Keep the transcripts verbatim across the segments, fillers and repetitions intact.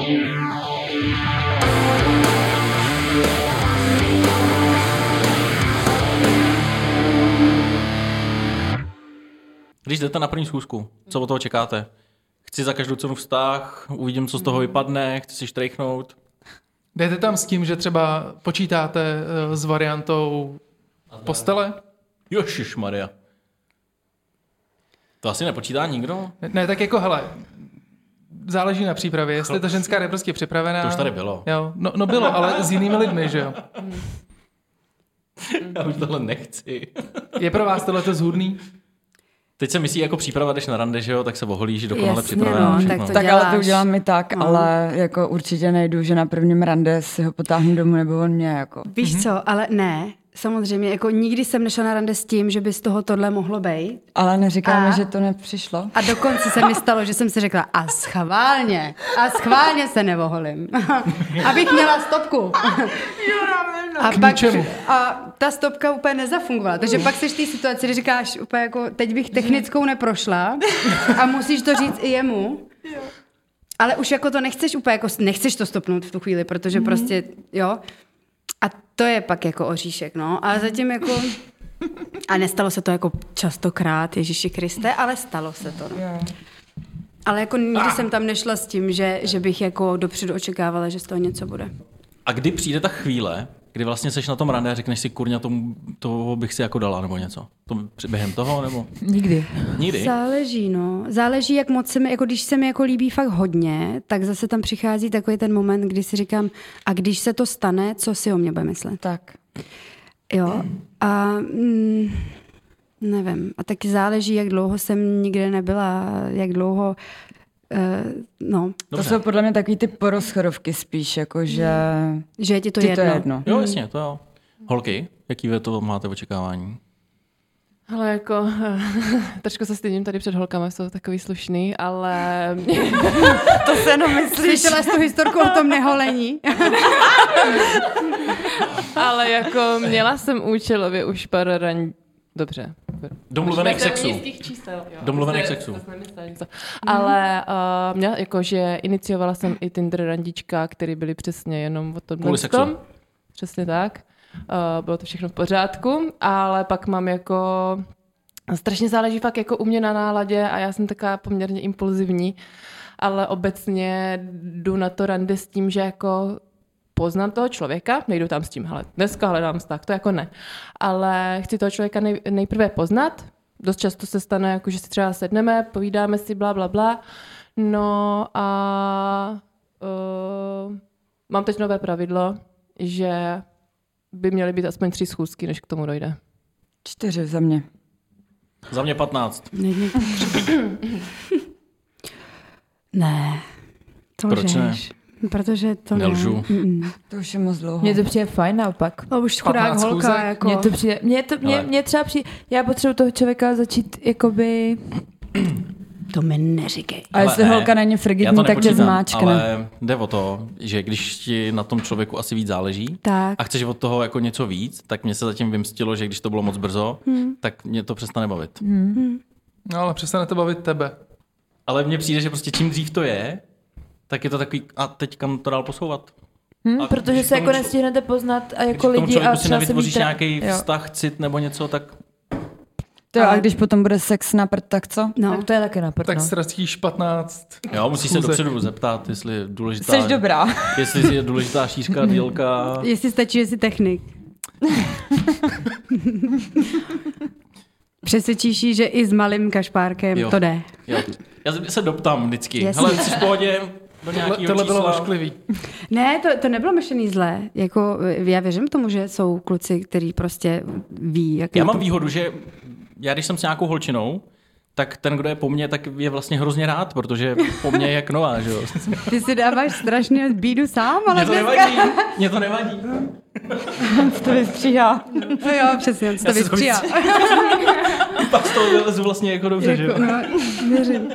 Když jdete na první schůzku, co od toho čekáte? Chci za každou cenu vztah, uvidím, co z toho vypadne, chci si štrejchnout. Jdete tam s tím, že třeba počítáte uh, s variantou postele? Ježišmarja. To asi nepočítá nikdo? Ne, ne, tak jako hele, záleží na přípravě. Jestli ta ženská je prostě připravená... To už tady bylo. Jo, no, no bylo, ale s jinými lidmi, že jo? Já už tohle nechci. Je pro vás tohleto zhůdný? Teď se myslí jako příprava, jdeš na rande, že jo, tak se oholíš, dokonale Jasně, připravená. no, tak to tak ale to udělám mi tak, no. Ale jako určitě nejdu, že na prvním rande si ho potáhnu domů nebo on mě jako. Víš mm-hmm. co, ale ne, samozřejmě, jako nikdy jsem nešla na rande s tím, že by z toho tohle mohlo být. Ale neříkáme, a... že to nepřišlo. A dokonce se mi stalo, že jsem si řekla, a schválně, a schválně se nevoholím, abych měla stopku. A, pak, a ta stopka úplně nezafungovala. Takže pak seš v té situaci, kdy říkáš úplně jako, teď bych technickou neprošla a musíš to říct i jemu. Ale už jako to nechceš úplně, jako nechceš to stopnout v tu chvíli, protože mm. prostě, jo. A to je pak jako oříšek, no. A zatím jako, a nestalo se to jako častokrát, Ježíši Kriste, ale stalo se to, no. Ale jako nikdy jsem tam nešla s tím, že, že bych jako dopředu očekávala, že z toho něco bude. A kdy přijde ta chvíle, kdy vlastně seš na tom rande a řekneš si, kurňa, tomu, toho bych si jako dala, nebo něco? To během toho, nebo? Nikdy. Nikdy? Záleží, no. Záleží, jak moc se mi, jako když se mi jako líbí fakt hodně, tak zase tam přichází takový ten moment, kdy si říkám, a když se to stane, co si o mě bude myslet? Tak. Jo. A mm, nevím. A taky záleží, jak dlouho jsem nikde nebyla, jak dlouho Uh, no. To jsou podle mě takový ty porozchodovky spíš, jako že... Že je ti to ti jedno. To jedno. Jo, jasně, to jo. Holky, jaký vy to máte očekávání? Ale jako, trošku se stydím tady před holkama, jsou takový slušný, ale... To se jenom myslíš. Slyšela jsi tu historku o tom neholení? Ale jako měla jsem účelově už pár ran... Dobře. Domluvených sexů. Čísel, jo. Domluvených sexů. Ale uh, měla, jakože iniciovala jsem i Tinder randička, který byly přesně jenom o tom. Kvůli sexu. Přesně tak. Uh, bylo to všechno v pořádku, ale pak mám jako... Strašně záleží fakt jako u mě na náladě a já jsem taková poměrně impulzivní, ale obecně jdu na to rande s tím, že jako poznám toho člověka, nejdu tam s tím, hele, dneska hledám vztah, to jako ne. Ale chci toho člověka nej, nejprve poznat. Dost často se stane, jako, že si třeba sedneme, povídáme si, bla, bla, bla. No a uh, mám teď nové pravidlo, že by měly být aspoň tři schůzky, než k tomu dojde. Čtyři za mě. Za mě patnáct. Ne. To Proč ne? Protože to Nelžu. ne. Mm-mm. To už je moc dlouho. Mně to přijde fajn naopak. A už chudák holka, jako... Mně to přijde, mně, to, mně, mně třeba přijde, já potřebuji toho člověka začít jakoby... To mi neříkej. A jestli ne, holka není frigidní, tak tě zmáčkne. Ale jde o to, že když ti na tom člověku asi víc záleží tak. a chceš od toho jako něco víc, tak mě se zatím vymstilo, že když to bylo moc brzo, hmm. tak mě to přestane bavit. Hmm. No ale přestane to bavit tebe. Ale mně přijde, že prostě čím dřív to je, tak je to takový, a teď kam to dál posouvat. Hmm, a protože se jako č... nestihnete poznat a jako lidi a si nevytvoříš nějaký jo. vztah, cit nebo něco, tak... To a když potom bude sex na prd, tak co? No. Tak to je taky na prd, Tak no. ztratíš patnáct. Jo, musíš se dopředu zeptat, jestli je důležitá... Jsi dobrá. Jestli je důležitá šířka, dílka... Jestli stačí, že jsi technik. Přesvědčíš jí, že i s malým kašpárkem jo. to jde. Jo. Já se doptám vždycky. Jasně. Hele, jsi v pohodě? Do nějakýho Tohle bylo čísla? ošklivý. Ne, to, to nebylo myšlený zlé. Jako, já věřím tomu, že jsou kluci, kteří prostě ví. Jak já mám to... výhodu, že já když jsem s nějakou holčinou, tak ten, kdo je po mně, tak je vlastně hrozně rád, protože po mně je jak nová, že jo. Ty si dáváš strašně bídu sám, ale Mně to dneska... nevadí, mně to nevadí. To vystříhá. No jo, přesně, to vystříhá. Pak z toho vylezu vlastně jako dobře, jako, že jo. No, věřím.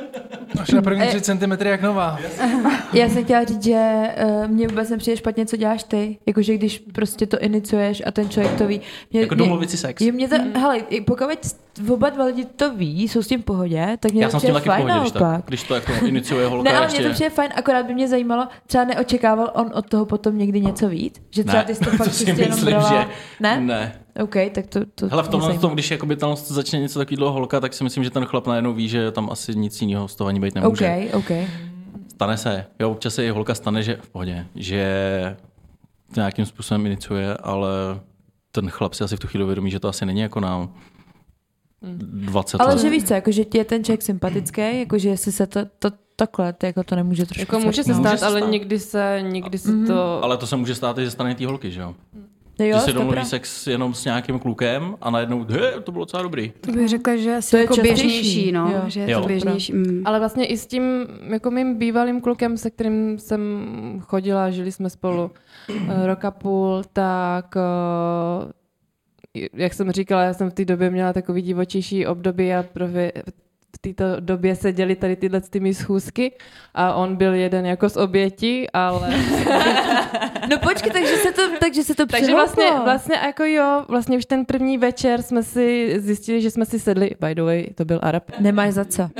Až na první tři centimetry jak nová. Já jsem chtěla říct, že uh, mně vůbec nepřijde špatně, co děláš ty. Jakože když prostě to iniciuješ a ten člověk to ví. Mě, Jako domluvit si sex. Je, mě to, mm. hele, pokud oba dva lidi to ví, jsou s tím v pohodě, tak mě Já to jsem s tím přijde taky v fajn pohodě, když, tak, když to jako iniciuje holka Ne, ale ještě... mě to přijde fajn, akorát by mě zajímalo, třeba neočekával on od toho potom někdy něco víc? Že třeba ne, ty jsi to fakt to si čistě jenom myslím, brala... že... Ne? Ne. OK, tak to... to Hele, v tomhle mě tom, když jakoby tam začne něco takového holka, tak si myslím, že ten chlap najednou ví, že tam asi nic jiného z toho ani být nemůže. OK, OK. Stane se. Jo, občas se i holka stane, že v pohodě, že to nějakým způsobem iniciuje, ale ten chlap si asi v tu chvíli uvědomí, že to asi není jako na dvacet Ale let. že víš co, jako, že ti je ten člověk sympatický, jako, že jestli se to, to takhle, to, jako to nemůže trošku... Jako může se Může stát, se ale stát. nikdy se, nikdy se Mhm. to... Ale to se může stát i ze strany té holky, že jo? No jo, Že si to domluví pravda. sex jenom s nějakým klukem a najednou, he, to bylo docela dobrý. To bych řekla, že asi To je jako častější, běžnější, no. jo. Že je Jo. to běžnější. Mm. Ale vlastně i s tím jako mým bývalým klukem, se kterým jsem chodila, žili jsme spolu eh, rok a půl, tak eh, jak jsem říkala, já jsem v té době měla takový divočejší období a právě v této době se děly tady tyhle ty mý schůzky a on byl jeden jako z obětí, ale... No počkej, takže se to, takže se to Takže vlastně, vlastně jako jo, vlastně už ten první večer jsme si zjistili, že jsme si sedli, by the way, to byl Arab. Nemáš za co.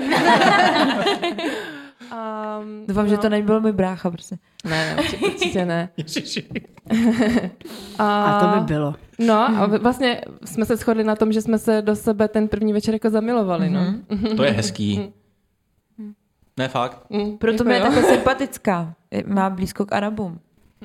Um, Doufám, no. že to nebyl můj brácha, prostě. Ne, určitě, určitě ne. A to by bylo. No a vlastně jsme se shodli na tom, že jsme se do sebe ten první večer jako zamilovali, no. To je hezký. Ne, fakt. Mm, Proto mi je děkuju. takhle sympatická. Má blízko k Arabům.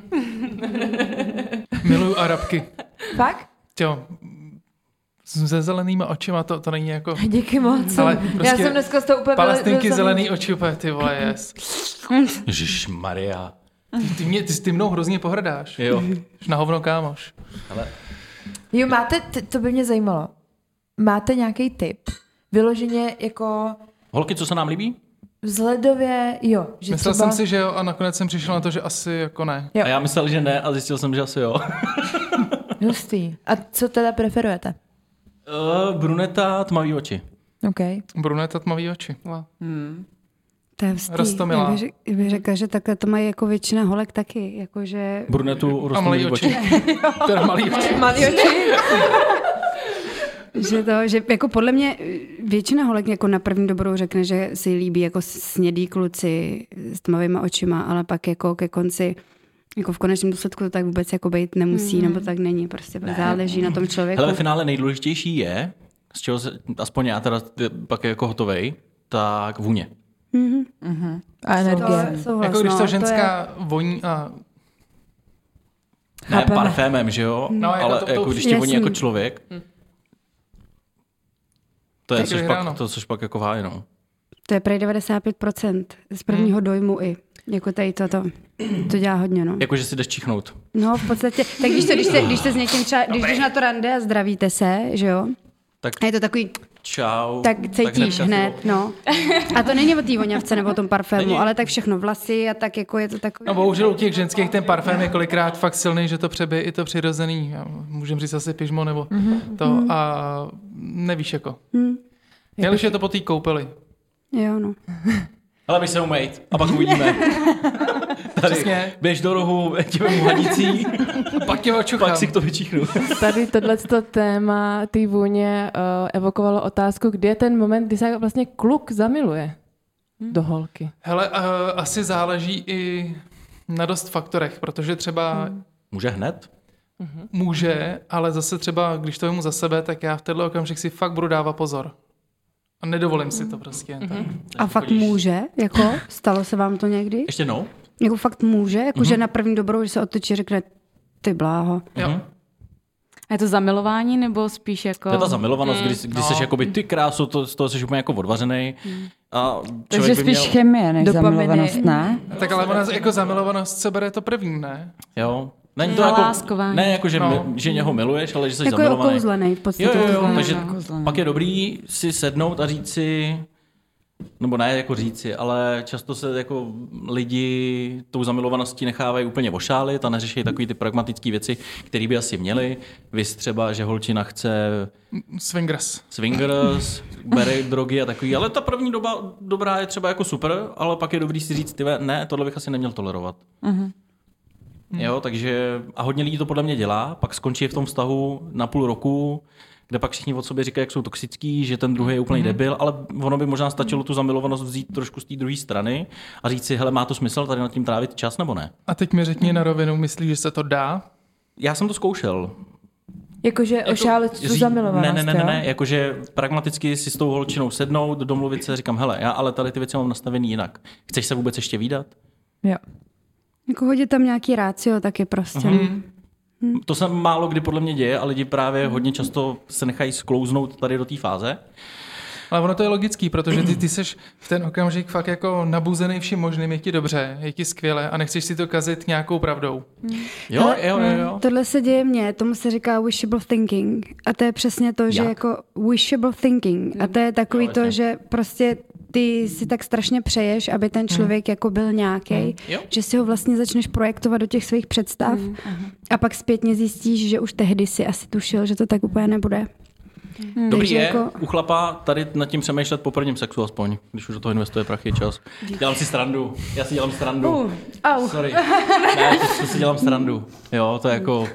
Miluju Arabky. Fakt? Jo, se zelenýma očima, to, to není jako... Díky moc. Ale Já prostě jsem dneska z toho úplně... Palestinky byl- zelený oči, úplně ty vole, yes. Ježišmarja. Ty, ty, mě, ty, ty mnou hrozně pohrdáš. Jo. Už na hovno, kámoš. Ale Jo, máte, t- to by mě zajímalo. Máte nějaký tip? Vyloženě jako holky, co se nám líbí? vzhledově, jo. Že Myslel třeba... jsem si, že jo, a nakonec jsem přišel na to, že asi jako ne. Jo. A já myslel, že ne a zjistil jsem, že asi jo. Hustý. A co teda preferujete? Uh, bruneta, tmavý oči. OK. Bruneta tmavý oči. Wow. To je hustý. Roztomilá. Já bych, řek, já bych řekla, že takhle to mají jako většina holek taky. Jakože... Brunetu, A malý rostomilý oči. oči. Teda malý oči. Malý oči? Že to, že jako podle mě většina holek jako na první dobrou řekne, že si líbí jako snědý kluci s tmavýma očima, ale pak jako ke konci jako v konečném důsledku to tak vůbec jako být nemusí, mm. nebo tak není, prostě ne. Záleží na tom člověku. Hele, ve finále nejdůležitější je, z čeho se, aspoň já teda pak je jako hotovej, tak vůně. Mm-hmm. Uh-huh. A energie. To, souhlas, Jako když no, to je- ženská voní a... Ne Chápeme. parfémem, že jo? No, jako ale to- to jako už- když ti voní Jasný. jako člověk, to je Tak což vyhráno. pak, to což pak jako váje, no. To je prej devadesát pět procent z prvního hmm. dojmu i. Jako tady toto. To dělá hodně, no. Jako, že si jdeš čichnout. No, v podstatě. Tak když, to, když, se, když se s někým třeba, když jdeš na to rande a zdravíte se, že jo? Tak A je to takový, čau. tak cítíš hnedka hned, si- no. A to není o té voňavce nebo o tom parfému, Není. ale tak všechno vlasy a tak jako je to takový. No bohužel u těch ženských ten parfém je kolikrát fakt silný, že to přebije i to přirozený. Já můžem říct asi pyžmo nebo mm-hmm. to a nevíš jako. Hmm. Nejlepší je to po té koupeli. Jo, no. Ale běž se umejt a pak uvidíme. Tady Přesně. běž do rohu, ti vemu hadicí, Pak tě očuchám. pak si to vyčichnu. Tady tohleto téma té vůně uh, evokovalo otázku, kdy je ten moment, kdy se vlastně kluk zamiluje do holky. Hele, uh, asi záleží i na dost faktorech, protože třeba hmm. Může hned? může, ale zase třeba, když to vemu za sebe, tak já v tenhle okamžik si fakt budu dávat pozor. A nedovolím si to prostě jen tak. A fakt může, jako, stalo se vám to někdy? Ještě jednou? Jako fakt může, jako Mhm. že na první dobrou, že se otočí, řekne, ty bláho. Jo. Mhm. A je to zamilování, nebo spíš jako... To je ta zamilovanost, kdy, kdy No. jsi jakoby ty krásu, to, z toho jsi úplně jako odvařený. A Takže člověk by spíš měl... chemie než Dopaminy. zamilovanost, ne? Tak ale ona jako zamilovanost se bere to první, ne? Jo. Není to jako, Zaláskování. ne jako, že, No. no. že něho miluješ, ale že jsi Jako je zamilovaný. okouzlený v podstatě. Jo, jo, jo, No. takže Okouzlený. pak je dobrý si sednout a říct si, nebo ne jako říci, ale často se jako lidi tou zamilovaností nechávají úplně ošálit a neřeší takový ty pragmatické věci, které by asi měli. Vys třeba, že holčina chce Swingers. swingers, bere drogy a takový, ale ta první doba dobrá je třeba jako super, ale pak je dobrý si říct, tyve, ne, tohle bych asi neměl tolerovat. Uh-huh. Jo, takže a hodně lidí to podle mě dělá, pak skončí v tom vztahu na půl roku, kde pak všichni od sobě říkají, jak jsou toxický, že ten druhý je úplný mm. debil, ale ono by možná stačilo tu zamilovanost vzít trošku z té druhé strany a říct si, hele, má to smysl tady nad tím trávit čas nebo ne? A teď mi řekni na rovinu, myslíš, že se to dá? Já jsem to zkoušel. Jakože jako, ošálit tu ří... zamilovanost, Ne, ne, ne, jo? ne, jakože pragmaticky si s tou holčinou sednout, domluvit se, říkám, hele, já ale tady ty věci mám nastavený jinak. Chceš se vůbec ještě vídat? Jo. Jako hodit tam nějaký rácio taky prostě. Mm. Hmm. To se málo kdy podle mě děje a lidi právě hodně často se nechají sklouznout tady do té fáze. Ale ono to je logický, protože ty, ty seš v ten okamžik fakt jako nabuzený vším možným, je ti dobře, je ti skvěle a nechceš si to kazit nějakou pravdou. Jo, Hele, jo, jo, jo. Tohle se děje mně, tomu se říká wishable thinking. A to je přesně to, že Jak? jako wishable thinking. A to je takový Jo, to, jasně. že prostě ty si tak strašně přeješ, aby ten člověk jako byl nějaký, Jo. že si ho vlastně začneš projektovat do těch svých představ a pak zpětně zjistíš, že už tehdy si asi tušil, že to tak úplně nebude. Dobrý Takže je jako- u chlapa tady nad tím přemýšlet po prvním sexu aspoň, když už do toho investuje prachy čas. Dělám si srandu. Já si dělám srandu. Uh, au. Sorry. Ne, to, to si dělám srandu. Jo, to je jako...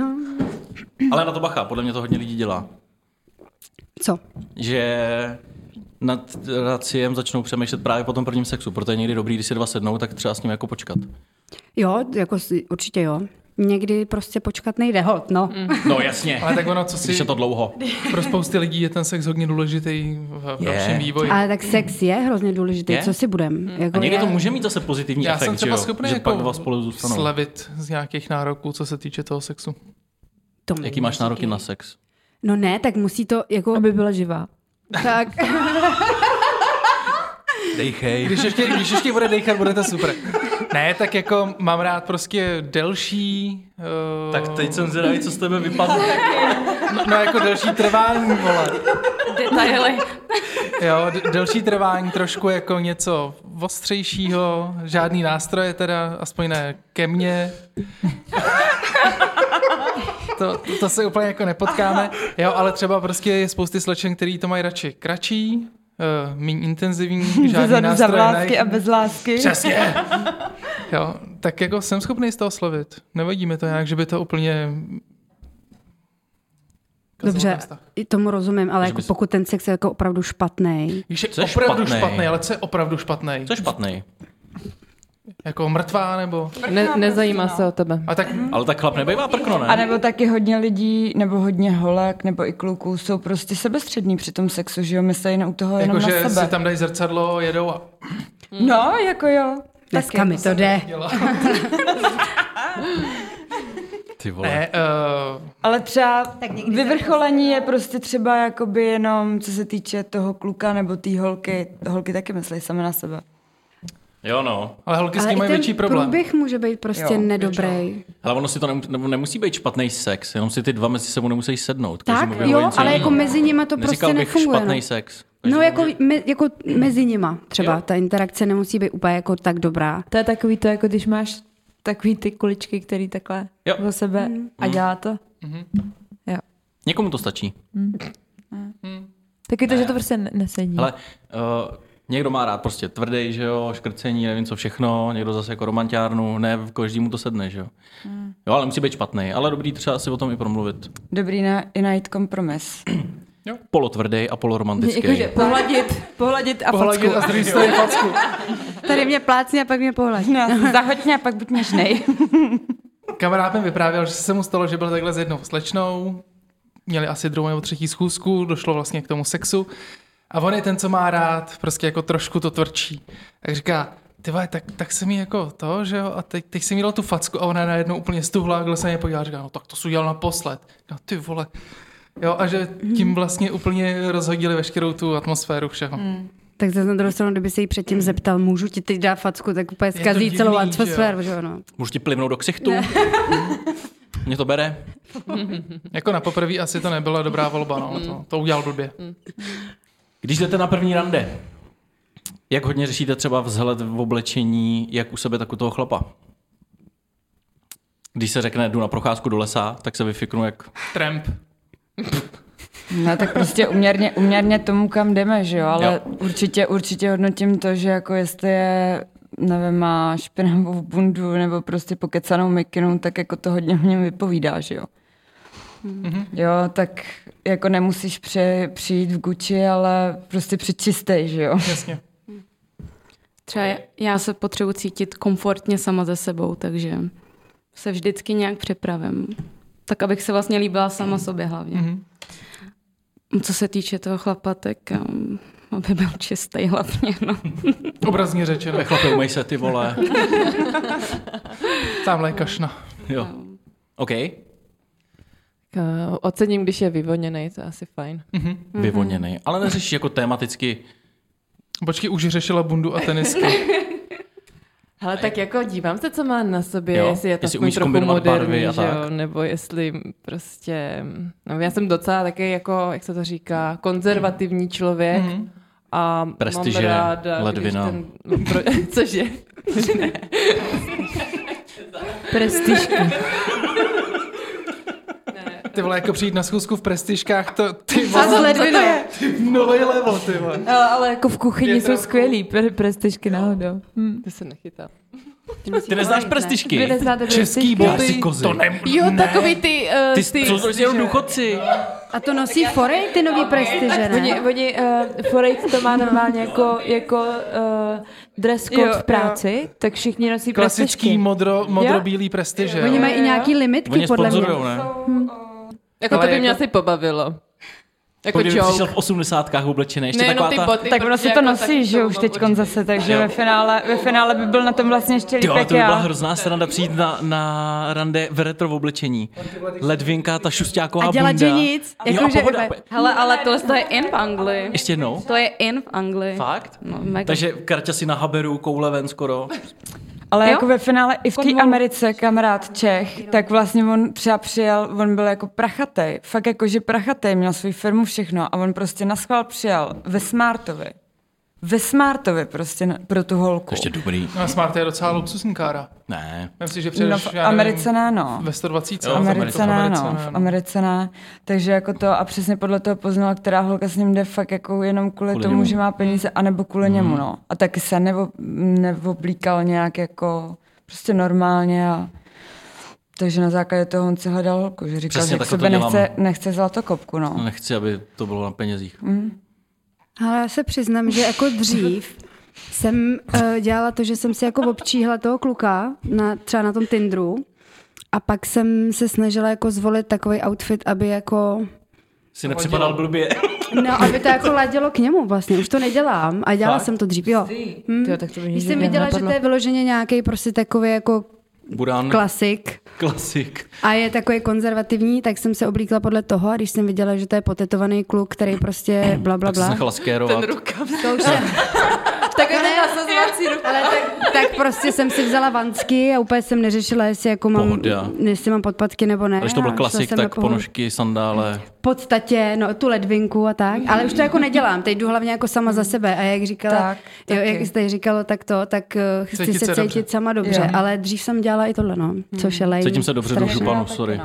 Ale na to bacha, podle mě to hodně lidí dělá. Co? Že nad raciem začnou přemýšlet právě po tom prvním sexu, proto je někdy dobrý, když si dva sednou, tak třeba s ním jako počkat. Jo, jako si, určitě jo. Někdy prostě počkat nejde, hod, no. Mm. No jasně, Ale tak ono, co si když je to dlouho. pro spousty lidí je ten sex hodně důležitý v Je. dalším vývoji. Ale tak sex je hrozně důležitý, Je? co si budem. Jako A někdy já- to může mít zase pozitivní Já efekt, jsem třeba že, jo? schopný Že jako pak dva spolu zůstanou. slevit z nějakých nároků, co se týče toho sexu. To mi Jaký máš neříkej. nároky na sex? No ne, tak musí to jako... Aby byla živá. Tak. Dejchej. Když ještě, když ještě bude dejchat, bude to super. Ne, tak jako mám rád prostě delší... Uh, Tak teď jsem zvědavý, co z tebe vypadne. No, no jako delší trvání, vole. Detaily. Jo, d- delší trvání, trošku jako něco ostřejšího, žádný nástroje teda, aspoň ne ke mně. To, to, to se úplně jako nepotkáme. Jo, ale třeba prostě je spousty slečen, který to mají radši kratší, uh, méně intenzivní, žádný Zezadu za nástroje. vlásky ne- a bez lásky. Přesně. Jo, tak jako jsem schopný z toho slovit. Nevadí mi to nějak, že by to úplně... kazilo Dobře, ten vztah. i tomu rozumím, ale Že jako bys- pokud ten sex je jako opravdu špatný. Když je Co je opravdu špatnej? špatný, ale co je opravdu špatný? Co je špatný? Jako mrtvá nebo... Ne, nezajímá se o tebe. A tak Ale tak chlap nebejvá prkno, ne? A nebo taky hodně lidí, nebo hodně holek, nebo i kluků jsou prostě sebestřední při tom sexu, že jo, myslí na u toho jenom jako, na že sebe. si tam dají zrcadlo, jedou a... No, jako jo. Dneska mi to jde. Ty vole. Ne, uh, Ale třeba vyvrcholení je prostě třeba jakoby jenom, co se týče toho kluka nebo té holky. Holky taky myslí sami na sebe. Jo no. ale holky s Ale tím i mají ten větší problém. průběh může být prostě Jo, nedobrý. Ale ono si to nemus- nebo nemusí být špatný sex, jenom si ty dva mezi sebou nemusí sednout. Tak, Každý mluví o jo, něco ale jinýho. jako mezi nima to Neříkal prostě bych nefunguje. špatný No, sex. no Každý jako, může- me, jako mezi nima třeba. Jo. Ta interakce nemusí být úplně jako tak dobrá. To je takový to, jako když máš takový ty kuličky, který takhle Jo. do sebe a dělá to. Někomu to stačí. Taky to, že to prostě ne- nesedí. Ale uh, někdo má rád prostě tvrdý, že jo, škrcení, nevím co všechno, někdo zase jako romantiárnu, ne, každému to sedne, že jo. Jo, ale musí být špatný, ale dobrý třeba si o tom i promluvit. Dobrý na, i najít kompromis. Polotvrdý a poloromantický. Jakože pohladit, pohladit a Pohladit facku. a z druhé strany facku. Tady mě plácni a pak mě pohled. No, zahoď mě a pak buď něžnej. Kamarád mi vyprávěl, že se mu stalo, že byl takhle s jednou slečnou, měli asi druhou nebo třetí schůzku, došlo vlastně k tomu sexu a on je ten, co má rád, prostě jako trošku to tvrdší. Tak říká, ty vole, tak, tak jsem jí jako to, že jo, a teď, teď jsem jí dal tu facku a ona najednou úplně stuhla, kde se mě podívala a říká, no tak to jsi udělal naposled. No ty vole. Jo, a že tím vlastně úplně rozhodili veškerou tu atmosféru všeho. Mm. Tak zase na druhou stranu, kdyby se jí předtím zeptal, můžu ti teď dát facku, tak úplně to zkazí divný, celou že jo? atmosféru, že jo, no. Můžu ti plivnout do ksichtu? Mě to bere. Jako na poprvé asi to nebyla dobrá volba, no, to, to udělal blbě. Když jdete na první rande, Jak hodně řešíte třeba vzhled v oblečení, jak u sebe, tak u toho chlapa? Když se řekne, jdu na procházku do lesa, tak se vyfiknu jak... Tramp. No tak prostě uměrně, uměrně tomu, kam jdeme, že jo, ale jo. určitě, určitě hodnotím to, že jako jestli je, nevím, má špinavou bundu nebo prostě pokecanou mikinu, tak jako to hodně mě vypovídá, že jo. Mm-hmm. Jo, tak jako nemusíš pře, přijít v Gucci, ale prostě přijít čistej, že jo. Jasně. Třeba já se potřebuji cítit komfortně sama ze sebou, takže se vždycky nějak připravím. Tak, abych se vlastně líbila sama sobě hlavně. Mm-hmm. Co se týče toho chlapa, tak um, aby byl čistý hlavně, no. Obrazně řečeno. Ve chlape, umej se, ty vole. Tamhle je kašna. Jo. OK. Uh, ocením, když je vyvoněnej, to je asi fajn. Mm-hmm. Vyvoněnej. Ale neřešíš jako tematicky... Počkej, už řešila bundu a tenisky. Ale tak jako dívám se, co má na sobě, Jo, jestli je to jestli aspoň umíš trochu kombinovat barvy moderní, a že jo, tak. nebo jestli prostě, no já jsem docela taky jako, jak se to říká, konzervativní člověk Mm-hmm. a Prestiže, mám ráda, ledvina. Když ten, pro, cože? Ne. Prestižka. Ty vole, jako přijít na schůzku v prestižkách, to ty A vole, s ledvinou. nový level, ty vole. Ale, ale jako v Je kuchyni to jsou jako- skvělý pre- prestižky náhodou. Hm. To se nechytá. Ty neznáš Vy prestižky? neznáte Český prestižky? Já si boty, kozy. to ne, Jo, ne. takový ty, uh, Ty, ty, ty jsou jenom důchodci. A to nosí forej, ty nový prestiže, Oni, ne? oni uh, Forejt to má normálně jako, jako uh, dress code Jo, v práci, tak všichni nosí Klasický prestižky. modro, modro-bílý prestiže. Oni jo. mají i nějaký limitky, Oni podle mě. sponzorujou, ne? jako Ale to by mě jako- asi pobavilo. Jako Kdyby přišel joke. v osmdesátkách oblečený, ještě Nejenom taková ty ta... boty, Tak ono prostě se to jako nosí, taky že to už bylo teď určitě. zase, takže Jo. ve finále, ve finále by byl na tom vlastně ještě líp Jo, ale jak to by byla já. hrozná sranda přijít na, na rande v retro v oblečení. Ledvinka, ta šusťáková A dělat, bunda. že nic. Jo, Jako, a že pohoda. hele, ale tohle to je in v Anglii. Ještě jednou? To je in v Anglii. Fakt? No, mega. Takže Karťa si na haberu, koule ven skoro. Ale Jo? jako ve finále i v té Konvol. Americe kamarád Čech, tak vlastně on třeba přijel, on byl jako prachatej, fakt jako, že prachatej, měl svou firmu, všechno a on prostě naschvál přijel ve Smartovi. Ve Smartovi prostě na, pro tu holku. Ještě dobrý. No, Smart je docela luxusní kára. Ne. Myslím, že No, přijedeš, v já nevím, Americe ne, no. ve sto dvacet. Jo, V v Americe ne, Americe no. ne, V no. Americe ne. Takže jako to a přesně podle toho poznala, která holka s ním jde fakt jako jenom kvůli, Kvůli tomu, němu. že má peníze, anebo kvůli Mhm. němu, no. A taky se nevo, neoblíkal nějak jako prostě normálně a takže na základě toho on si hledal holku, že říkal, Přesně že k takhle to sebe dělám. nechce, nechce zlatokopku, no. Nechci, aby to bylo na penězích. Ale já se přiznám, že jako dřív jsem uh, dělala to, že jsem si jako občíhla toho kluka, na, třeba na tom Tinderu, a pak jsem se snažila jako zvolit takový outfit, aby jako, Si nepřipadal blbě. no, aby to jako ladilo k němu vlastně. Už to nedělám a dělala Fakt? jsem to dřív, jo. Hm. Jo, tak to by Když nikdy jsem viděla, že nenapadlo. to je vyloženě nějaký prostě takový jako Budán, klasik klasik. a je takový konzervativní, tak jsem se oblíkla podle toho a když jsem viděla, že to je potetovaný kluk, který prostě bla bla Tak se bla. nechala skérovat. Rukav. To už jsem, Tak je to nasazovací ruka. ale tak, tak prostě jsem si vzala vansky a úplně jsem neřešila, jestli jako mám, Pohoda. jestli mám podpatky nebo ne. A když to byl a šla klasik, jsem do tak pohodu. ponožky, sandále. V podstatě, no tu ledvinku a tak, ale už to jako nedělám, teď jdu hlavně jako sama za sebe a jak říkala, Tak, jo, taky. jak jste říkalo, tak to, tak uh, chci Cítit se se cítit dobře. sama dobře, Jo. ale dřív jsem dělala i tohle, no, což je lame. Cítím se dobře do strašně. županu, sorry.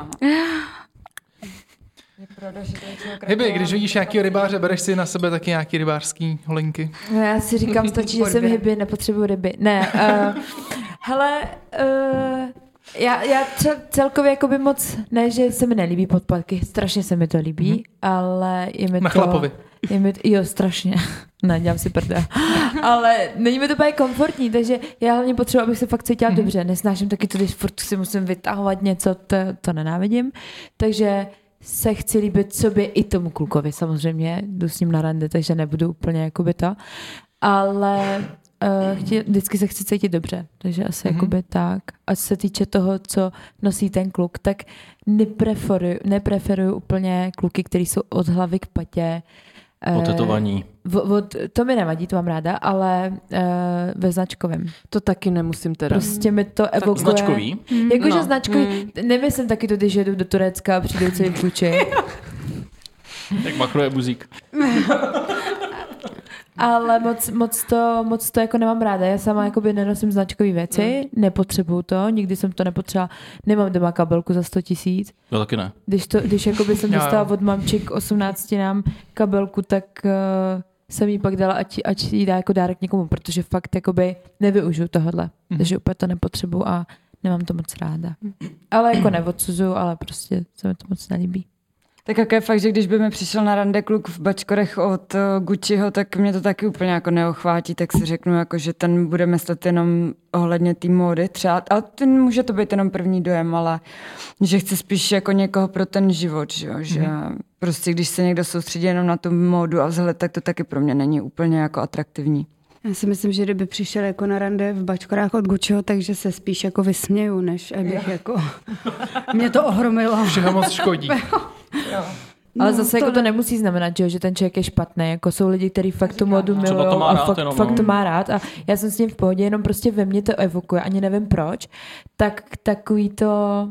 Hyby, když vidíš nějaký rybáře, bereš si na sebe taky nějaký rybářský holinky. No já si říkám, stačí, že jsem hyby, nepotřebuji ryby. Ne, uh, hele, uh, já, já cel, celkově jakoby moc, ne, že se mi nelíbí podpatky, strašně se mi to líbí, mm-hmm. ale je mi Na to... chlapovi. Je mi, jo, strašně. Ne, dělám si prdel. Ale není mi to úplně komfortní, takže já hlavně potřebuji, abych se fakt cítila mm-hmm. dobře. Nesnáším taky to, když furt si musím vytahovat něco, to, to nenávidím. Takže se chci líbit sobě i tomu klukovi. Samozřejmě jdu s ním na rande, takže nebudu úplně jakoby to. Ale uh, chtě, vždycky se chci cítit dobře. Takže asi mm-hmm. jakoby tak. A co se týče toho, co nosí ten kluk, tak nepreferuju, nepreferuju úplně kluky, který jsou od hlavy k patě. Potetovaní. V, od, to mi nevadí, to mám ráda, ale uh, ve značkovém. To taky nemusím teda. Prostě mi to evokuje. Značkový? Jakože No. značkový. Mm. Nemyslím taky to, když jedu do Turecka a přijdu celý v Gucci. Jak makruje buzík. ale moc, moc, to, moc to jako nemám ráda. Já sama jakoby nenosím značkové věci, mm. nepotřebuju to, nikdy jsem to nepotřebovala, nemám doma kabelku za sto tisíc. Jo, taky ne. Když, to, když jakoby jsem dostala od mamček k osmnáctinám kabelku, tak uh, jsem jí pak dala, ať, ať jí dá jako dárek někomu, protože fakt jakoby nevyužiju tohle, mm. takže úplně to nepotřebuju a nemám to moc ráda. Ale jako neodsuzuju, ale prostě se mi to moc nelíbí. Tak jako je fakt, že když by mi přišel na rande kluk v bačkorech od uh, Gucciho, tak mě to taky úplně jako neochvátí, tak si řeknu, jako, že ten bude myslet jenom ohledně té módy třeba, ale ten může to být jenom první dojem, ale že chci spíš jako někoho pro ten život, že, jo? Že mm. prostě když se někdo soustředí jenom na tu módu a vzhled, tak to taky pro mě není úplně jako atraktivní. Já si myslím, že kdyby přišel jako na rande v bačkorách od Gucciho, takže se spíš jako vysměju, než abych jako... Mě to ohromilo. Všeho moc škodí. Jo. Ale no, zase to, jako to nemusí znamenat, že, že ten člověk je špatný. Jako jsou lidi, kteří fakt tu modu milují a rád, fakt, jenom, fakt to má rád. A já jsem s ním v pohodě, jenom prostě ve mně to evokuje, ani nevím proč. Tak takový to...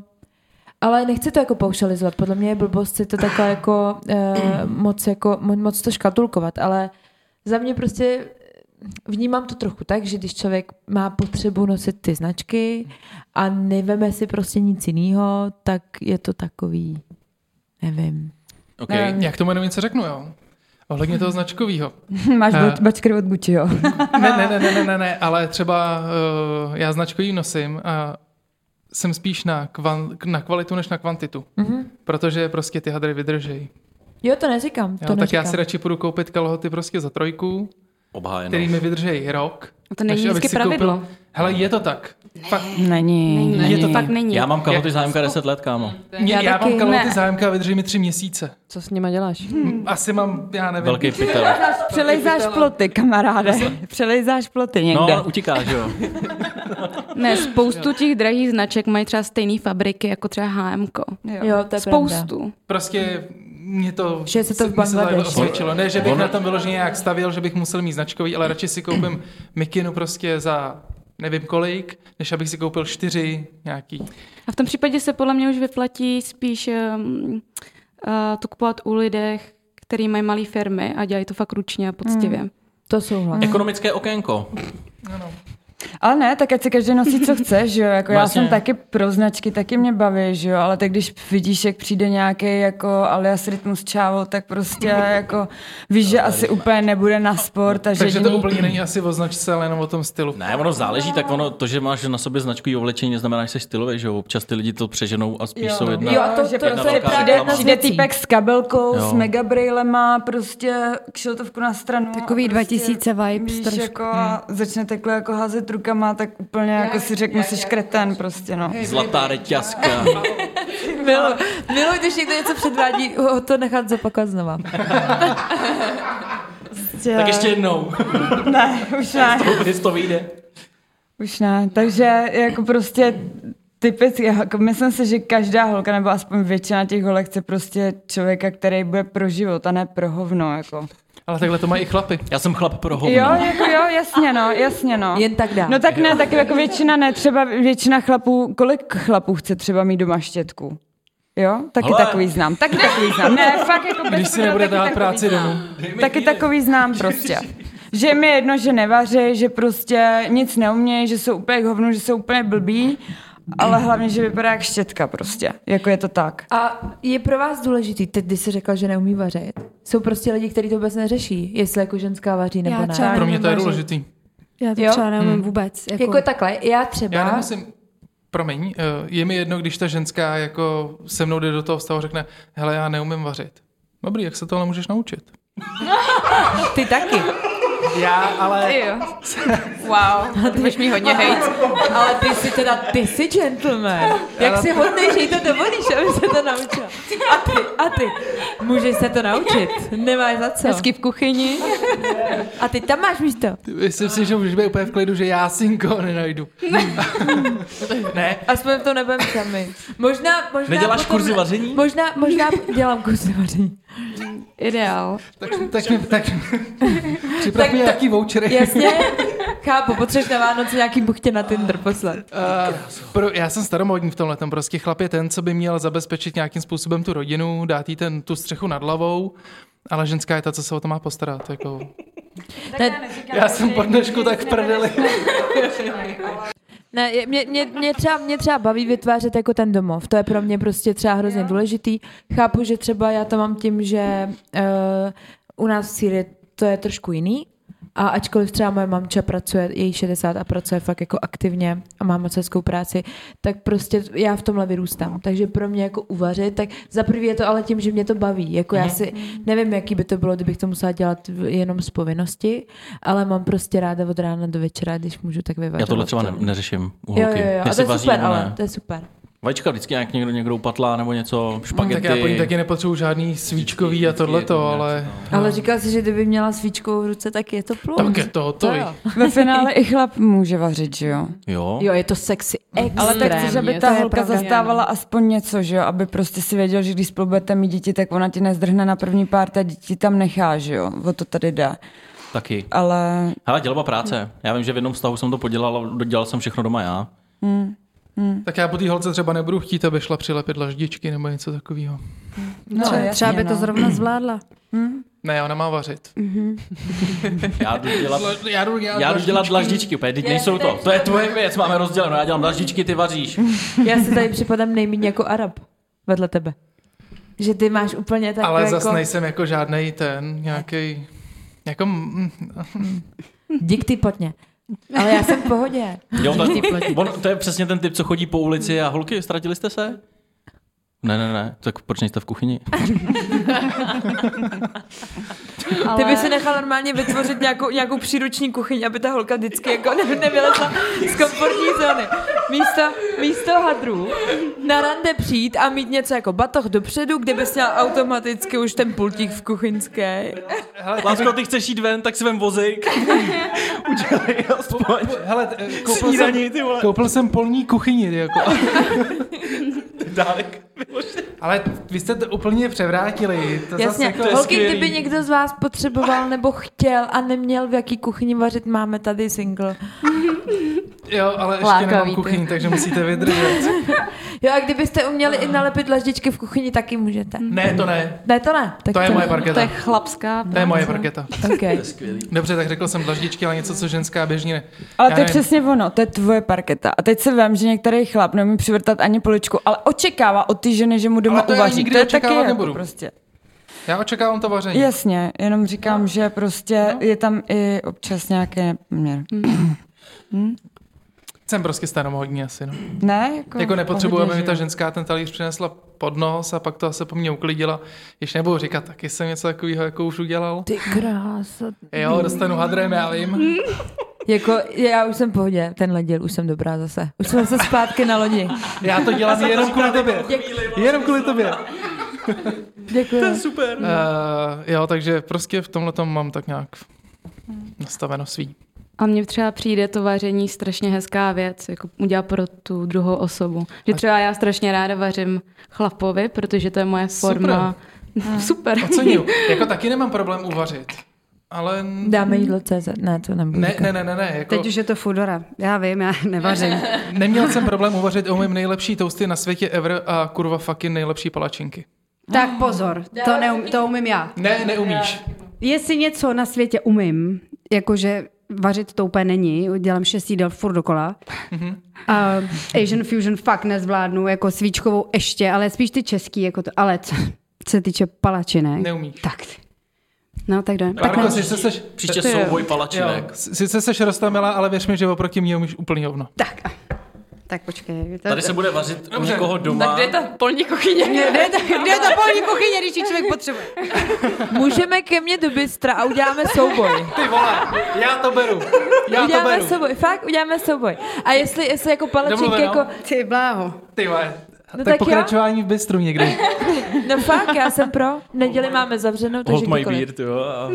Ale nechci to jako paušalizovat. Podle mě je blbost si to takhle jako, eh, moc, jako moc to škatulkovat. Ale za mě prostě... Vnímám to trochu tak, že když člověk má potřebu nosit ty značky a neveme si prostě nic jiného, tak je to takový, nevím. Okay. Nevím. Já k tomu jenom něco řeknu, jo. Ohledně toho značkovýho. Máš uh, bačky od Gucciho. ne, ne, ne, ne, ne, ne, ale třeba uh, já značkový nosím a jsem spíš na, kvan, na kvalitu než na kvantitu, mm-hmm. protože prostě ty hadry vydržejí. Jo, to neříkám. Jo, to tak neříkám. Já si radši půjdu koupit kalhoty prostě za trojku, Obhájeno. Který mi vydržejí rok. A to není vždycky pravidlo. Koupil... Hele, je to tak. Fakt. Není. není. Je to tak. Není. Já mám kalhoty zájemka deset let, kámo. Mě, já, já mám kalhoty zájemka a vydrží mi tři měsíce. Co s nima děláš? Hmm. Asi mám, já nevím. Velký pytel. Přelejzáš ploty, kamaráde. Přelejzáš ploty někde. No, utíkáš, jo. Ne, spoustu těch drahých značek mají třeba stejné fabriky, jako třeba há emko. Jo, jo, to je spoustu. Pravda. Prostě mě to, že se to v Bangladeši osvědčilo. Ne, že bych on... na tom vyloženě nějak stavěl, že bych musel mít značkový, ale radši si koupím mikinu prostě za nevím kolik, než abych si koupil čtyři nějaký. A v tom případě se podle mě už vyplatí spíš um, uh, to kupovat u lidech, který mají malé firmy a dělají to fakt ručně a poctivě. Hmm. To souhlasím. Ekonomické okénko. Ano. Ale ne, tak ať si každý nosí, co chce, že jo, jako já jsem taky pro značky, taky mě baví, že jo, ale tak když vidíš, jak přijde nějaký jako alias Rytmus Čávo, tak prostě jako víš, že asi úplně nebude na sport. A Takže jediný... to úplně není asi o značce, ale jenom o tom stylu. Ne, ono záleží, tak ono, to, že máš na sobě značkový oblečení, neznamená, že jsi stylový, že jo, občas ty lidi to přeženou a spíš jo. jsou jedna. Jo, a to, že to, to, to je právě jedna přijde týpek s kabelkou, jo. s megabrailema, prostě kšiltovku na stranu. Takový prostě, dva tisíce vibes. Víš, jako hmm. začne takhle jako házet rukama, tak úplně jako si řeknu, jsi škreten prostě, no. Zlatá reťazka. Miluji, milu, když někdo něco předvádí, ho to nechat zopakovat znova. Prostě... Tak ještě jednou. Ne, už ne. Z toho vyjde. Už ne, takže jako prostě typicky, jako myslím si, že každá holka, nebo aspoň většina těch holek chce prostě člověka, který bude pro život a ne pro hovno, jako. Ale takhle to mají i chlapy. Já jsem chlap pro hovno. Jo, jako jo, jasně no, jasně no. Jen tak dá. No tak ne, tak jako většina ne, třeba většina chlapů, kolik chlapů chce třeba mít doma štětku? Jo, taky Hele. takový znám, taky takový znám. Ne, fakt jako když si nebude dát práci domů. Taky takový znám prostě. Že mi je jedno, že nevaří, že prostě nic neumějí, že jsou úplně hovnu, že jsou úplně blbí, ale hlavně, že vypadá jak štětka prostě. Jako je to tak. A je pro vás důležitý, teď když jsi řekla, že neumí vařit, jsou prostě lidi, kteří to vůbec neřeší, jestli jako ženská vaří nebo já ne. Pro mě to je důležitý. Já to jo? třeba neumím hmm. vůbec. Jako... jako takhle, já třeba... Já nemusím... Promiň, je mi jedno, když ta ženská jako se mnou jde do toho vztahu a řekne, hele, já neumím vařit. Dobrý, jak se tohle můžeš naučit? Ty taky. Já, ale... Ty jo. Wow, ty budeš mi hodně hejt. Ale ty jsi teda, ty jsi gentleman. Jak jsi hodný, že jí to dovolíš, aby se to naučila. A ty, a ty, můžeš se to naučit. Nemáš za co. Hezky v kuchyni. A ty tam máš místo. Myslím si, že můžeš být úplně v klidu, že já si nikoho nenajdu. Ne. Aspoň v tom nebudem sami. Možná, možná... Neděláš kurzy vaření? Možná, možná dělám kurzy vaření. Ideál. Tak, tak, mi, tak připrav mi nějaký vouchery. Jasně, chápu, potřebuješ na Vánoce nějaký buchtě na Tinder poslat. Uh, pro, já jsem staromódní v tomhletom, prostě chlap je ten, co by měl zabezpečit nějakým způsobem tu rodinu, dát jí ten, tu střechu nad hlavou, ale ženská je ta, co se o to má postarat. Jako, Ne, Já jsem po dnešku tak v prdeli. ne, je- mě, mě, mě, třeba, mě třeba baví vytvářet jako ten domov. To je pro mě prostě třeba hrozně důležitý. Chápu, že třeba já to mám tím, že uh, u nás v Sýrii to je trošku jiný. A ačkoliv třeba moje mamča pracuje, její šedesát a pracuje fakt jako aktivně a má moc hezkou práci, tak prostě já v tomhle vyrůstám. Takže pro mě jako uvařit, tak za prvý je to ale tím, že mě to baví. Jako já si nevím, jaký by to bylo, kdybych to musela dělat jenom z povinnosti, ale mám prostě ráda od rána do večera, když můžu tak vyvařovat. Já tohle třeba ne, neřeším u Jo, holky. jo, jo. A to Jestli je vaří, super, nebo ale ne. to je super. Vajíčka vždycky nějak někdo někdo upatlá nebo něco, špagety. Tak já po ní taky nepotřebuji žádný svíčkový a tohleto, ale... Ale říkal jsi, že kdyby měla svíčku v ruce, tak je to plus. Tak je to hotový. jo. Ve finále i chlap může vařit, že jo? Jo. Jo, je to sexy. Extrém. Ale tak chceš, aby ta to je holka pravda. zastávala aspoň něco, že jo? Aby prostě si věděl, že když spolu budete mít děti, tak ona ti nezdrhne na první pár, a děti tam nechá, že jo? O to tady jde. Taky. Ale Hele, dělba práce. Já vím, že v jednom vztahu jsem to podělal, ale dělal jsem všechno doma já. Tak já po té holce třeba nebudu chtít, aby šla přilepit laždičky nebo něco takového. no, Třeba, jasně, třeba by to no. zrovna zvládla. Ne, ona má vařit. Já jdu dělat, Já jdu dělat, já jdu dělat dlaždičky, úplně, teď nejsou to. To je tvoje věc, máme rozděleno. Já dělám dlaždičky, ty vaříš. Já si tady připadám nejméně jako Arab vedle tebe. Že ty máš úplně tak Ale jako... zas nejsem jako žádnej ten, nějaký jako... mm, Dík ty potně. Ale já jsem v pohodě. Jo, tak, on, to je přesně ten typ, co chodí po ulici a holky, ztratili jste se? Ne, ne, ne, tak proč nejste v kuchyni? Ale... Ty by si nechal normálně vytvořit nějakou, nějakou příruční kuchyň, aby ta holka vždycky jako ne, nevylezla z komfortní zóny. Místo, místo hadru na rande přijít a mít něco jako batoh dopředu, kde bys měl automaticky už ten pultík v kuchyňské. Lásko, ty chceš jít ven, tak si vem vozík. Udělej aspoň. Hele, eh, koupil Snídaní, jsem, ty vole. koupil jsem polní kuchyni, ty jako. Dálek. Ale vy jste to úplně převrátili. To Jasně, zase jako holky, skvělý. kdyby někdo z vás potřeboval nebo chtěl a neměl v jaký kuchyni vařit, máme tady single. Jo, ale ještě Lákavý, nemám ty. kuchyň, takže musíte vydržet. Jo, a kdybyste uměli i nalepit laždičky v kuchyni, taky můžete. Ne, to ne. Ne, to ne. Tak To je moje To parketa. je chlapská. To je moje parketa. Okay. Dobře, tak řekl jsem dlaždičky, ale něco, co ženská běžně ne. Ale Já to je nevím. přesně ono, to je tvoje parketa. A teď se vím, že některý chlap neumí přivrtat ani poličku, ale očekává od té ženy, že mu doma Ale to já uvaří. nikdy To je taky očekávat jako nebudu. prostě. Já očekávám to vaření. Jasně, jenom říkám, že prostě je tam i občas nějaký nepoměr. Jsem prostě staromodní asi, no. Ne? Jako, Jako nepotřebuji, aby pohodě, mi ta že jo. ženská ten talíř přinesla pod nos a pak to asi po mně uklidila. Ještě nebudu říkat, taky jsem něco takového jako už udělal. Ty krása. Jo, dostanu hadrem, já vím. Jako, já už jsem v pohodě, tenhle díl, už jsem dobrá zase. Už jsem zase zpátky na lodi. Já to dělám jenom kvůli tobě. Jenom kvůli tobě. Děkuji. To je super. Uh, jo, takže prostě v tomhle tom mám tak nějak nastaveno svý. A mně třeba přijde to vaření strašně hezká věc, jako udělat pro tu druhou osobu. Že třeba já strašně ráda vařím chlapovi, protože to je moje forma. Super. Super. Oceňuju. Jako taky nemám problém uvařit. Ale... Dáme jídlo C Z. Ne, to nebudu Ne, říkat. ne, ne, ne, ne. Jako... Teď už je to Foodora. Já vím, já nevařím. Neměl jsem problém uvařit, umím nejlepší toasty na světě ever a kurva fucking nejlepší palačinky. Tak pozor, to, neum, to umím já. Ne, neumíš. Jestli něco na světě umím, jakože vařit to úplně není, dělám šest jídel furt dokola. Mm-hmm. A Asian Fusion fakt nezvládnu, jako svíčkovou ještě, ale spíš ty český, jako to, ale co co se týče palačinek. Neumíš. Tak. No, tak jdeme. Tak Marko, ne. sice seš, Příště To jo. souboj jo, palačinek. sice seš roztomilá, ale věř mi, že oproti mě umíš úplně hovno. Tak. Tak počkej. To, Tady se bude vařit u někoho doma. Tak kde je ta polní kuchyně? Kde je ta, kde je ta polní kuchyně, když ji člověk potřebuje? Můžeme ke mně do bystra a uděláme souboj. Ty vole, já to beru. Já to Uděláme beru. souboj, fakt uděláme souboj. A jestli, jestli jako palačinky, Domluveno. jako... Ty bláho. Ty vole. No tak tak pokračování v bistru někdy. No fakt, já jsem pro. Neděli máme zavřenou, takže Hold my kdykoliv. beard, jo. A...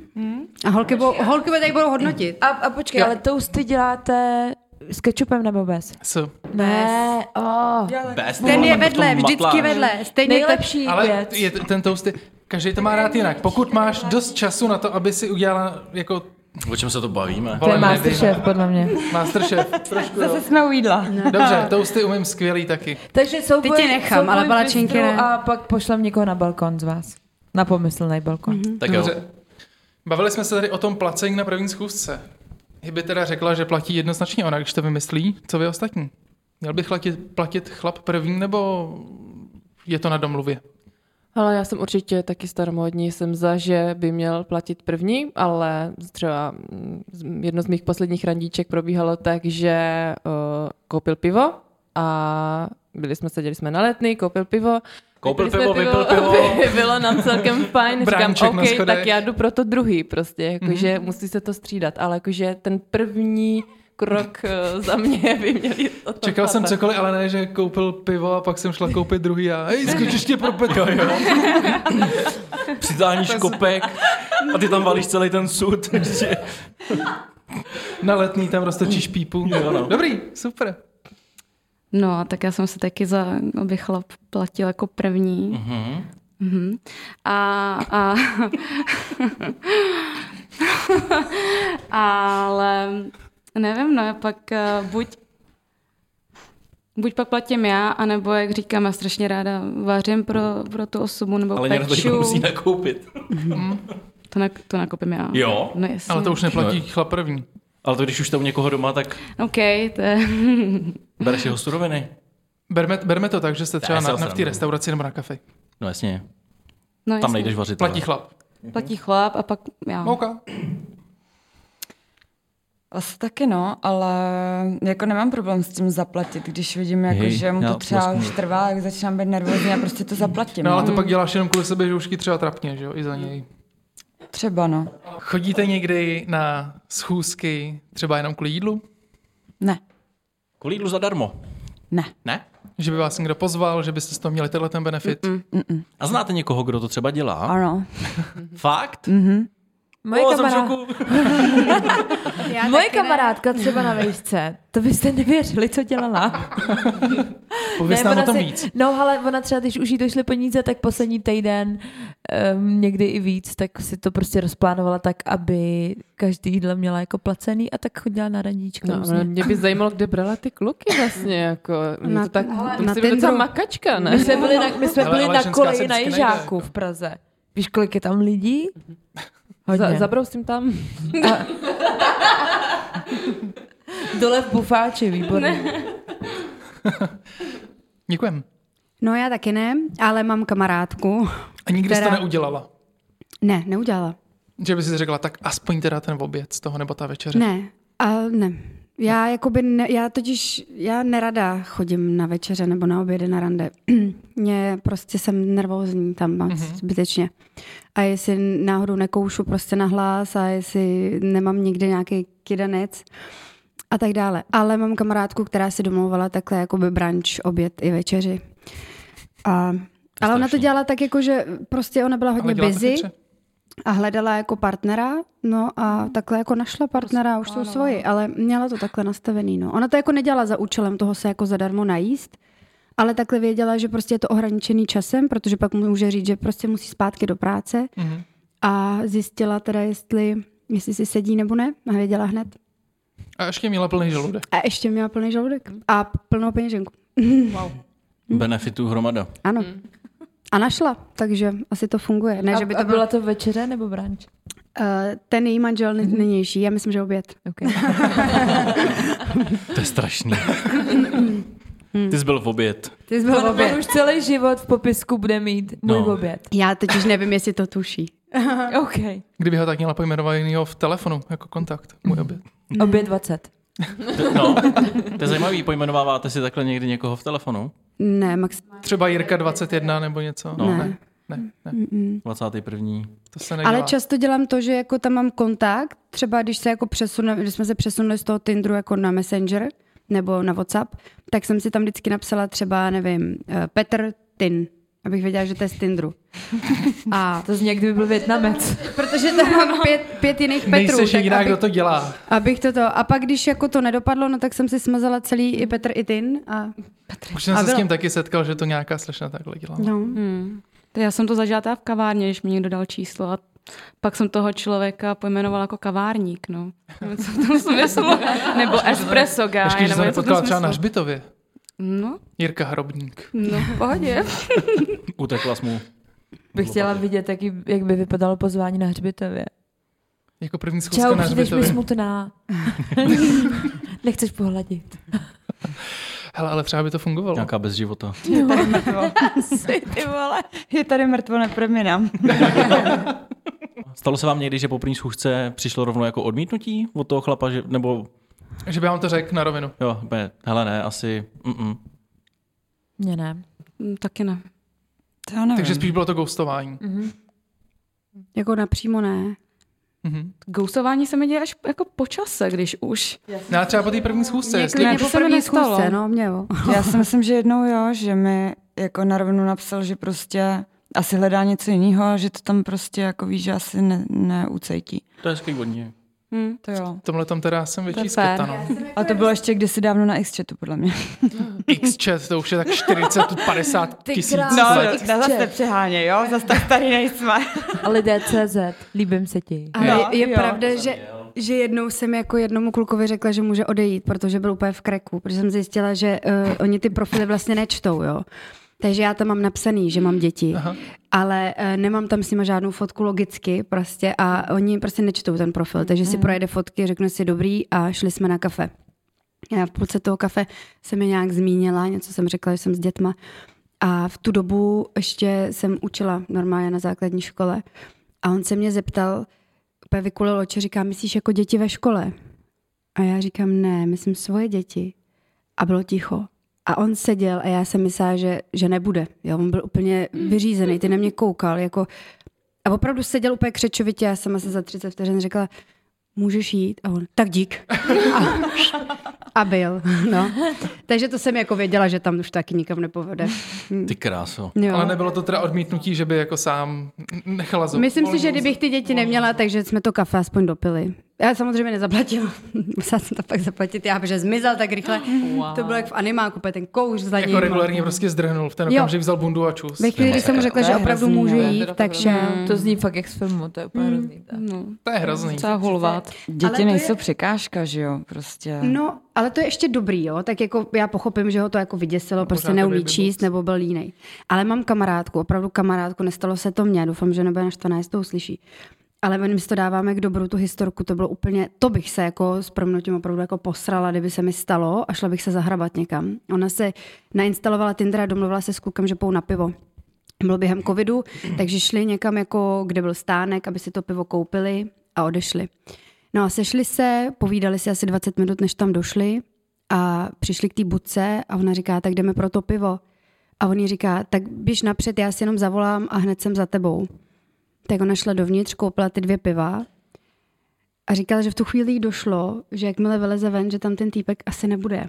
A holky, budou, holky tady budou hodnotit. A, a počkej, Já- ale toasty děláte s kečupem nebo bez? S. Ne, oh. Best, Ten no, je tak vedle, potom vždycky matláš. vedle. Stejně Nejlepší Ale věc. je t- ten toasty, každý to má rád jinak. Pokud máš dost času na to, aby si udělala jako O čem se to bavíme? To je vole, Masterchef, podle mě. Masterchef. Trošku, jo. Zase jsme u jídla. Dobře, toasty umím skvělý taky. Takže souboj, Ty tě nechám, souboj ale v palačinky bistru ne. a pak pošlem někoho na balkon z vás. Na pomyslný balkon. Tak jo. Dobře. Bavili jsme se tady o tom placení na první schůzce. Hyby teda řekla, že platí jednoznačně ona, když to vymyslí. Co vy ostatní? Měl bych platit, platit chlap první, nebo je to na domluvě? Ale já jsem určitě taky staromódní, jsem za, že by měl platit první, ale třeba jedno z mých posledních randíček probíhalo tak, že uh, koupil pivo a byli jsme, seděli jsme na Letný, koupil pivo. Koupil pivo, vypil pivo. Bylo nám celkem fajn. Říkám, Bránček OK, tak já jdu pro to druhý prostě, jakože mm-hmm. musí se to střídat, ale jakože ten první krok uh, za mě by měli o tom Čekal jsem chápat. cokoliv, ale ne, že koupil pivo a pak jsem šla koupit druhý a hej, skočíš tě pro Petra, jo. Přitáhníš kopek a ty tam valíš celý ten sud. Na Letný tam roztočíš pípu. Jo, no. Dobrý, super. No a tak já jsem se taky za, aby chlap platil jako první. Mhm. Mhm. A, a ale nevím, no, pak uh, buď buď pak platím já, anebo jak říkám, já strašně ráda vařím pro, pro tu osobu, nebo Ale někdo to peču. musí nakoupit. To, na, to nakopím já. Jo? No jasně. Ale to už neplatí No. chlap první. Ale to když už jste u někoho doma, tak OK, to je... bereš jeho suroviny. Berme, berme to tak, že jste třeba Já se na, na v té osranduju. restauraci nebo na kafe. No jasně, No, tam jasně. nejdeš vařit. Platí ale- chlap. Platí chlap a pak já. OK. Asi taky no, ale jako nemám problém s tím zaplatit, když vidím, jako, Hej, že mu já to třeba vlastně- už trvá, jak začínám být nervózní a prostě to zaplatím. No ale to no. pak děláš jenom kvůli sebe, že už ti třeba trapně, že jo, i za něj. Třeba no. Chodíte někdy na schůzky třeba jenom kvůli jídlu? Ne, Kvůli jídlu zadarmo. ne. Ne? Že by vás někdo pozval, že byste z toho měli tenhle ten benefit? Mm. Mm-mm. A znáte někoho, kdo to třeba dělá? Ano. Fakt? Mhm. Moje, O, jsem v kamarád... šoku. Já Moje taky ne. kamarádka třeba na vejšce, to byste nevěřili, co dělala. Pověz nám ona o tom si- víc. No, ale ona třeba, když už jí došly peníze, tak poslední týden, um, někdy i víc, tak si to prostě rozplánovala tak, aby každý jídlo měla jako placený a tak chodila na randíčka. No, různě. ale mě by zajímalo, kde brala ty kluky vlastně, jako, Na- to tak, ale to na musí být docela Tinderu. makačka, ne? My jsme byli na, my jsme Ale- byli ale na ženská se koleji na vždycky Ježáku najde. v Praze. Víš, kolik je tam lidí? Za, Hodně. zabrousím tam. Dole v Bufáči, výborně. Děkujem. No já taky ne, ale mám kamarádku. A nikdy jsi to Která- neudělala? Ne, neudělala. Že by si řekla, tak aspoň teda ten oběd z toho, nebo ta večeře. Ne, a ne. Já jakoby, ne, já totiž, já nerada chodím na večeře nebo na obědy na rande. Mě prostě jsem nervózní tam moc mm-hmm. zbytečně. A jestli náhodou nekoušu prostě na hlas a jestli nemám nikdy nějaký kydanec a tak dále. Ale mám kamarádku, která si domlouvala takhle jakoby brunch, oběd i večeři. A, ale ona to strašný. dělala tak jako, že prostě ona byla Ale hodně dělá to busy. chytře. A hledala jako partnera, no a takhle jako našla partnera, už jsou svoji, ale měla to takhle nastavený, no. Ona to jako nedělala za účelem toho se jako zadarmo najíst, ale takhle věděla, že prostě je to ohraničený časem, protože pak může říct, že prostě musí zpátky do práce Mhm. a zjistila teda, jestli, jestli si sedí nebo ne a věděla hned. A ještě měla plný žaludek. A ještě měla plný žaludek a plnou peněženku. Benefitů hromada. Ano. A našla, takže asi to funguje. Ne, A, že by a to bylo... byla to večeře nebo brunch? Uh, ten její manžel mm-hmm. nynější, já myslím, že oběd. Okay. To je strašný. Ty jsi byl v oběd. Ty jsi byl On, oběd. on už celý život v popisku bude mít můj No. oběd. Já totiž nevím, jestli to tuší. OK. Kdyby ho tak měla pojmenovanýho v telefonu jako kontakt, můj oběd. Oběd dvacet. No, to je zajímavý. Pojmenováváte si takhle někdy někoho v telefonu? Ne, Max. Třeba Jirka dvacet jedna nebo něco. No. ne, ne, ne. dvacátý první. To se nedělá. Ale často dělám to, že jako tam mám kontakt, třeba když se jako přesune, když jsme se přesunuli z toho Tinderu jako na Messenger nebo na WhatsApp, tak jsem si tam vždycky napsala třeba, nevím, eh, Petr Tin, abych věděla, že to je z Tinderu. A To z někdy by byl Větnamec. protože tam mám pět, pět jiných Petrů, Nejseš tak jediná, abych, kdo to dělá. abych to to. A pak, když jako to nedopadlo, no tak jsem si smazala celý i Petr i Tin. A, Už jsem A se s bylo- tím taky setkal, že to nějaká slečna takhle dělala. no. Hmm. To já jsem to zažila teda v kavárně, když mi někdo dal číslo a pak jsem toho člověka pojmenovala jako kavárník, no. Nevím, co v tom smyslu. Nebo espresso guy, Ještě, že nebo se něco v tom nepotkala třeba na smyslu. hřbitově. No, Jirka Hrobník. no, v pohodě. Utekla jsi mu. Bych chtěla vidět, jak, jak by vypadalo pozvání na hřbitově. Jako první schůzka Čau, na přijdeš mi hřbitově. smutná. Nechceš pohladit. Hele, ale třeba by to fungovalo. Nějaká bez života. Je tady mrtvo. Ty vole, je tady mrtvo, neproměnám. Stalo se vám někdy, že po první schůzce přišlo rovnou jako odmítnutí od toho chlapa, že, nebo... Že by vám to řekl na rovinu. Jo, ne, hele ne, asi... Mm-mm. Mně ne. Mm, Taky ne. To já nevím. Takže spíš bylo to ghostování. Mhm. Jako napřímo ne. Mhm. Ghostování se mi děje až jako po čase, když už. No a třeba po té první schůzce. jestli- Klidně Ne, po to se mi první nestalo. schůzce, no, mě jo. Já si myslím, že jednou jo, že mi jako na rovinu napsal, že prostě asi hledá něco jiného, že to tam prostě jako ví, že asi ne, neucejtí. To je hezký od něj. Hm. To jo. V tomhle tom teda jsem větší To je skepta, fér. no. A to bylo ještě kdysi dávno na X-chatu, podle mě. X-chat, to už je tak čtyřicet padesát Ty tisíc krásno. No, let. no, zase nepřeháně, jo? Zase tak tady nejsme. A lidé tečka cé zet, líbím se ti. Ale Jo, je, je jo. pravda, že, že jednou jsem jako jednomu klukovi řekla, že může odejít, protože byl úplně v kreku, protože jsem zjistila, že uh, oni ty profily vlastně nečtou, jo. Takže já tam mám napsaný, že mám děti, Aha. ale uh, nemám tam s nima žádnou fotku logicky prostě a oni prostě nečtou ten profil, takže si projede fotky, řeknu si dobrý a šli jsme na kafe. Já v půlce toho kafe jsem mi nějak zmínila, něco jsem řekla, že jsem s dětma a v tu dobu ještě jsem učila normálně na základní škole a on se mě zeptal, úplně vykulil oči, říká, myslíš jako děti ve škole? A já říkám, ne, myslím svoje děti. A bylo ticho. A on seděl a já jsem myslela, že, že nebude. Jo, on byl úplně vyřízený, ty na mě koukal. Jako, a opravdu seděl úplně křečovitě, já jsem asi za třicet vteřin řekla, můžeš jít? A on, tak dík. A, a byl, no. Takže to jsem jako věděla, že tam už taky nikam nepovede. Ty kráso. Jo. Ale nebylo to teda odmítnutí, že by jako sám nechala zout. Myslím si, že kdybych ty děti neměla, takže jsme to kafe aspoň dopili. Já samozřejmě nezaplatila. Musela jsem to pak zaplatit já, protože zmizel tak rychle. Wow. To bylo jak v animáku, ten kouř za ním. Jako regulárně prostě zdrhnul, v ten Jo. okamžik vzal bundu a čus. Ve chvíli, kdy jsem mu řekla, To že je opravdu hrozný, můžu ale jít, tak šel. To zní fakt jak z filmu, to je úplně hrozný. tak. No, To je hrozný. třeba hulvat. Ale Děti to nejsou je- překážka, že jo? Prostě. No, ale to je ještě dobrý, jo. Tak jako já pochopím, že ho to jako vyděsilo, No, prostě pořád neumí dobrý by číst, nebo byl línej. Ale mám kamarádku, opravdu kamarádku, nestalo se to mně, doufám, že nebude naštvaná, jestli to uslyší. Ale my si to dáváme k dobru, tu historku, to bylo úplně, to bych se jako s prominutím opravdu jako posrala, kdyby se mi stalo a šla bych se zahrabat někam. Ona se nainstalovala Tinder a domluvila se s klukem, že půjdou na pivo. Bylo během covidu, takže šli někam, jako, kde byl stánek, aby si to pivo koupili a odešli. No a sešli se, povídali si asi dvacet minut, než tam došli a přišli k té budce a ona říká, tak jdeme pro to pivo. A on jí říká, tak běž napřed, já si jenom zavolám a hned jsem za tebou. Tak ona šla dovnitř, koupila ty dvě piva a říkala, že v tu chvíli jí došlo, že jakmile vyleze ven, že tam ten týpek asi nebude.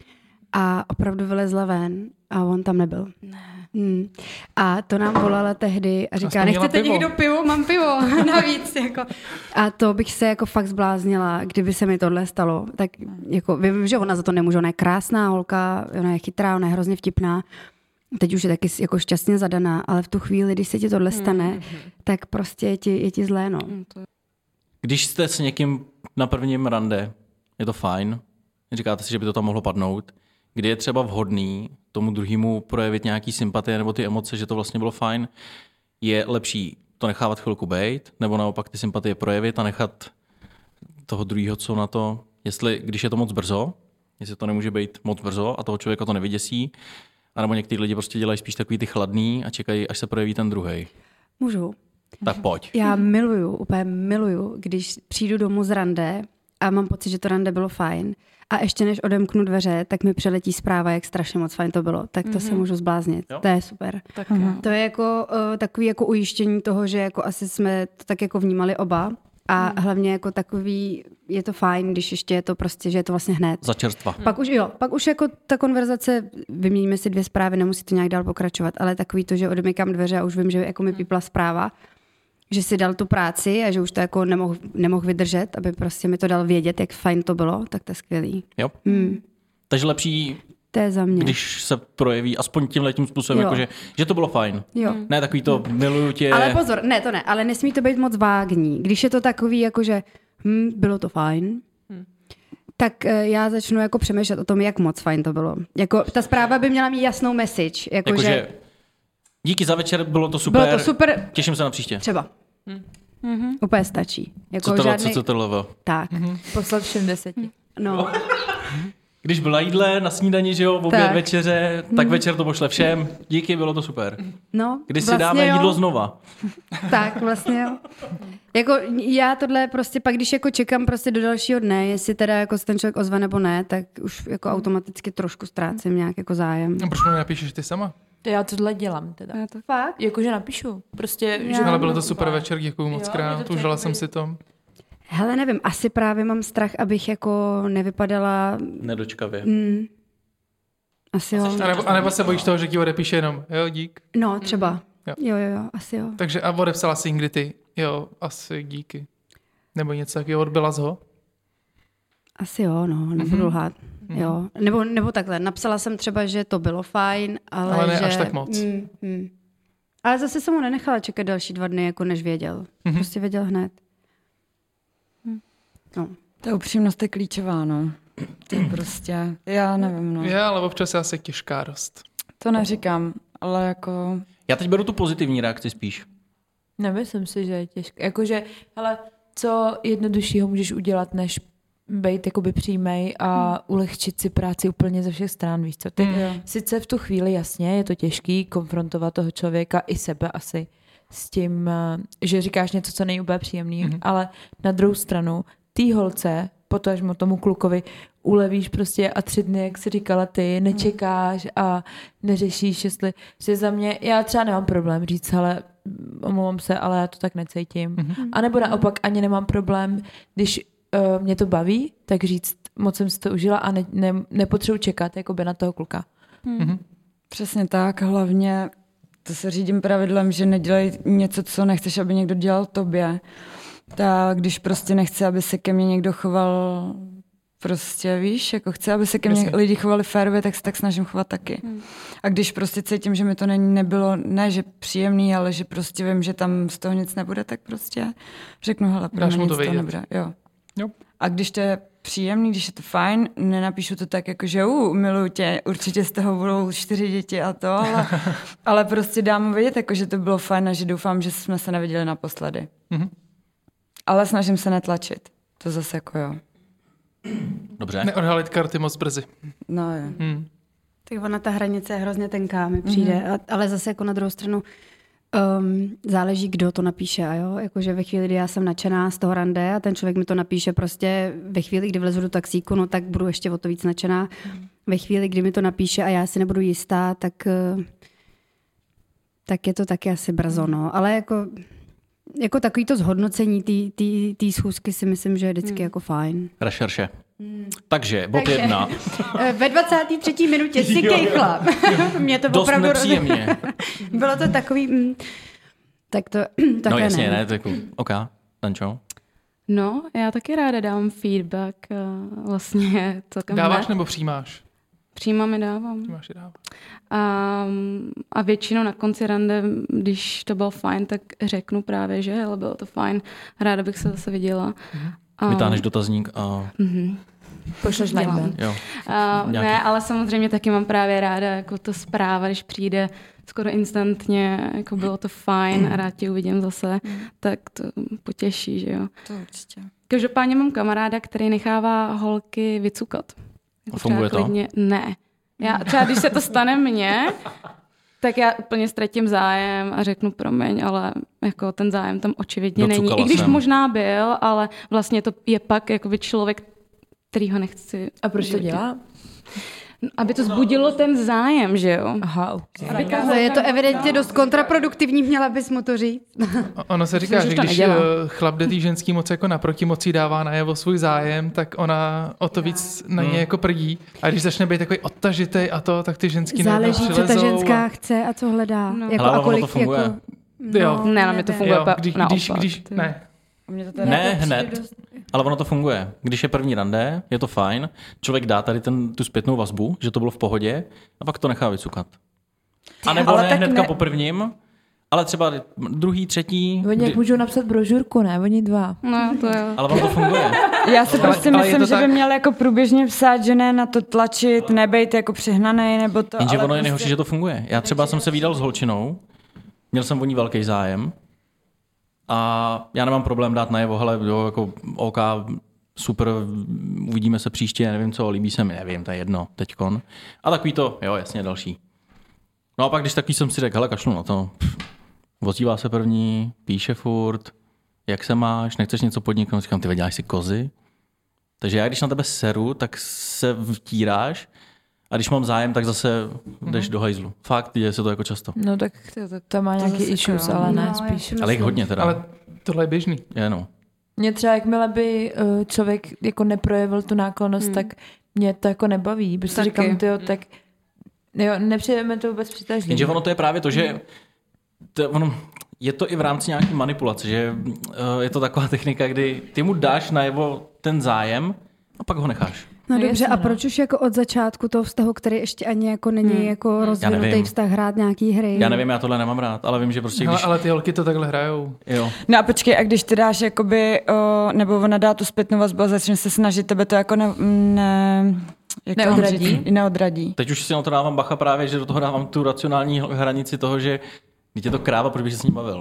A opravdu vylezla ven a on tam nebyl. Ne. Hmm. A to nám volala tehdy a říká, Aspoň měla nechcete pivo." někdo pivo? Mám pivo navíc. Jako. A to bych se jako fakt zbláznila, kdyby se mi tohle stalo. Tak jako, vím, že ona za to nemůže, ona je krásná holka, ona je chytrá, ona je hrozně vtipná. Teď už je taky jako šťastně zadaná, ale v tu chvíli, když se ti tohle stane, mm. tak prostě je ti, je ti zlé, no. Když jste s někým na prvním rande, je to fajn, říkáte si, že by to tam mohlo padnout, kdy je třeba vhodný tomu druhému projevit nějaký sympatie nebo ty emoce, že to vlastně bylo fajn, je lepší to nechávat chvilku bejt, nebo naopak ty sympatie projevit a nechat toho druhého, co na to, jestli, když je to moc brzo, jestli to nemůže být moc brzo a toho člověka to nevyděsí, anebo někteří lidi prostě dělají spíš takový ty chladný a čekají, až se projeví ten druhej. Můžu. Tak pojď. Já miluju, úplně miluju, když přijdu domů z rande a mám pocit, že to rande bylo fajn a ještě než odemknu dveře, tak mi přeletí zpráva, jak strašně moc fajn to bylo. Tak to mm-hmm. se můžu zbláznit. Jo. To je super. Tak Mm-hmm. To je jako uh, takový jako ujištění toho, že jako asi jsme to tak jako vnímali oba a mm. hlavně jako takový, je to fajn, když ještě je to prostě, že je to vlastně hned. Za čerstva. Mm. Pak už jo, pak už jako ta konverzace, vyměníme si dvě zprávy, nemusí to nějak dál pokračovat, ale takový to, že odemykám dveře a už vím, že jako mi pípla zpráva, že si dal tu práci a že už to jako nemohl, nemohl vydržet, aby prostě mi to dal vědět, jak fajn to bylo, tak to je skvělý. Jo. Mm. Takže lepší, To je za mě. když se projeví aspoň tímhletím způsobem, Jo. jakože, že to bylo fajn. Jo. Ne takový to miluju tě. Ale pozor, ne, to ne, ale nesmí to být moc vágní. Když je to takový, jakože hm, bylo to fajn, hm. tak uh, já začnu jako přemýšlet o tom, jak moc fajn to bylo. Jako, ta zpráva by měla mít jasnou message. Jako, Jakože že díky za večer, bylo to super. bylo to super, Těším se na příště. třeba. Mm-hmm. Úplně stačí. Jako Co to žádný... co to lovo? Tak. Mm-hmm. Poslat všem deseti. No. Když byla jídle na snídani, že jo, v oběd, Tak. večeře, tak večer to pošle všem. Díky, bylo to super. No, Když si vlastně dáme jo. jídlo znova. Tak, vlastně jo. Jako já tohle prostě pak, když jako čekám prostě do dalšího dne, jestli teda jako se ten člověk ozve nebo ne, tak už jako automaticky trošku ztrácím nějak jako zájem. No, proč mi napíšeš ty sama? Já tohle dělám teda. Já to fakt? Jakože napíšu. Prostě, Já- že... Ale bylo to super večer, děkuju moc Jo, krát, je to užila vtipný. jsem si to. Hele, nevím, asi právě mám strach, abych jako nevypadala... Nedočkavě. Mm, asi jo. A nebo, a nebo se bojíš toho, že ti odepíše jenom, jo, dík. No, třeba. Jo. Jo, jo, jo, asi jo. Takže a odepsala si někdy ty, jo, asi díky. Nebo něco takového, odbyla z ho? Asi jo, no, nebudu mm-hmm. lhát. Jo. Nebo, nebo takhle, napsala jsem třeba, že to bylo fajn, ale, Ale ne že... až tak moc. Mm, mm. Ale zase jsem mu nenechala čekat další dva dny, jako než věděl. Mm-hmm. Prostě věděl hned. Hm. No. Ta upřímnost je klíčová, no. To je prostě, já nevím, no. Je, ale občas je asi těžká dost. To neříkám, ale jako... Já teď beru tu pozitivní reakci spíš. Nemyslím si, že je těžké. Jakože, hele, co jednoduššího můžeš udělat, než být jakoby přímej a hmm. ulehčit si práci úplně ze všech stran, víš co? Ty Hmm. sice v tu chvíli jasně je to těžký konfrontovat toho člověka i sebe asi s tím, že říkáš něco, co není úplně příjemný, hmm. ale na druhou stranu tý holce, potažmo tomu klukovi, ulevíš prostě a tři dny, jak jsi říkala ty, nečekáš a neřešíš, jestli, že za mě, já třeba nemám problém říct, ale omlouvám se, ale já to tak necítím. Mm-hmm. A nebo naopak ani nemám problém, když uh, mě to baví, tak říct, moc jsem si to užila a ne, ne, nepotřebuji čekat jakoby na toho kluka. Mm-hmm. Přesně tak, hlavně to se řídím pravidlem, že nedělej něco, co nechceš, aby někdo dělal tobě. Tak když prostě nechce, aby se ke mně někdo choval prostě, víš, jako chce, aby se ke mně Jasně. lidi chovali férově, tak se tak snažím chovat taky. Hmm. A když prostě cítím, že mi to není, nebylo, ne, že příjemný, ale že prostě vím, že tam z toho nic nebude, tak prostě řeknu, hele, pro Dáš mě mu nic to z toho vědět. nebude. Jo. Jo. A když to je příjemný, když je to fajn, nenapíšu to tak, jako že uh, miluju tě, určitě z toho budou čtyři děti a to, ale, ale prostě dám mu vědět, jako, že to bylo fajn a že doufám, že jsme se neviděli naposledy. Mm-hmm. Ale snažím se netlačit. To zase jako jo. Dobře. Neodhalit karty moc brzy. No jo. Hmm. Tak ona ta hranice je hrozně tenká, mi přijde. Mm-hmm. A, ale zase jako na druhou stranu um, záleží, kdo to napíše. A jo? Jakože ve chvíli, kdy já jsem nadšená z toho rande a ten člověk mi to napíše prostě ve chvíli, kdy vlezu do taxíku, no tak budu ještě o to víc nadšená. Mm. Ve chvíli, kdy mi to napíše a já si nebudu jistá, tak, uh, tak je to taky asi brzo. No. Ale jako... Jako takový to zhodnocení té schůzky si myslím, že je vždycky hmm. jako fajn. Rešerše. Hmm. Takže, bod Takže, jedna. Ve dvacáté třetí minutě si kejchla. Mě to Dost opravdu... nepříjemně. Bylo to takový... Mm, tak to také No jasně, ne. ne, to je cool. OK, Tančo. No, já taky ráda dám feedback. Vlastně celkem Dáváš hned. nebo přijímáš? Přímo mi dávám. Přijímáš i dávám. A, a většinou na konci rande, když to bylo fajn, tak řeknu právě, že ale bylo to fajn. Ráda bych se zase viděla. A, Vytáhneš dotazník a... Mhm. Pošleš na Dělám. e-mail. Jo. A, ne, ale samozřejmě taky mám právě ráda jako to zpráva, když přijde skoro instantně, jako bylo to fajn a rád tě uvidím zase, tak to potěší, že jo. To určitě. Každopádně mám kamaráda, který nechává holky vycukat. Jako Funguje to? klidně, ne. Já třeba, když se to stane mně, tak já úplně ztratím zájem a řeknu promiň, ale jako ten zájem tam očividně Docukala není. I když jsem. možná byl, ale vlastně to je pak jakoby člověk, který ho nechci. A proč to dělá? Aby to zbudilo ten zájem, že jo? Aha, okay. To je to evidentně dost kontraproduktivní, měla bys mu to říct. Ono se říká, Myslím, že že to když nedělá. eh, chlap jde tý ženský moc jako naproti mocí dává najevo svůj zájem, tak ona o to víc na něj jako prdí. A když začne být takový odtažitej a to, tak ty ženský najednou Záleží, co ta přilezou ženská a... chce a co hledá. No. Jako, Hele, a ono kolik, to funguje. Jako, Jo. Ne, na mě to nevím. funguje Jo, pak když, naopak. když, když, Ty- ne. A mě to teda Ne jako přijde hned, dost- ale ono to funguje. Když je první rande, je to fajn, člověk dá tady ten, tu zpětnou vazbu, že to bylo v pohodě, a pak to nechá vycukat. A nebo Ale ne tak hnedka ne- po prvním, ale třeba druhý, třetí, Oni jak kdy, můžou napsat brožurku, ne? Oni dva. No, to jo. ale ono to funguje. Já si prostě ale je myslím, to že tak- by měl jako průběžně psát, že ne na to tlačit, nebejt jako přehnanej, nebo to. Jenže ale ono je prostě... nejhorší, že to funguje. Já třeba jsem se vídal s holčinou, měl jsem o ní velký zájem, A já nemám problém dát najevo, hele, jo, jako OK, super, uvidíme se příště, nevím co, líbí se mi, nevím, to je jedno, teďkon. A takový to, jo, jasně, další. No a pak, když takový jsem si řekl, hele, kašlu na to, ozývá se první, píše furt, jak se máš, nechceš něco podniknout, říkám, ty děláš si kozy. Takže já, když na tebe seru, tak se vtíráš a když mám zájem, tak zase jdeš mm-hmm. do hajzlu. Fakt, děje se to jako často. No tak to, to, to má to nějaký issues, ale ne, no, spíš. Ale jich hodně teda. Ale tohle je běžný. Je, no. Mě třeba, jakmile by uh, člověk jako neprojevil tu náklonnost, hmm. tak mě to jako nebaví. Protože Taky. říkám, tyjo, tak jo, nepřijeme to vůbec přitažlivý. Jenže ono to je právě to, že to, ono, je to i v rámci nějaké manipulace, že uh, je to taková technika, kdy ty mu dáš najevo ten zájem a pak ho necháš. No, No dobře, jasně, a no. proč už jako od začátku toho vztahu, který ještě ani jako není Hmm. jako rozvinutý vztah, hrát nějaký hry? Já nevím, já tohle nemám rád, ale vím, že prostě Hele, když... ale ty holky to takhle hrajou. Jo. No a počkej, a když ty dáš jakoby, o, nebo ona dá tu zpětnou vazbu a začne se snažit, tebe to jako ne, ne, jak to mám Neodradí? říct? Neodradí. Teď už si na to dávám bacha právě, že do toho dávám tu racionální hranici toho, že když je to kráva, proč bych se s ní bavil.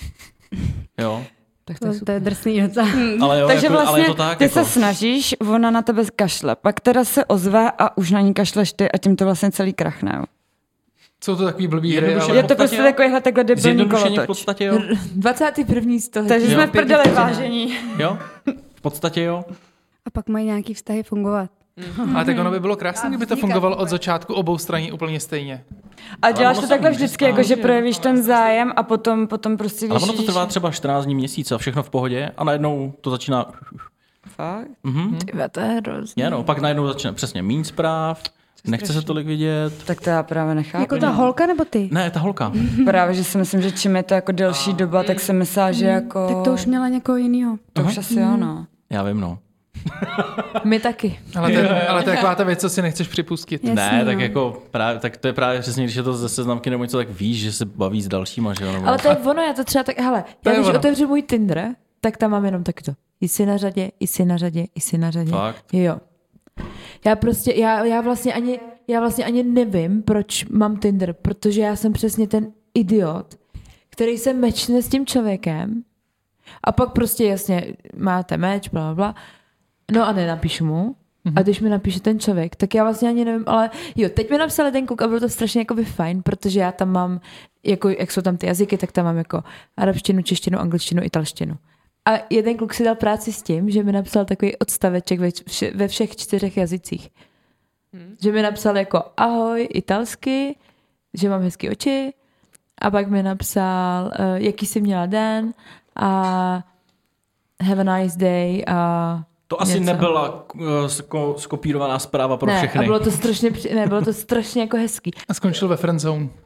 Jo. Tak to je To, to super. je drsný docela. Ale jo, Takže jako, vlastně ale je to tak, ty jako... se snažíš, ona na tebe kašle, pak teda se ozve a už na ní kašleš ty a tím to vlastně celý krachne. Jo. Jsou to takový blbý hry, Jednoduše ale... Je to podstatě prostě jo. takovýhle takhle debilní Zjednodušeně v kolotoč. podstatě jo. dvacátý první století. Takže Jo. jsme v prdeli vážení. Jo, v podstatě jo. A pak mají nějaký vztahy fungovat. Ale tak ono by bylo krásné, kdyby to fungovalo od začátku obou straní úplně stejně. A děláš ono to se takhle může vždycky, stát, jako že že- projevíš ten zájem a potom, potom prostě Ale víš, ono to trvá třeba čtrnáct dní, měsíc a všechno v pohodě a najednou to začíná... Fakt? Mhm. Tyhle, to je hrozný. Je, no, pak najednou začne přesně míň zpráv, nechce se tolik vidět. Tak to já právě nechápu. Jako ta holka nebo ty? Ne, ta holka. Právě, že si myslím, že čím je to jako delší doba, tak se myslela, že jako... Tak to už měla někoho jiného. To už asi jo, no. Já vím, no. My taky. Ale to, je- ale to je taková ta věc, co si nechceš připustit. Jasný, ne, tak no. jako právě, tak to je právě přesně, když je to ze seznamky nebo něco, tak víš, že se baví s dalšíma, že jo? Nebo... Ale to je ono, já to třeba tak, hele, To já je když ono. otevřu můj Tinder, tak tam mám jenom taky to. Jsi na řadě, jsi na řadě, jsi na řadě. Fakt? Jo. Já prostě, já, já vlastně ani, já vlastně ani nevím, proč mám Tinder, protože já jsem přesně ten idiot, který se mečne s tím člověkem a pak prostě jasně máte meč, bla, bla, no a nenapíšu mu. A když mi napíše ten člověk, tak já vlastně ani nevím, ale jo, teď mi napsal ten kluk a bylo to strašně jakoby fajn, protože já tam mám, jako, jak jsou tam ty jazyky, tak tam mám jako arabštinu, češtinu, angličtinu, italštinu. A jeden kluk si dal práci s tím, že mi napsal takový odstaveček ve, vše, ve všech čtyřech jazycích. Hmm. Že mi napsal jako ahoj italsky, že mám hezký oči a pak mi napsal, uh, jaký jsi měla den a have a nice day a To asi něco. nebyla uh, sko- skopírovaná zpráva pro ne, všechny. a bylo to strašně, při- ne, bylo to strašně jako hezký. A skončil ve friendzone. Uh,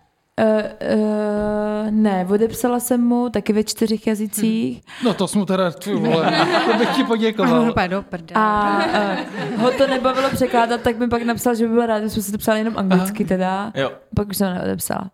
uh, ne, odepsala jsem mu taky ve čtyřech jazycích No to jsme teda, ty vole, to bych ti poděkoval. Úplně do prdele. a uh, ho to nebavilo překládat, tak mi pak napsal, že by byl rád, že jsme si to psali jenom anglicky teda. Jo. Pak už jsem neodepsala.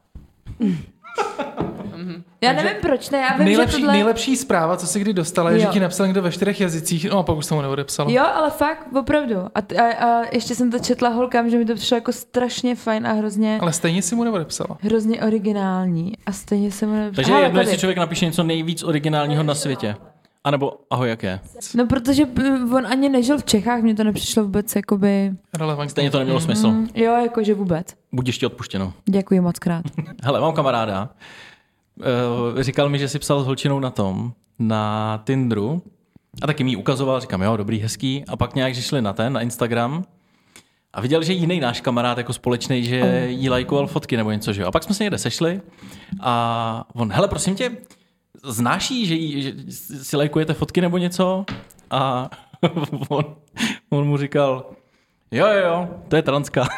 Já nevím proč, ne, já vím, Nejlepší, že tohle... nejlepší zpráva, co jsi kdy dostala, je, Jo. že ti napsal někdo ve čtyřech jazycích, no a pak už jsem mu neodepsala. Jo, ale fakt, opravdu. A, t- a, a ještě jsem to četla holkám, že mi to přišlo jako strašně fajn a hrozně, Ale stejně si mu neodepsala. hrozně originální. A stejně jsem mu Takže Hele, jedno, tady. jestli člověk napíše něco nejvíc originálního na světě. A nebo ahoj, jak je. No, protože b- on ani nežil v Čechách, mně to nepřišlo vůbec jakoby... Relevantní. Stejně to nemělo smysl. Mm, jo, jakože vůbec. Buď ještě odpuštěno. Děkuji moc krát. Hele, mám kamaráda. Uh, říkal mi, že si psal s holčinou na tom, na Tinderu. A taky mi ji ukazoval, říkám, jo, dobrý, hezký. A pak nějak, že šli na ten, na Instagram. A viděl, že jiný náš kamarád jako společný, že jí lajkoval fotky nebo něco, že jo. A pak jsme se někde sešli a on, hele, prosím tě, znáš jí, že, jí, že si lajkujete fotky nebo něco? A on, on mu říkal, jo, jo, jo, to je transka.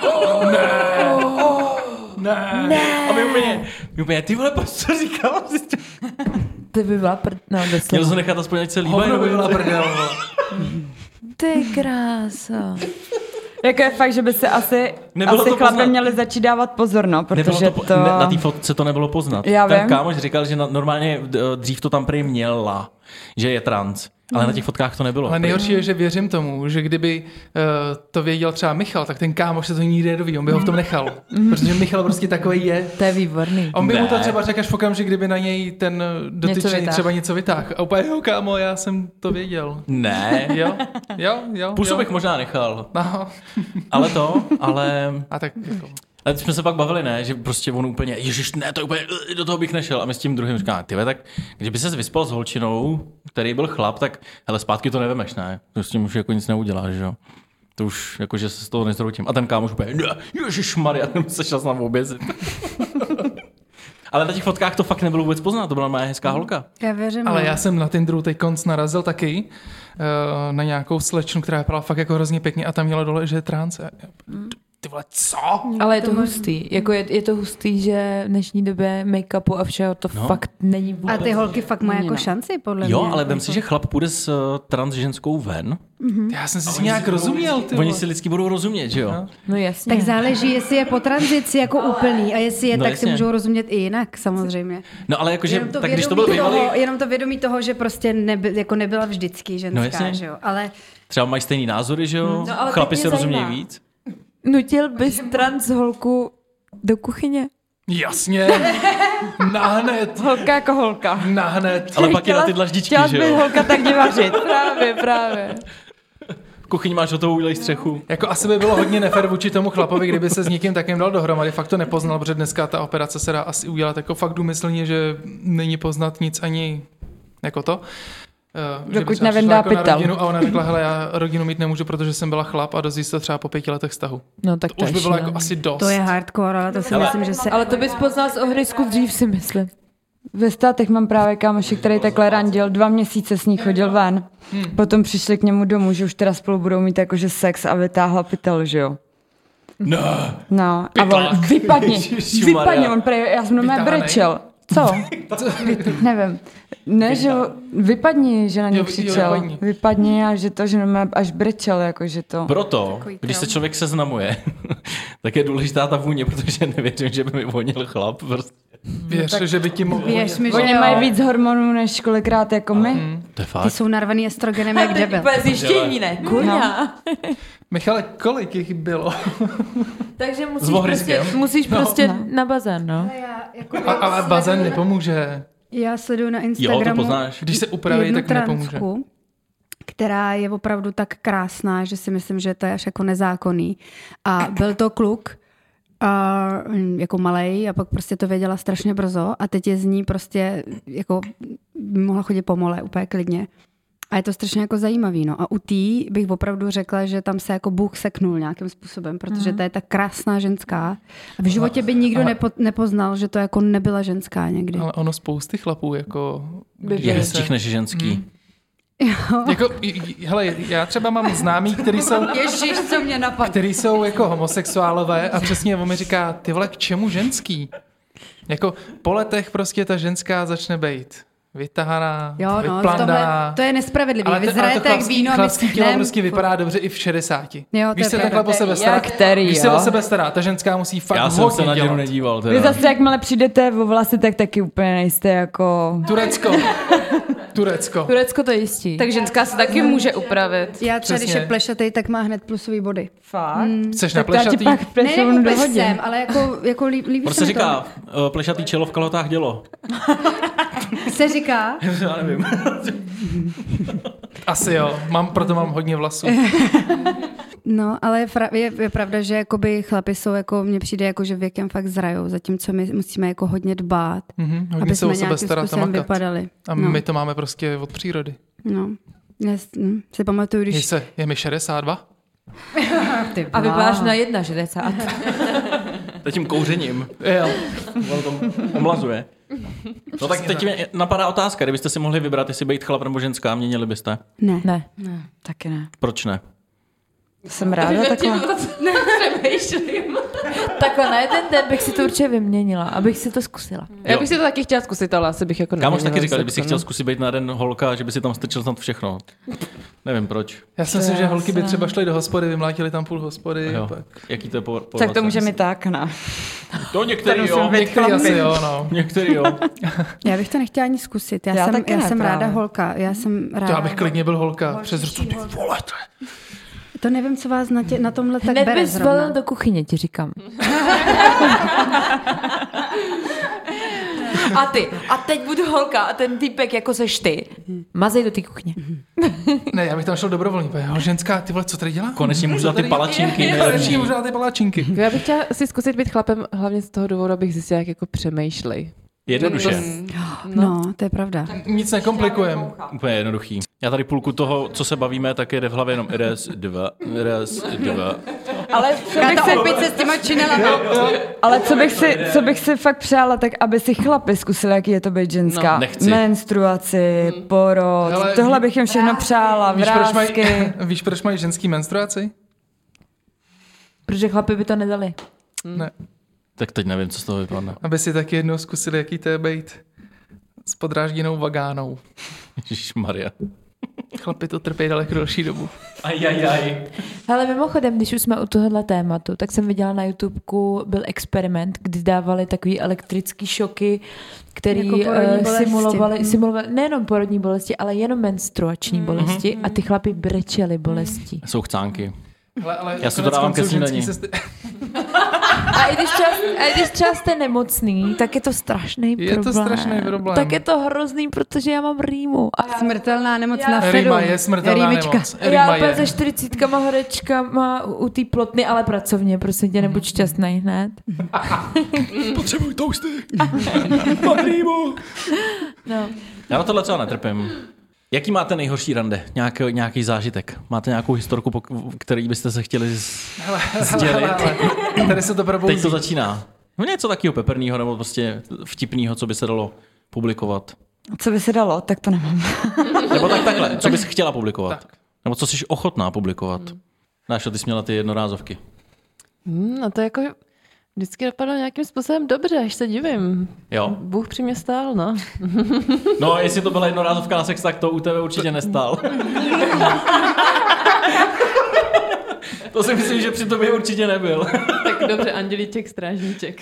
Ne. Ne. A my úplně, my úplně, ty vole, proč to říkal? Ty by byla prd... No, Měl doslova. jsem nechat aspoň, ať se líbá. Hovno by byla prdel. Ty kráso. Jako je fakt, že by se asi, Nebylo asi to chlapi poznat. měli začít dávat pozor, no, Nebylo protože to, to... po, ne, na té fotce to nebylo poznat. Já Ten vím. kámoš říkal, že na, normálně d- dřív to tam prý měla, že je trans. Ale na těch fotkách to nebylo. Ale nejhorší je, že věřím tomu, že kdyby uh, to věděl třeba Michal, tak ten kámoš se to nikdy nedoví, on by ho v tom nechal. Protože Michal prostě takový je. To je výborný. On by Ne. mu to třeba řekl až v okamžik, kdyby na něj ten dotyčný vytáhl. třeba něco vytáhl. A úplně, jo kámo, já jsem to věděl. Ne. Jo, jo, jo. Pusu jo. bych možná nechal. No. Ale to, ale... A tak jako... Ale jsme se pak bavili, ne, že prostě on úplně, ježiš, ne, to úplně, do toho bych nešel. A my s tím druhým říkáme, tyve, tak kdyby ses vyspal s holčinou, který byl chlap, tak hele, zpátky to nevemeš, ne? To s tím už jako nic neuděláš, že jo? To už, jakože se z toho nezroutím. A ten kámoš úplně, ne, ježišmarja, ten se šel nám obězit. Ale na těch fotkách to fakt nebylo vůbec poznat, to byla má hezká holka. Já věřím. Ale no. já jsem na Tinderu teď konc narazil taky uh, na nějakou slečnu, která vypadala fakt jako hrozně pěkně a tam měla dole, že je trans. A já- Ty vole, co? Ale je to hustý. Jako je, je to hustý, že v dnešní době make-upu a všeho to No. no. fakt není vůbec. A ty holky fakt mají jako No. šanci, podle mě. Jo, ale vem Jako- si, že chlap půjde s uh, trans ženskou ven. Já jsem si s nějak rozuměl, ty Oni vole. si lidsky budou rozumět, že jo? No. No jasně. Tak záleží, jestli je po tranzici jako úplný a jestli je, No tak jasně. si můžou rozumět i jinak, samozřejmě. No ale jakože, Jenom to, tak když to byl vědomí bývalý, toho, jenom to vědomí toho, že prostě neby, jako nebyla vždycky ženská, No jasně. že jo. Ale třeba mají stejný názory, že jo? No, ale Chlapi teď se mě rozumějí zajímá. víc. Nutil bys trans holku do kuchyně? Jasně. Nahned. Holka jako holka. Nahned. Ale pak je na ty dlaždičky, Chtěla že být jo? holka tak vařit. Právě, právě. V kuchyni máš hotovou, udělej střechu. Jako asi by bylo hodně nefér vůči tomu chlapovi, kdyby se s někým takým dal dohromady. Fakt to nepoznal, protože dneska ta operace se dá asi udělat jako fakt důmyslně, že není poznat nic ani jako to. Uh, že by Dokud třeba nevydá přišla jako na pytel. rodinu a ona řekla, hele, já rodinu mít nemůžu, protože jsem byla chlap a dozví se to třeba po pěti letech vztahu. No tak To to už je by bylo jako šílený. asi dost. to je hardcore, ale to si myslím, že se... Ale to bys poznal z ohrysku dřív, si myslím. Ve státech mám právě kámoši, který takhle randil, dva měsíce s ní chodil ven. Hmm. Potom přišli k němu domů, že už teda spolu budou mít jakože sex a vytáhla pytel, že jo. No. No, a on Pytlák. vypadni, Ježišmarja. vypadni, on prej, já jsem normálně Vytáhanej. brečel. Co? Nevím. Ne, že ho- vypadni, že na něj Jo, jo, křičel. vypadni. Vypadni a že to, že normálně až brečel, jako že to. Proto, Takový když se trauma. člověk seznamuje, tak je důležitá ta vůně, protože nevěřím, že by mi vonil chlap. Prostě. Věř, že by ti mohl... Věř mi, že Oni jo. mají víc hormonů, než kolikrát jako my. To je Ty fakt. jsou narvaný estrogenem jak debil. Úplně zjištění, ne? Kurňa. Michale, kolik jich bylo? Takže S musíš ohryskem? prostě, musíš prostě na bazén, no. Já, jako, A, ale bazén nepomůže. já sleduju na Jo, to Instagramu poznáš. Když se upraví, jednu tak nepomůže. transku, která je opravdu tak krásná, že si myslím, že to je až jako nezákonný. A byl to kluk, a, hm, jako malej, a pak prostě to věděla strašně brzo a teď je z ní prostě jako mohla chodit po mole úplně klidně. A je to strašně jako zajímavý, no. A u tý bych opravdu řekla, že tam se jako Bůh seknul nějakým způsobem, protože to je tak krásná ženská. A v životě by nikdo ale- nepo, nepoznal, že to jako nebyla ženská někdy. Ale ono spousty chlapů, jako... když Je by hezčích než ženský. Jako, j- j- hele, já třeba mám známý, který jsou, Ježiš, co mě napadlo. který jsou jako homosexuálové a přesně on mi říká, ty vole, k čemu ženský? Jako po letech prostě ta ženská začne bejt vytahaná, Jo, no, vyplandaná. tohle, to je nespravedlivý. Ale Vy to, ale to zrajete jak chlapský, víno a my chlapský tělo schnem. prostě vypadá dobře i v šedesáti. Jo, to Když je se pravda. takhle po sebe stará, Jak který, když se jo? o sebe stará, ta ženská musí fakt Já jsem se hodně na děru dělat. nedíval. Vy Teda. zase, jakmile přijdete o vlasy, tak taky úplně nejste jako... Turecko. Turecko. Turecko to jistí. Tak ženská se taky může upravit. Já třeba, když Přesně. je plešatý, tak má hned plusový body. Fakt? Chceš na Tak já ti plešatý? pak Ne, plešounu ne, do vůbec hodin. jsem, ale jako, jako lí, líbí Proč se se mi to. říká uh, plešatý čelo v kalhotách dělo? Se říká, Já nevím. Asi jo, mám, proto mám hodně vlasů. no, ale je, fra, je, je pravda, že jakoby chlapi jsou jako, mně přijde jako, že věkem fakt zrajou, zatímco my musíme jako hodně dbát, Mhm, hodně aby se o jsme sebe nějakým starat a způsobem makat. vypadali. A no, my to máme prostě od přírody. no. Já s- hm, si pamatuju, Když když... se, je mi šedesát dva? Ty A vypadáš na jedna šedesát. Teď tím kouřením. Jo. Ono to omlazuje. No tak teď mě napadá otázka, kdybyste si mohli vybrat, jestli být chlap nebo ženská, měnili byste? Ne. Ne. Ne, taky ne. Proč ne? Jsem ráda takhle. Takhle na jeden den bych si to určitě vyměnila, abych si to zkusila. Já bych si to taky chtěla zkusit, ale asi bych jako Kámoš neměla taky říkal, že by si sexu, chtěl no. zkusit být na den holka, že by si tam strčil snad všechno. Nevím proč. Já si myslím, že holky by třeba šly do hospody, vymlátili tam půl hospody. Jo. Pak. Jaký to je po, po Tak to může mi tak, ne. To některý jo. Některý asi jo, no. Některý jo. Já bych to nechtěla ani zkusit. Já, Já jsem, taky já ne, jsem právě. ráda holka. Já jsem ráda. To já bych klidně byl holka. Přes rtu, ty vole, to je... To nevím, co vás na, tě, na tomhle tak Hned bere bys zrovna. zvolil do kuchyně, ti říkám. A ty, a teď budu holka a ten týpek jako seš ty. Mazej do té kuchyně. Ne, já bych tam šel dobrovolně. Jo, ženská, ty vole, co tady dělá? Konečně můžu dát ty palačinky. Konečně můžu dát ty palačinky. Já bych chtěla si zkusit být chlapem hlavně z toho důvodu, abych zjistila, jak jako přemýšlej. Jednoduše. No, to je pravda. Nic nekomplikujeme. Úplně jednoduchý. Já tady půlku toho, co se bavíme, tak jde v hlavě jenom raz, dva, raz, dva. Ale co bych si, Opice s těma činelama. ale co bych si, co bych si fakt přála, tak aby si chlapi zkusili, jaký je to být ženská. No, nechci. Menstruaci, porod, Hele, tohle bych jim všechno přála, Víš proč, mají, vrásky. víš, proč mají ženský menstruaci? Protože chlapi by to nedali. Ne. Tak teď nevím, co z toho vypadne. Aby si taky jednou zkusili, jaký to je být s podrážděnou vagánou. Ježišmarja. Chlapi to trpí daleko delší dobu. Ajajaj. Hele, mimochodem, když už jsme u tohohle tématu, tak jsem viděla na YouTubeku, byl experiment, kdy dávali takový elektrický šoky, který Jako porodní uh, bolesti. simulovali, Hmm. simulovali nejenom porodní bolesti, ale jenom menstruační bolesti a ty chlapi brečeli bolestí. Jsou chcánky. Hele, ale Já si to konec dávám ke konců ženský snídani. se st- A i když třeba, a i když třeba jste nemocný, tak je to strašný Je to problém. strašný problém. Tak je to hrozný, protože já mám rýmu. A já, Smrtelná nemoc Já- na Fedu. Rýma je smrtelná Rýmička. nemoc. já Rýma úplně je. se čtyřicítkama horečkama u, u té plotny, ale pracovně, prosím tě, nebuď šťastnej hned. Potřebuji toasty. Mám rýmu. No. Já na tohle třeba netrpím. Jaký máte nejhorší rande? Nějaký, nějaký zážitek? Máte nějakou historku, po který byste se chtěli z... Hele, sdělit? hele, hele. Tady se to probouzí. Teď to začíná. No něco takového peprného nebo prostě vtipného, co by se dalo publikovat. Co by se dalo, tak to nemám. Nebo tak takhle, co bys chtěla publikovat? Tak. Nebo co jsi ochotná publikovat? Nášo, ty jsi měla ty jednorázovky. Hmm, no to jako vždycky dopadlo nějakým způsobem dobře, až se divím. Jo? Bůh při mě stál, no. No, jestli to byla jednorázovka na sex, tak to u tebe určitě nestál. To si myslím, že při tobě určitě nebyl. Tak dobře, andělíček, strážníček.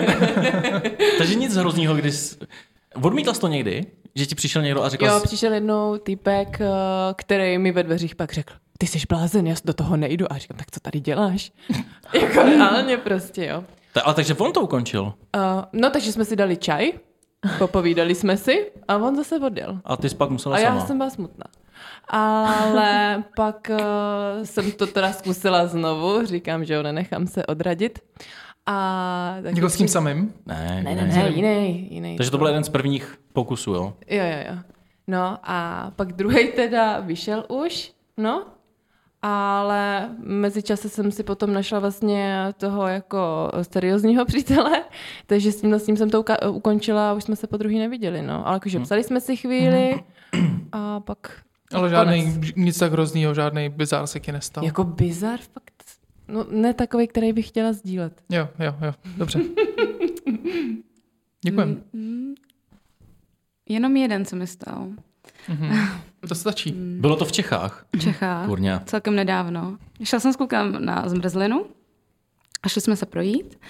Takže nic hroznýho, když... Jsi... Odmítla jsi to někdy? Že ti přišel někdo a řekl... Jo, jsi... přišel jednou týpek, který mi ve dveřích pak řekl, ty jsi blázen, já do toho nejdu. A říkám, tak co tady děláš? Jako reálně prostě, jo. Ta, ale takže on to ukončil. Uh, no, takže jsme si dali čaj, popovídali jsme si a on zase odjel. A ty jsi pak musela A sama. já jsem byla smutná. Ale pak uh, jsem to teda zkusila znovu, říkám, že jo, nenechám se odradit. A taky Jako s tím při- samým? Ne, Ne, ne, ne, jiný, jiný. Takže to byl jeden z prvních pokusů, jo? Jo, jo, jo. No a pak druhý teda vyšel už, no, ale mezi čase jsem si potom našla vlastně toho jako seriózního přítele, takže s tím, s tím jsem to uka- ukončila a už jsme se po druhý neviděli, no. Ale jakože psali jsme si chvíli a pak Ale žádný, nic tak hroznýho, žádný bizár se ti nestal. jako bizar fakt, no ne takový, který bych chtěla sdílet. Jo, jo, jo, dobře. Děkujem. Mm, jenom jeden se mi stal. Mhm. To stačí. Bylo to v Čechách? V Čechách. Kurňa. Celkem nedávno. Šla jsem s klukem na zmrzlinu a šli jsme se projít.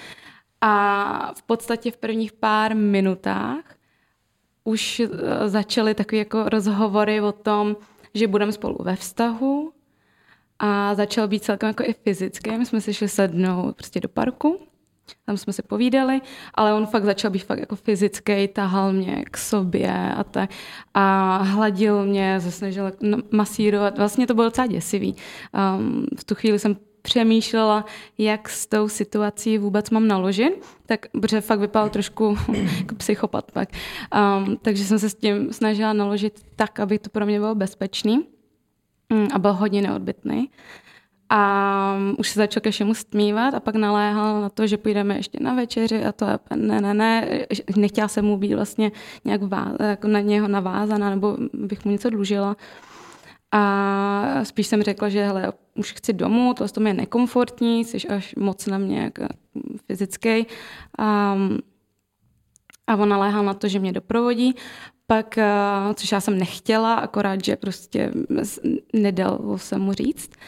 A v podstatě v prvních pár minutách už eh, začaly takové jako rozhovory o tom, že budeme spolu ve vztahu a začal být celkem jako i fyzicky. My jsme si šli sednout prostě do parku, tam jsme si povídali, ale on fakt začal být fakt jako fyzický, tahal mě k sobě a tak a hladil mě, se snažil masírovat. Vlastně to bylo docela děsivý. Um, v tu chvíli jsem přemýšlela, jak s tou situací vůbec mám naložit, tak protože fakt vypadal trošku jako psychopat pak. Um, takže jsem se s tím snažila naložit tak, aby to pro mě bylo bezpečný um, a byl hodně neodbytný. A už se začal ke všemu stmívat a pak naléhal na to, že půjdeme ještě na večeři a to ne, ne, ne, nechtěla jsem mu být vlastně nějak vá, jako na něho navázaná nebo bych mu něco dlužila. A spíš jsem řekla, že hele, už chci domů, tohle to mi je nekomfortní, jsi až moc na mě jako fyzický. A, a on naléhal na to, že mě doprovodí. Pak, což já jsem nechtěla, akorát, že prostě nedalo se mu říct.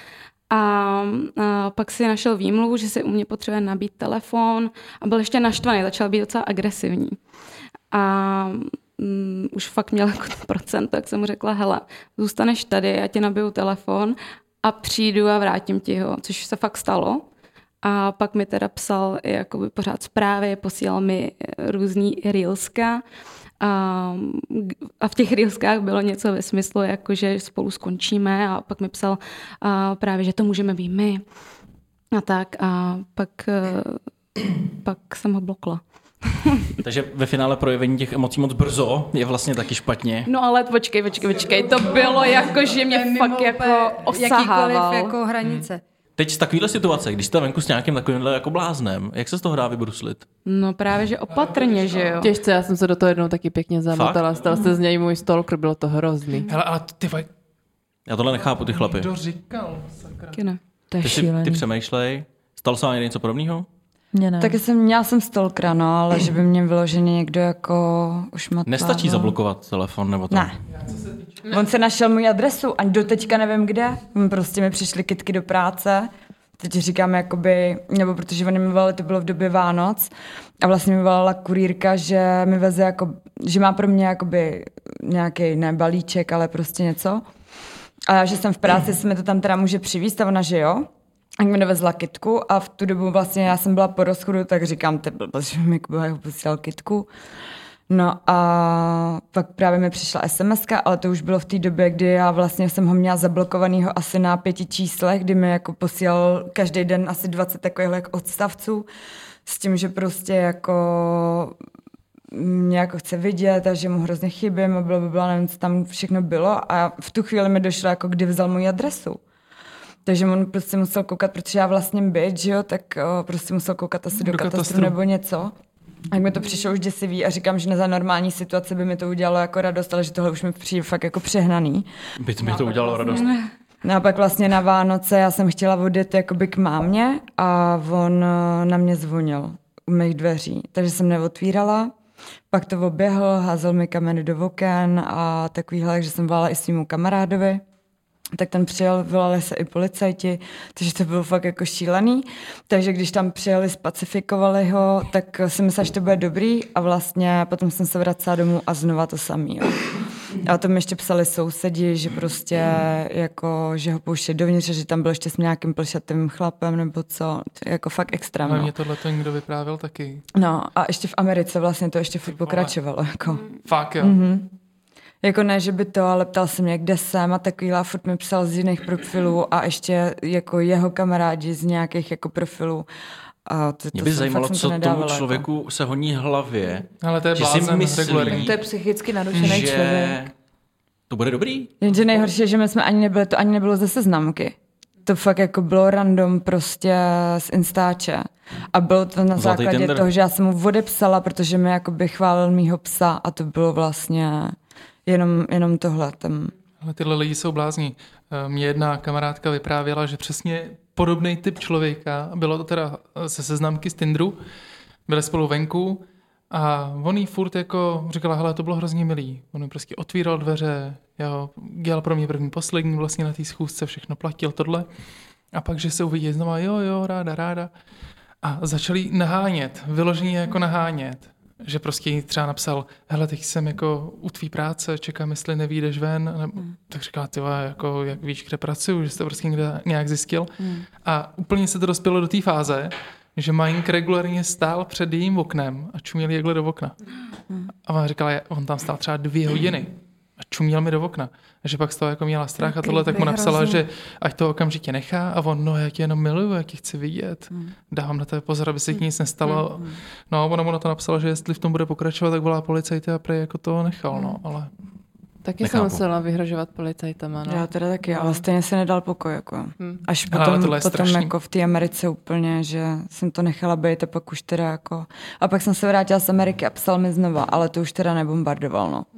A, a pak si našel výmluvu, že si u mě potřebuje nabít telefon a byl ještě naštvaný, začal být docela agresivní. A um, už fakt měl jako procent, tak jsem mu řekla, hele, zůstaneš tady, já ti nabiju telefon a přijdu a vrátím ti ho, což se fakt stalo. A pak mi teda psal i jakoby pořád zprávy, posílal mi různý reelska. A, a v těch reelskách bylo něco ve smyslu, jako že spolu skončíme a pak mi psal a právě, že to můžeme být my. A tak a pak, pak jsem ho blokla. Takže ve finále projevení těch emocí moc brzo je vlastně taky špatně. No ale počkej, počkej, počkej, to bylo jako, že mě Mimo fakt jako osahával. Jakýkoliv jako hranice. Teď z takovéhle situace, když jste venku s nějakým takovýmhle jako bláznem, jak se z toho dá vybruslit? No právě, že opatrně, že jo. Těžce, já jsem se do toho jednou taky pěkně zamotala. Stal se z něj můj stalker, bylo to hrozný. Hele, ale ty vaj... Já tohle nechápu, ty chlapy. Kdo říkal, sakra. Ne. To je Ty, si, šílený. ty přemýšlej. Stalo se vám někdy něco podobného? Mě ne. Tak jsem, měla jsem stalkera, no, ale že by mě vyloženě někdo jako už matlával. Nestačí zablokovat telefon nebo to? Ne. On se našel můj adresu a do teďka nevím kde. Prostě mi přišly kytky do práce. Teď říkám jakoby, nebo protože oni mi volali, to bylo v době Vánoc a vlastně mi volala kurýrka, že mi veze jako, že má pro mě jakoby nějaký ne balíček, ale prostě něco. A já, že jsem v práci, se mi to tam teda může přivízt a ona, že jo. A mi dovezla kytku a v tu dobu vlastně já jsem byla po rozchodu, tak říkám, ty blbost, že mi jako posílal kytku. No a pak právě mi přišla SMSka, ale to už bylo v té době, kdy já vlastně jsem ho měla zablokovanýho asi na pěti číslech, kdy mi jako posílal každý den asi dvacet takových odstavců s tím, že prostě jako mě jako chce vidět a že mu hrozně chybím a bylo by bylo, nevím, co tam všechno bylo a v tu chvíli mi došlo, jako kdy vzal moji adresu. Takže on prostě musel koukat, protože já vlastně byt, že jo, tak o, prostě musel koukat asi do, do katastru, katastru nebo něco. A jak mi to přišlo už děsivý a říkám, že za normální situace by mi to udělalo jako radost, ale že tohle už mi přijde fakt jako přehnaný. By to mi to udělalo radost. No a pak vlastně na Vánoce já jsem chtěla odjet jakoby k mámě a on na mě zvonil u mých dveří, takže jsem neotvírala. Pak to oběhl, házel mi kameny do oken a takovýhle, takže jsem volala i svýmu kamarádovi. Tak ten přijel, volali se i policajti, takže to bylo fakt jako šílený. Takže když tam přijeli, spacifikovali ho, tak si myslela, že to bude dobrý a vlastně potom jsem se vracela domů a znova to samý. Jo. A to mi ještě psali sousedi, že prostě jako, že ho pouštěli dovnitř, že tam byl ještě s nějakým plšatým chlapem nebo co, jako fakt extrém. Ale mě tohle to někdo vyprávěl taky. No a ještě v Americe vlastně to ještě furt pokračovalo. Jako. Fakt jo. Mm-hmm. Jako ne, že by to, ale ptal se mě, kde jsem a takovýhle furt mi psal z jiných profilů a ještě jako jeho kamarádi z nějakých jako profilů. A to, Mě by to zajímalo, co nedávala, tomu člověku jako. se honí hlavě. Ale to je že si blázen, myslí, regulární. To je psychicky narušený že člověk. to bude dobrý. Jenže nejhorší je, že my jsme ani nebyli, to ani nebylo ze seznamky. To fakt jako bylo random prostě z Instače. A bylo to na Zlatý základě Tinder. toho, že já jsem mu odepsala, protože mi jakoby chválil mýho psa a to bylo vlastně jenom, jenom tohle. Tam. Ale tyhle lidi jsou blázní. Mě jedna kamarádka vyprávěla, že přesně podobný typ člověka, bylo to teda se seznamky z Tinderu, byli spolu venku a on jí furt jako říkala, hele, to bylo hrozně milý. On mi prostě otvíral dveře, jo, dělal pro mě první poslední vlastně na té schůzce, všechno platil tohle. A pak, že se uvidí znova, jo, jo, ráda, ráda. A začali nahánět, vyloženě jako nahánět. Že prostě jí třeba napsal, hele, teď jsem jako u tvý práce, čekám, jestli nevyjdeš ven. Nebo, mm. Tak říká, ty jako, jak víš, kde pracuju, že jsi to prostě někde nějak zjistil. Mm. A úplně se to dospělo do té fáze, že Mike regulárně stál před jejím oknem a čuměl jakhle do okna. Mm. A ona říkala, on tam stál třeba dvě hodiny a čuměl mi do okna. A že pak z toho jako měla strach a tohle, tak mu napsala, že ať to okamžitě nechá a on, no já tě jenom miluju, jak tě chci vidět. Mm. Dávám na tebe pozor, aby se ti nic nestalo. Mm. No a ona mu na to napsala, že jestli v tom bude pokračovat, tak volá policajty a prej jako to nechal, no, ale... Taky Nechápu. jsem musela vyhrožovat policajtama, no. Já teda taky, ale stejně se nedal pokoj. Jako. Hmm. Až Ale potom, tohle je potom strašný. jako v té Americe úplně, že jsem to nechala být a pak už teda jako... A pak jsem se vrátila z Ameriky a psal mi znova, ale to už teda nebombardoval, no.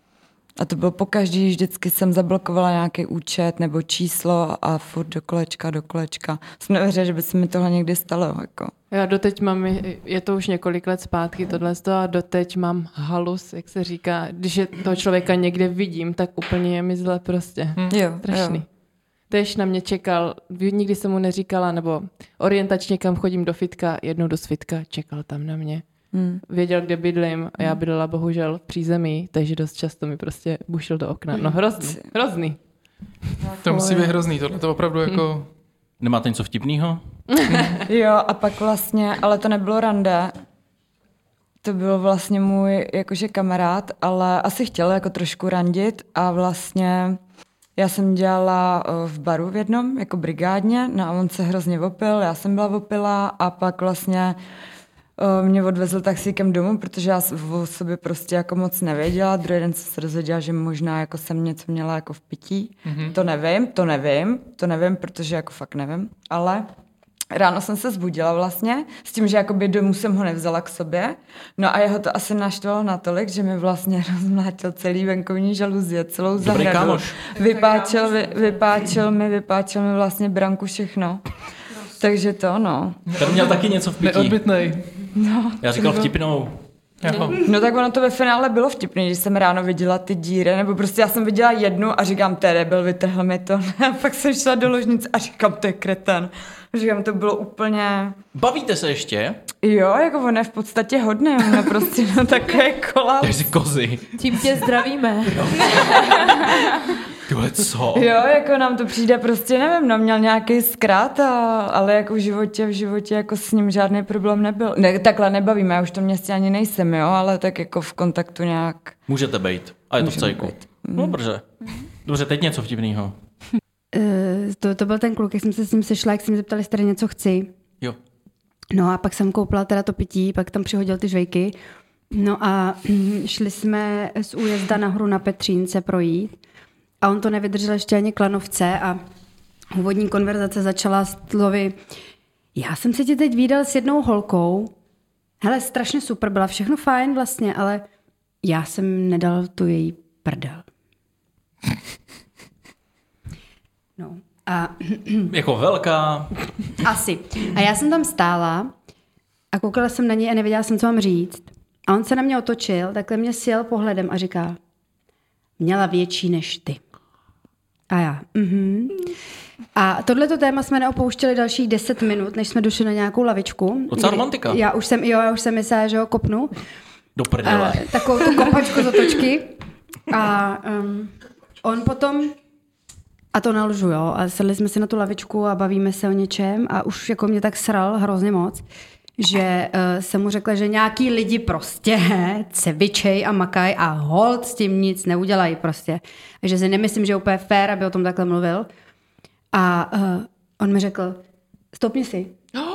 A to bylo pokaždý, vždycky jsem zablokovala nějaký účet nebo číslo a furt do kolečka, do kolečka. Jsem nevěřila, že by se mi tohle někdy stalo. Jako. Já doteď mám, je to už několik let zpátky tohle a doteď mám halus, jak se říká, když je toho člověka někde vidím, tak úplně je mi zle prostě. Hmm. Jo, Strašný. jo. tež na mě čekal, nikdy jsem mu neříkala, nebo orientačně kam chodím do fitka, jednou do svitka, čekal tam na mě. Hmm. Věděl, kde bydlím a já bydlela bohužel v přízemí, takže dost často mi prostě bušil do okna. No hrozný, hrozný. To musí být hrozný, tohle to opravdu jako... Hmm. Nemáte něco vtipného? Jo, a pak vlastně, ale to nebylo rande, to byl vlastně můj jakože kamarád, ale asi chtěl jako trošku randit a vlastně já jsem dělala v baru v jednom, jako brigádně, no a on se hrozně opil, já jsem byla opila a pak vlastně mě odvezl taxíkem domů, protože já o sobě prostě jako moc nevěděla. Druhý den jsem se dozvěděla, že možná jako jsem něco měla jako v pití. Mm-hmm. To nevím, to nevím, to nevím, protože jako fakt nevím, ale ráno jsem se zbudila vlastně s tím, že jakoby domů jsem ho nevzala k sobě. No a jeho to asi naštvalo natolik, že mi vlastně rozmlátil celý venkovní žaluzie, celou zahradu. Dobrý kámoš. Vypáčil, vy, vypáčil mi, vypáčil mi vlastně branku všechno. Takže to, no. Ten měl taky něco v pití. Neodbytnej. No, já říkal vtipnou. Jo. No tak ono to ve finále bylo vtipný, když jsem ráno viděla ty díry, nebo prostě já jsem viděla jednu a říkám, Tere, byl, vytrhl mi to. A pak jsem šla do ložnice a říkám, to je kreten. Říkám, to bylo úplně... Bavíte se ještě? Jo, jako on je v podstatě hodný, on je prostě no takové kola. Takže kozy. Tím tě zdravíme. Tyhle, co? Jo, jako nám to přijde prostě, nevím, no měl nějaký zkrát, a, ale jako v životě, v životě jako s ním žádný problém nebyl. Ne, takhle nebavíme, já už v tom městě ani nejsem, jo, ale tak jako v kontaktu nějak... Můžete být. A je to v cajku. No, dobře. Dobře, teď něco vtipného. Uh, to, to byl ten kluk, jak jsem se s ním sešla, jak jsem mi zeptali, jestli tady něco chci. Jo. No a pak jsem koupila teda to pití, pak tam přihodil ty žvejky. No a šli jsme z újezda nahoru na Petřínce projít. A on to nevydržel ještě ani Klanovce a úvodní konverzace začala s slovy: já jsem se tě teď vídal s jednou holkou. Hele, strašně super, byla všechno fajn vlastně, ale já jsem nedal tu její prdel. No a... jako velká. Asi. A já jsem tam stála a koukala jsem na něj a nevěděla jsem, co mám říct. A on se na mě otočil, takhle mě sjel pohledem a říká: měla větší než ty. A já, mhm. A tohleto téma jsme neopouštěli dalších deset minut, než jsme došli na nějakou lavičku. Docela romantika. Já už jsem, jo, já už jsem myslela, že ho kopnu. Do prdele. Uh, takovou tu kopačku z otočky. A um, on potom, a to nalžu, jo, a sedli jsme si na tu lavičku a bavíme se o něčem a už jako mě tak sral hrozně moc, že uh, jsem mu řekla, že nějaký lidi prostě cevičej a makaj a hold s tím nic neudělají prostě. A že si nemyslím, že je úplně fér, aby o tom takhle mluvil. A uh, on mi řekl: stoupni si.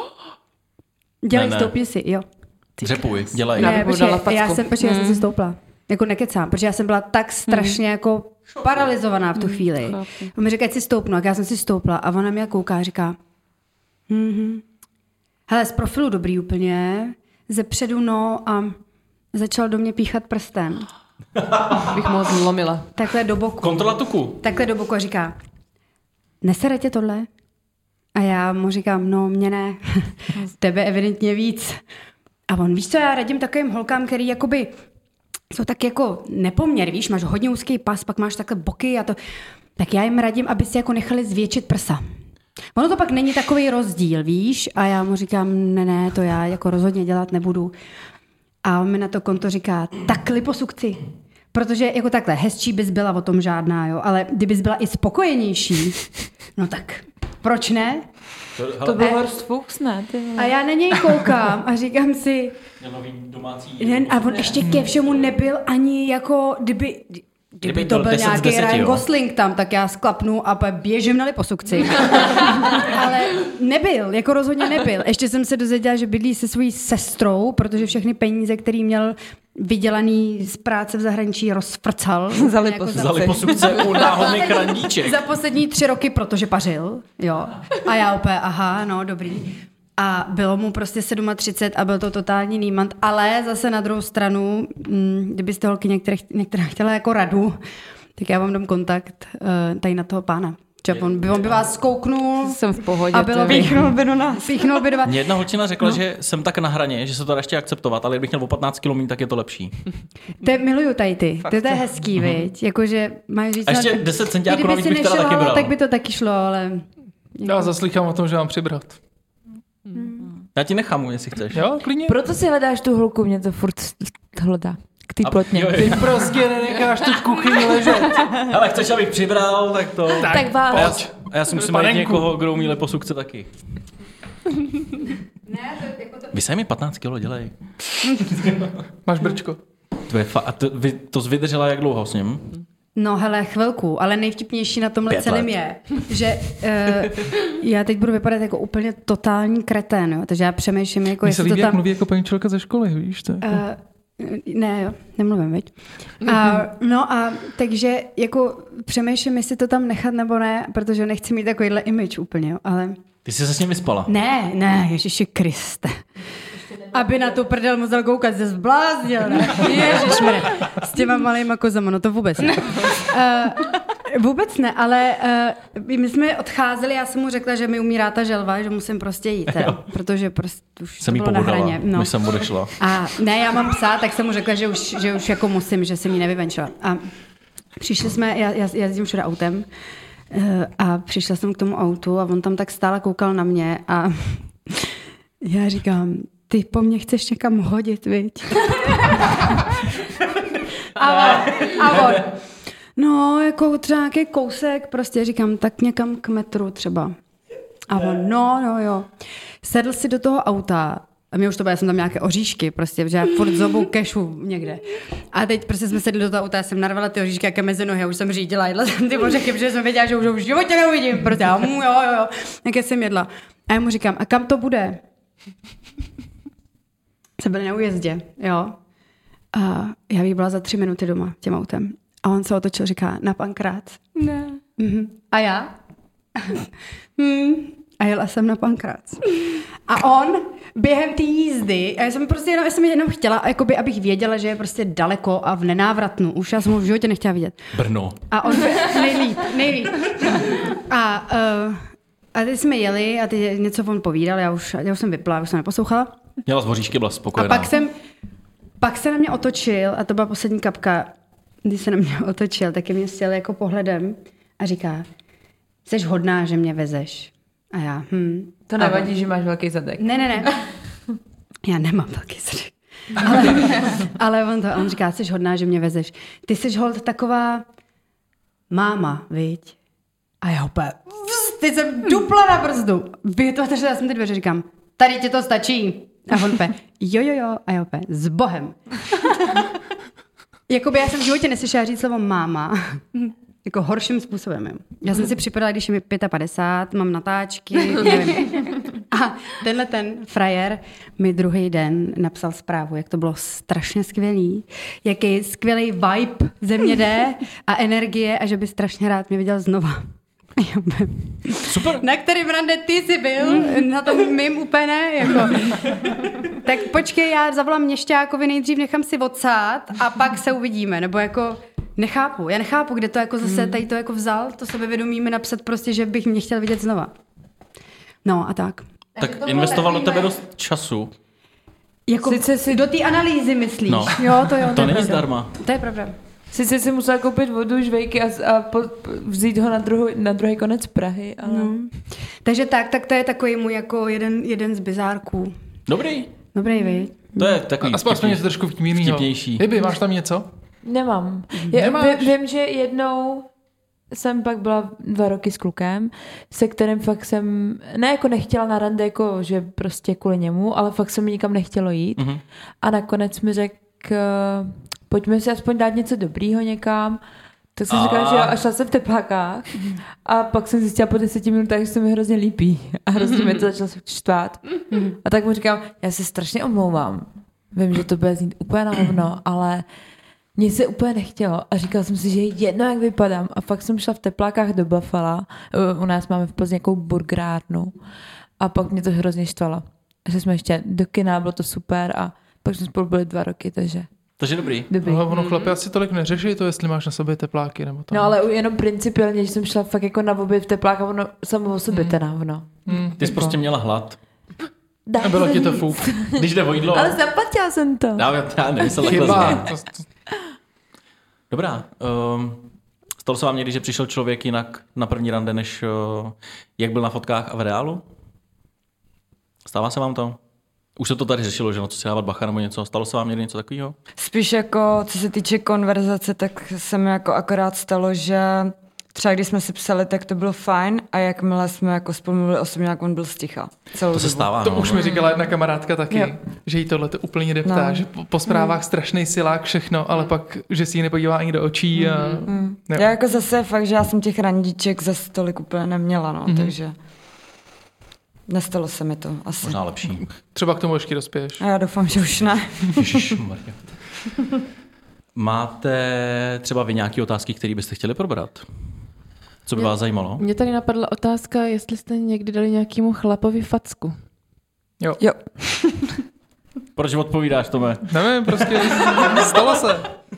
Dělej, ne, ne. stoupni si, jo. Dřepuj, dělej. Ne, počkej, já jsem, počkej, hmm. já jsem si stoupla. Jako nekecám, protože já jsem byla tak strašně hmm. jako paralizovaná v tu chvíli. Hmm. On mi říká, ať si stoupnu, a já jsem si stoupla a ona mě kouká a říká: mhm. Hele, z profilu dobrý úplně, ze předu no a začal do mě píchat prstem. Bych moc zlomila. Takhle do boku. Kontrola tuku. Takhle do boku a říká: nesere tě tohle? A já mu říkám: no mě ne, tebe evidentně víc. A on, víš co, já radím takovým holkám, který jakoby jsou tak jako nepoměr, víš, máš hodně úzký pas, pak máš takhle boky a to, tak já jim radím, aby si jako nechali zvětšit prsa. Ono to pak není takový rozdíl, víš? A já mu říkám: ne, ne, to já jako rozhodně dělat nebudu. A on mi na to konto říká: tak liposukci. Protože jako takhle, hezčí bys byla, o tom žádná, jo, ale kdybys byla i spokojenější, no tak proč ne? To, to byl Horst Fuchs, ne? Ty a já na něj koukám a říkám si... Nový domácí... Jen, a on ještě ke všemu nebyl ani jako, kdyby... Kdyby, kdyby to byl nějaký Ryan Gosling tam, tak já sklapnu a běžím na liposukci. Ale nebyl, jako rozhodně nebyl. Ještě jsem se dozvěděla, že bydlí se svojí sestrou, protože všechny peníze, který měl vydělaný z práce v zahraničí, rozfrcal. Za liposukce. Za liposukce u náhodný krandíček. Za poslední tři roky, protože pařil. Jo. A já úplně, aha, no, dobrý. A bylo mu prostě třicet sedm a byl to totální nímant, ale zase na druhou stranu, kdybyste holky některé, některé chtěla jako radu, tak já vám dám kontakt tady na toho pána. Třeba on by, on by vás zkouknul. Jsem v pohodě. A bylo by, Píchnul by do nás. píchnul by do vás. Mě jedna holčina řekla, no. že jsem tak na hraně, že se to dá ještě akceptovat, ale kdybych měl o patnáct kilometrů, tak je to lepší. To je, miluju tady ty. To je hezký, viď? Jakože máš říct... A ještě na... deset centiáků navíc bych teda nešel, taky bral. tak by to taky šlo, ale... Já zaslychám o tom, že mám přibrat. Já ti nechám, jestli chceš. Jo, klidně. Proto si hledáš tu holku, mě to furt hledá. K té plotně. Ty prostě nenecháš tu v kuchyni ležet. Hele, chceš, abych přibral, tak to... Tak, Tak vás. A já, a já si musím najít někoho, kdo umí leposukce taky. Ne, to, jako to... Vy se mi patnáct kilo dělej. Máš brčko. To je fa- a to, vy to vydržela jak dlouho s ním? No hele, chvilku, ale nejvtipnější na tomhle Pět celém let. je, že uh, já teď budu vypadat jako úplně totální kretén, jo? Takže já přemýšlím, jako Mně se jestli to líbí, jak tam... mluví jako paní čelka ze školy, víš to? Uh, ne, jo, nemluvím, viď? A, no a takže jako přemýšlím, jestli to tam nechat nebo ne, protože nechci mít takovýhle image úplně, jo, ale... Ty jsi se s ním vyspala? Ne, ne, Ježiši Kriste. Aby na tu prdel musel koukat, se zbláznil, ne? Ježišmere. S těma malýma kozama, no to vůbec ne. Uh, vůbec ne, ale uh, my jsme odcházeli, já jsem mu řekla, že mi umírá ta želva, že musím prostě jít, teda, protože prostě už Jsem to jí bylo na pobodala, hraně. No. než jsem odešla. A ne, já mám psa, tak jsem mu řekla, že už, že už jako musím, že jsem jí nevyvenčila. A přišli jsme, já, já jezdím všude autem, uh, a přišla jsem k tomu autu a on tam tak stále koukal na mě a já říkám, ty po mně chceš někam hodit, viď? a, on, a on, no, jako třeba nějaký kousek, prostě říkám, tak někam k metru třeba. A on, no, no, jo. Sedl si do toho auta, a mě už to bylo, já jsem tam nějaké oříšky, prostě, že já furt zobu kešu někde. A teď prostě jsme sedli do toho auta, já jsem narvala ty oříšky jaké mezi nohy, já už jsem řídila, jedla jsem ty ořechy, protože jsem věděla, že už v životě neuvidím, prostě, já, mu, jo, jo, jo, jaké jsem jedla. A já mu říkám, a kam to bude? Jsme byli na újezdě, jo. A já bych byla za tři minuty doma tím autem. A on se otočil, říká, na Pankrác. Ne. Mhm. A já? hmm. A jela jsem na Pankrác. A on během té jízdy, a já jsem prostě jenom, já jsem jenom chtěla, jakoby, abych věděla, že je prostě daleko a v nenávratnu. Už já jsem ho v životě nechtěla vidět. Brno. A on nejlíp, nejlíp. A, uh, a teď jsme jeli a teď něco on povídal, já už, já už jsem vypla, už jsem neposlouchala. Měla z hoříšky, byla spokojená. A pak jsem, pak se na mě otočil, a to byla poslední kapka, když se na mě otočil, tak mě stěl jako pohledem a říká, jsi hodná, že mě vezeš. A já, hm. To nevadí, že máš velký zadek. Ne, ne, ne. Já nemám velký zadek. Ale, ale on, to, on říká, jsi hodná, že mě vezeš. Ty jsi hold taková máma, viď? A já úplně, ty jsem dupla na brzdu. Vytvořila já jsem ty dveře, říkám, tady ti to stačí. A on úplně, jo, jo, jo. A já úplně, s Bohem. Jakoby já jsem v životě neslyšela říct slovo máma. Jako horším způsobem. Jo. Já jsem si připadala, když je mi padesát pět, mám natáčky, nevím. A tenhle ten frajer mi druhý den napsal zprávu, jak to bylo strašně skvělý, jaký skvělý vibe ze mě jde a energie a že by strašně rád mě viděl znova. Super. Na kterým rande ty jsi byl, na tom mým úplně ne, jako. Tak počkej, já zavolám Měšťákovi, nejdřív nechám si odsát a pak se uvidíme, nebo jako nechápu, já nechápu, kde to jako zase tady to jako vzal, to sebevědomí mi napsat prostě, že bych mě chtěl vidět znova. No a tak. Tak investoval do tebe dost času. Jako Sice si- do té analýzy myslíš? No. Jo, to jo. To je není pravda. zdarma. To je pravda. Sice si musela koupit vodu, žvejky a, a po, vzít ho na, druhou, na druhý konec Prahy, ale... No. Takže tak, tak to je takový můj jako jeden, jeden z bizárků. Dobrý. Dobrý, viď? To je takový Aspoň aspoň něco trošku vtipnýho. vtipnější. Hyby, máš tam něco? Nemám. Já, Nemáš? vím, vím, že jednou jsem pak byla dva roky s klukem, se kterým fakt jsem, ne jako nechtěla na rande, jako že prostě kvůli němu, ale fakt se mi nikam nechtělo jít. Mhm. A nakonec mi řekl, pojďme si aspoň dát něco dobrýho někam. Tak jsem A- říkala, že jo, a šla jsem v teplákách. A pak jsem zjistila po deseti minutách, že se mi hrozně líbí. A hrozně mi to začalo štvát. A tak mu říkám, já se strašně omlouvám. Vím, že to bude znít úplně na hovno, ale mně se úplně nechtělo a říkala jsem si, že je jedno, jak vypadám. A fakt jsem šla v teplákách do Buffala. U nás máme v Plzni nějakou burgerárnu. A pak mě to hrozně štvalo. A že jsme ještě do kina, bylo to super a pak jsme spolu byli dva roky, takže... Takže dobrý. Dobrý. Ale ono chlapi asi tolik neřeší to, jestli máš na sobě tepláky nebo to. No ale jenom principiálně, že jsem šla fakt jako na oběd v teplách a ono samo o sobě Mm. ten hovno. Hmm. Ty jsi prostě měla hlad. A bylo ti to fuk. Když jde o jídlo. Ale zaplatila jsem to. Já, já nemyslel takhle Chyba. zně. To, to, Dobrá. Um, stalo se vám někdy, že přišel člověk jinak na první rande, než uh, jak byl na fotkách a v reálu? Stává se vám to? Už se to tady řešilo, že na co si dávat bacha nebo něco. Stalo se vám někdy něco takového? Spíš jako, co se týče konverzace, tak se mi jako akorát stalo, že třeba když jsme si psali, tak to bylo fajn a jakmile jsme jako spolu mluvili osobně, jak on byl sticha. Celou To se dobu. stává, to no. už mi říkala jedna kamarádka taky, Jo. že jí tohle to úplně deptá, No. že po, po zprávách strašný silák všechno, ale pak, že si ji nepodívá ani do očí. A... Mm. Jo. Já jako zase fakt, že já jsem těch randíček zase tolik úplně neměla, no, Mhm. takže nestalo se mi to asi. Možná lepší. Třeba k tomu ještě dospěješ. A já doufám, že už ne. Ježišmarja. Máte třeba vy nějaké otázky, které byste chtěli probrat? Co by vás zajímalo? Mě tady napadla otázka, jestli jste někdy dali nějakému chlapovi facku. Jo. Jo. Proč odpovídáš, Tome? Nevím, prostě stalo se.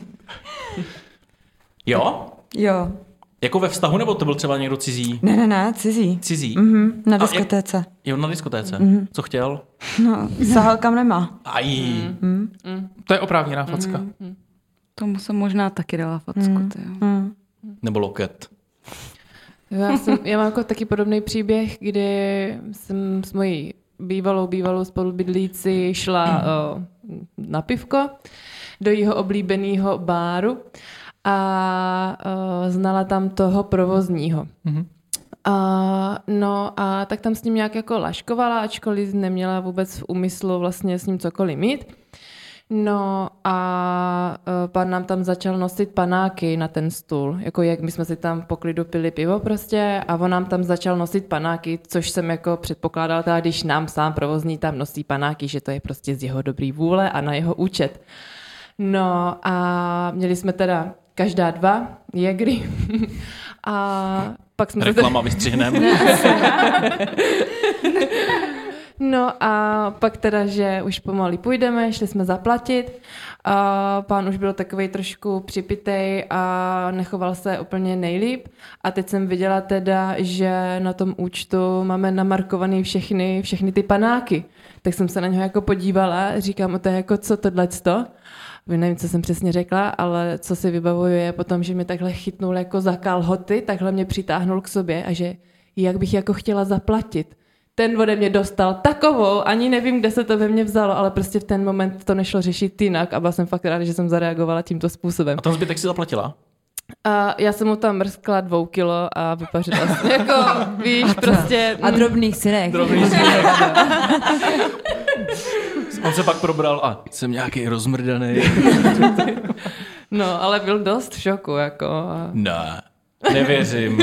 Jo? Jo. Jako ve vztahu, nebo to byl třeba někdo cizí? Ne, ne, ne, cizí. Cizí? Mhm, na A diskotéce. Jo, na diskotéce. Mhm. Co chtěl? No, sahal kam nemá. Aj. Mhm. To je oprávněná facka. Tomu jsem možná taky dala facku. Mm. Ty jo. Mhm. Nebo loket. Já, jsem, já mám jako taky podobný příběh, kdy jsem s mojí bývalou, bývalou spolubydlící šla o, na pivko do jeho oblíbeného báru a o, znala tam toho provozního. Mhm. A, no a tak tam s ním nějak jako laškovala, ačkoliv neměla vůbec v úmyslu vlastně s ním cokoliv mít. No a uh, pan nám tam začal nosit panáky na ten stůl, jako jak my jsme si tam po klidu pili pivo prostě a on nám tam začal nosit panáky, což jsem jako předpokládala, teda, když nám sám provozní tam nosí panáky, že to je prostě z jeho dobrý vůle a na jeho účet. No a měli jsme teda každá dva jegry a pak jsme Reklama vystřihneme. No a pak teda, že už pomalu půjdeme, šli jsme zaplatit a pán už byl takovej trošku připitej a nechoval se úplně nejlíp a teď jsem viděla teda, že na tom účtu máme namarkovaný všechny, všechny ty panáky. Tak jsem se na něho jako podívala, říkám, o to je jako co tohleto? Nevím, co jsem přesně řekla, ale co si vybavuju je potom, že mě takhle chytnul jako za kalhoty, takhle mě přitáhnul k sobě a že jak bych jako chtěla zaplatit. Ten ode mě dostal takovou, ani nevím, kde se to ve mně vzalo, ale prostě v ten moment to nešlo řešit jinak a byla jsem fakt ráda, že jsem zareagovala tímto způsobem. A ten zbytek si zaplatila? A já jsem mu tam mrskla dvou kilo a vypařila jsem. Jako, víš, prostě... A drobných synek. Drobný On se pak probral a jsem nějaký rozmrdaný. No, ale byl dost v šoku, jako. A... Ne, nevěřím.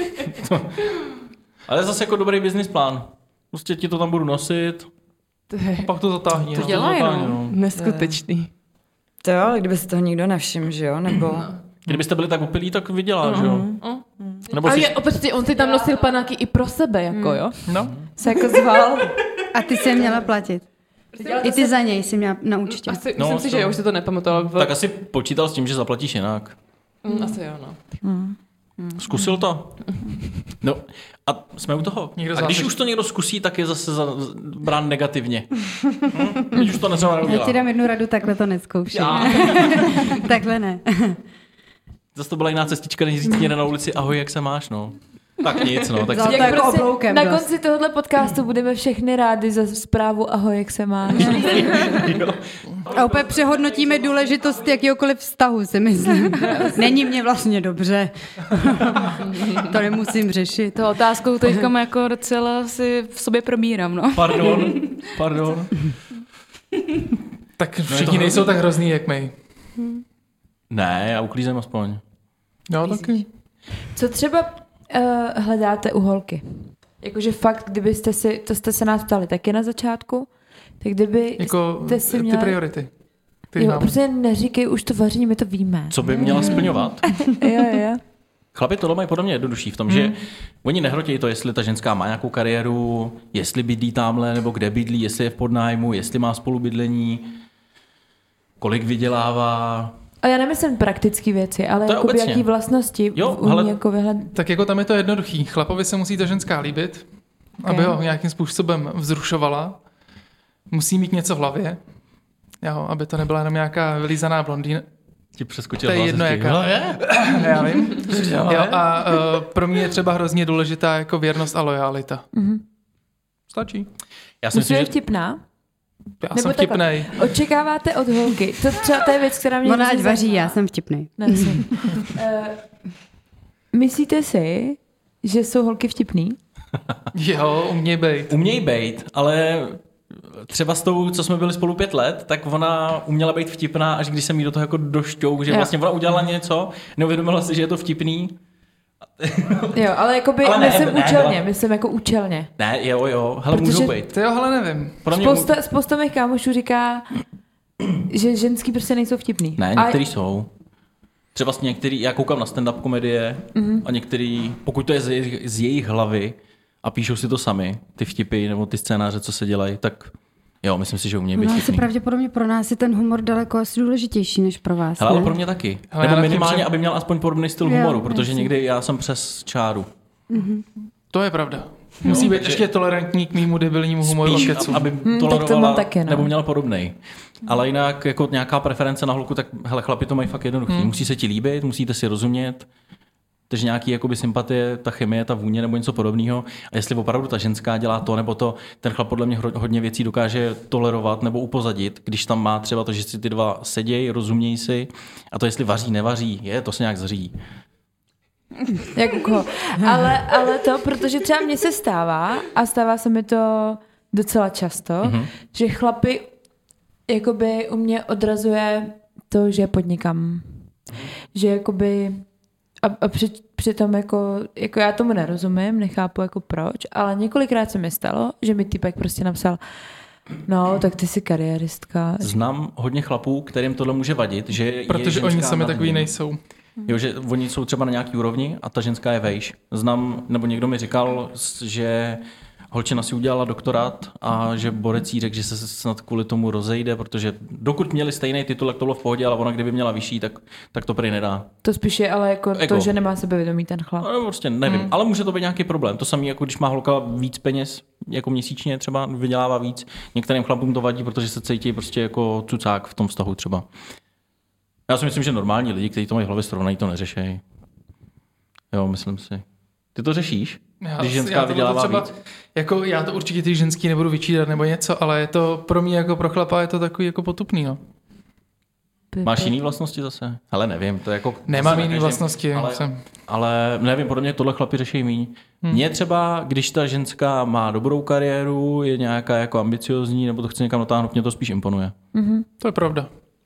Ale zase jako dobrý business plán. Prostě ti to tam budu nosit. A pak to zatáhní. To no. dělají, zatáhne, no. Neskutečný. To jo, ale kdyby se toho nikdo nevšiml, že jo, nebo... Kdybyste byli tak opilí, tak vydělá, že jo? No. Nebo A si... je, prostě on si tam nosil panáky i pro sebe, jako jo. No. Se jako zval. A ty jsi je měla platit. I ty za něj jsi měla na účtě. Asi, No, myslím si, to- že já už si to nepamatovala. Tak asi počítal s tím, že zaplatíš jinak. Mm, asi jo, no. Zkusil to? No a jsme u toho. Někdo A když záleží. už to někdo zkusí, tak je zase za, brán negativně. Hm? Když už to třeba Já neudělá. ti dám jednu radu, takhle to neskoušej. Takhle ne. Zase to byla jiná cestička, než říct někde na ulici, ahoj, jak se máš, no. Tak nic, no. Tak Vzal si... to jako obloukem na dost. konci tohohle podcastu budeme všechny rádi za zprávu ahoj, jak se máš. A opět přehodnotíme důležitost jakýhokoliv vztahu, si myslím. Není mě vlastně dobře. To nemusím řešit. To otázkou teďka jako docela si v sobě probírám, no. Pardon, pardon. Tak všichni nejsou tak hrozný, jak my. Ne, já uklízím aspoň. Jo, taky. Co třeba uh, hledáte u holky? Jakože fakt, kdybyste si, to jste se nás ptali taky na začátku, tak kdyby Jako jste si ty měli... priority. Ty Jo, mám. prostě neříkej už to vaření, my to víme. Co by měla splňovat? Jo, jo. Chlapi tohle mají podle mě jednodušší v tom, že oni nehrotějí to, jestli ta ženská má nějakou kariéru, jestli bydlí tamhle, nebo kde bydlí, jestli je v podnájmu, jestli má spolubydlení. kolik vydělává. A já nemyslím praktické věci, ale To je jakoby obecně. jaký vlastnosti Jo, umí ale- jako vyhled... Tak jako tam je to jednoduchý. Chlapovi se musí ta ženská líbit, Okay. aby ho nějakým způsobem vzrušovala. Musí mít něco v hlavě, jo, aby to nebyla jenom nějaká vylízaná blondýna. Ti přeskočil To je hlas jedno, hezky. jaká. No, je. Já vím. Jo, a uh, pro mě je třeba hrozně důležitá jako věrnost a lojalita. Mhm. Stačí. Já si Musí myslím, být že vtipná? Já Nebo jsem takhle. vtipnej. Očekáváte od holky. To třeba to je věc, která mě... Ona ať hrozně vaří, zajímá. já jsem vtipný. Ne, jsem. Eh, Myslíte si, že jsou holky vtipný? Jo, uměj bejt. uměj bejt, ale třeba s tou, co jsme byli spolu pět let, tak ona uměla být vtipná, až když jsem jí do toho jako došťouk, že Jo. vlastně ona udělala něco, neuvědomila si, že je to vtipný. Jo, ale jakoby Ale ne, myslím ne, účelně, ne. myslím jako účelně. Ne, jo, jo, hele, Protože- můžou být. To jo, ale nevím. Pro mě Spousta, spousta mých kámošů říká, že ženský prostě nejsou vtipný. Ne, A- některý jsou. Třeba vlastně některý, já koukám na stand-up komedie mm-hmm. a některý, pokud to je z jejich, z jejich hlavy a píšou si to sami, ty vtipy nebo ty scénáře, co se dělají, tak jo, myslím si, že umějí být No asi vtipný. pravděpodobně pro nás je ten humor daleko asi důležitější než pro vás. Hele, ale ne? pro mě taky. Hele, Nebo já nad tím minimálně, přem- aby měl aspoň podobný styl Jo, humoru, protože jasně. někdy já jsem přes čáru. To je pravda. Musí být ještě tolerantní k mýmu debilnímu humoru a Spíš, kecu. aby to mám tolerovala, taky, no. nebo měla podobnej. Ale jinak jako nějaká preference na holku, tak hele, chlapi to mají fakt jednoduchý. Hmm. Musí se ti líbit, musíte si rozumět, takže nějaký jakoby sympatie, ta chemie, ta vůně nebo něco podobného. A jestli opravdu ta ženská dělá to nebo to, ten chlap podle mě hro- hodně věcí dokáže tolerovat nebo upozadit, když tam má třeba to, že si ty dva sedějí, rozumějí si a to, jestli vaří, nevaří, je, to se nějak zří. Jak u koho. Ale, ale to, protože třeba mně se stává, a stává se mi to docela často, mm-hmm. že chlapi jakoby u mě odrazuje to, že podnikám. Že jakoby a, a při, přitom jako, jako já tomu nerozumím, nechápu jako proč, ale několikrát se mi stalo, že mi týpek prostě napsal, no, tak ty jsi kariéristka. Znám hodně chlapů, kterým tohle může vadit, že je Protože ženská oni sami nad takový ním. nejsou. Jo, že oni jsou třeba na nějaký úrovni a ta ženská je vejš. Znám, nebo někdo mi říkal, že holčina si udělala doktorát a že borec jí řekl, že se snad kvůli tomu rozejde, protože dokud měli stejný titul, tak to bylo v pohodě, ale ona kdyby měla vyšší, tak, tak to prý nedá. To spíš je ale jako, Jako. to, že nemá sebevědomí ten chlap. No, prostě nevím, hmm. ale může to být nějaký problém. To samé, jako když má holka víc peněz, jako měsíčně třeba vydělává víc. Některým chlapům to vadí, protože se cítí prostě jako cucák v tom vztahu třeba. Já si myslím, že normální lidi, kteří to mají v hlavě srovnají, to neřešejí. Jo, myslím si. Ty to řešíš? Já, Když ženská já tohle vydělává třeba, víc? jako já to určitě ty ženský nebudu vyčítat nebo něco, ale je to pro mě jako pro chlapa je to takový jako potupný, no. Máš jiný vlastnosti zase? Ale nevím, to je jako... Nemám zase na jiný každém- vlastnosti, ale, jsem. ale nevím, podle mě tohle chlapi řeší míň. Hmm. Mně třeba, když ta ženská má dobrou kariéru, je nějaká jako ambiciozní, nebo to chce někam dotáhnout, mě to spíš imponuje. Mm-hmm. To je pravda.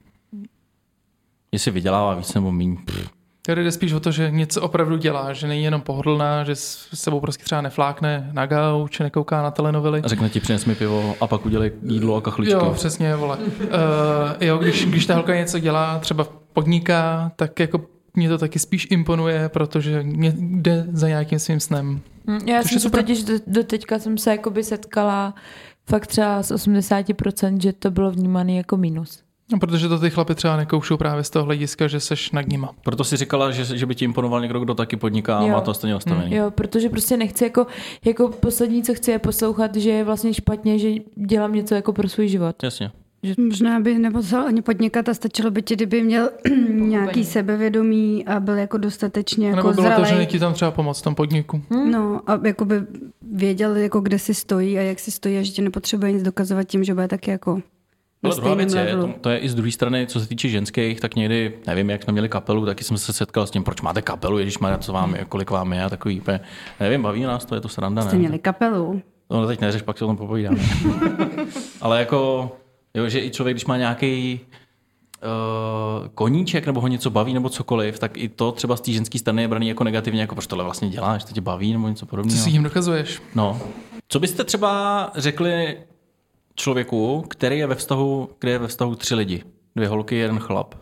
Jestli vydělává víc nebo míň. Pff. Tady jde spíš o to, že něco opravdu dělá, že není jenom pohodlná, že s sebou prostě třeba neflákne na gauč, nekouká na telenovely. A řekne ti, přines mi pivo a pak udělej jídlo a kachličky. Jo, přesně, vole. Uh, jo, když, když ta holka něco dělá, třeba podniká, tak jako mě to taky spíš imponuje, protože mě jde za nějakým svým snem. Já Což jsem je se super. totiž do, do teďka jsem se jakoby setkala fakt třeba z osmdesát procent, že to bylo vnímané jako mínus. No, protože to ty chlapy třeba nekoušou právě z toho hlediska, že seš nad nima. Proto si říkala, že, že by ti imponoval někdo, kdo taky podniká a Jo. má to stejně nastavený. Jo, protože prostě nechci jako, jako poslední, co chci je poslouchat, že je vlastně špatně, že dělám něco jako pro svůj život. Jasně. Možná by nemusel ani podnikat a stačilo by ti, kdyby měl nějaký sebevědomí a byl jako dostatečně Jako jako nebo bylo to, že zralej. ti tam třeba pomoct v tom podniku. No a jako by věděl, jako kde si stojí a jak si stojí a že ti nepotřebuje nic dokazovat tím, že bude taky jako na Ale druhá stejném věc je, levelu. to, to je i z druhé strany, co se týče ženských, tak někdy, nevím, jak jsme měli kapelu, taky jsem se setkal s tím, proč máte kapelu, ježišmarja, co vám je, kolik vám je a takový, úplně, nevím, baví nás to, je to sranda, Jste ne? měli kapelu. No teď neřeš, pak si o tom popovídáme. Ale jako, jo, že i člověk, když má nějaký uh, koníček, nebo ho něco baví, nebo cokoliv, tak i to třeba z té ženské strany je braný jako negativně, jako proč tohle vlastně děláš, to tě baví, nebo něco Co podobného. si jim dokazuješ? No. Co byste třeba řekli člověku, který je ve vztahu, kde je ve vztahu tři lidi? Dvě holky, jeden chlap.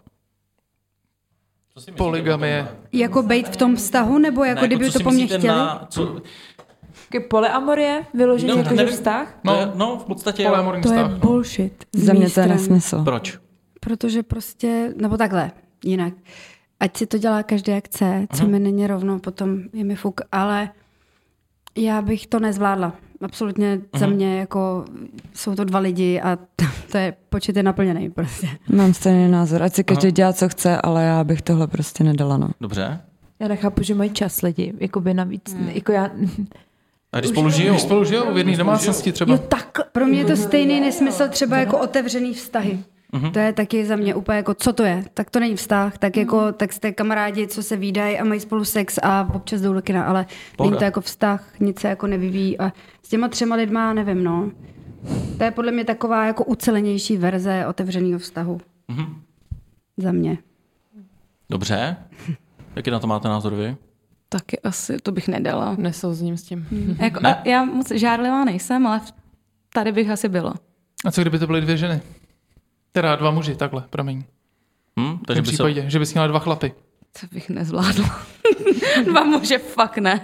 Poligamie. Jako bejt v tom vztahu, nebo jako Ne, kdyby co to si po mně myslíte chtěli? Na, co, Taky polyamorie, vyloženě No, jako že nevím. vztah? no, No. je, no, v podstatě jo. Polyamorní To je vztah. bullshit. Za mě to je stran. nesmysl. Proč? protože prostě, nebo takhle, jinak. Ať si to dělá každý jak chce, co mi není rovno, potom je mi fuk, ale já bych to nezvládla. Absolutně uh-huh. za mě jako jsou to dva lidi a to, to je počet je naplněný prostě. Mám stejný názor, ať si každý uh-huh. dělá, co chce, ale já bych tohle prostě nedala, no. Dobře. Já nechápu, že mají čas lidi, jakoby navíc, hmm. jako já... A když spolu žijou? Když spolu žijou v jedné domácnosti třeba. Jo, tak. Pro mě je to stejný nesmysl třeba jako otevřený vztahy. Uh-huh. To je taky za mě úplně jako, co to je? Tak to není vztah, tak jako, tak jste kamarádi, co se vídají a mají spolu sex a občas jdou do kina, ale Pohoda. Není to jako vztah, nic se jako nevyvíjí a s těma třema lidma nevím, no. To je podle mě taková jako ucelenější verze otevřeného vztahu. Uh-huh. Za mě. Dobře. Jaký na to máte názor vy? Taky asi to bych nedala. Nesouzním s tím. Hmm. Jako, ne. Já moc žárlivá nejsem, ale tady bych asi byla. A co kdyby to byly dvě ženy? Teda dva muži, takhle, promiň. Hmm, v tom případě, se... že bys měla dva chlapy. To bych nezvládla. Dva muže, fakt ne.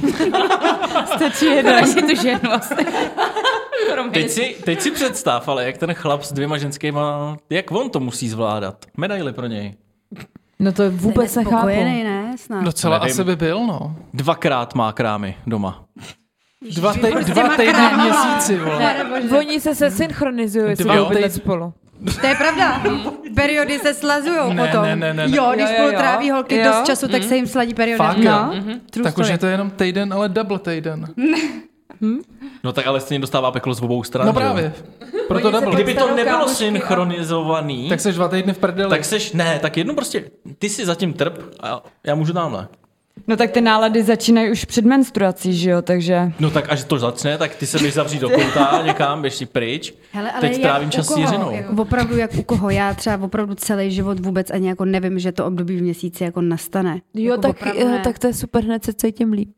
Stačí jeden. Stačí tu ženu asi. Teď si, teď si představ, ale jak ten chlap s dvěma ženskýma, jak on to musí zvládat? Medaily pro něj. No to vůbec nechápu. Ne, snad. Docela Nevím. asi by byl, no. Dvakrát má krámy doma. Dva, te- dva týdny v měsíci, vole. Oni se se synchronizují, jestli budou bydlet spolu. To je pravda. Periody se slazujou ne, potom. Ne, ne, ne, ne. Jo, když jo, spolu jo. tráví holky jo. dost času, tak mm. se jim sladí periody. Fakt, no. jo? Mm-hmm. Tak už je to jenom týden, ale double týden. Hmm? No tak ale stejně dostává peklo z obou stran. No právě. Proto double. Kdyby to nebylo synchronizovaný, tak seš dva týdny v prdeli. Tak seš, ne, tak jedno prostě, ty si zatím trp a já můžu tamhle. No tak ty nálady začínají už před menstruací, že jo, takže... No tak až to začne, tak ty se běž zavřít do kouta někam, běž si pryč. Hele, ale teď trávím čas s Jiřinou. Jako opravdu jak u koho, já třeba opravdu celý život vůbec ani jako nevím, že to období v měsíci jako nastane. Jo, jako tak, jo tak to je super, hned se cítím líp.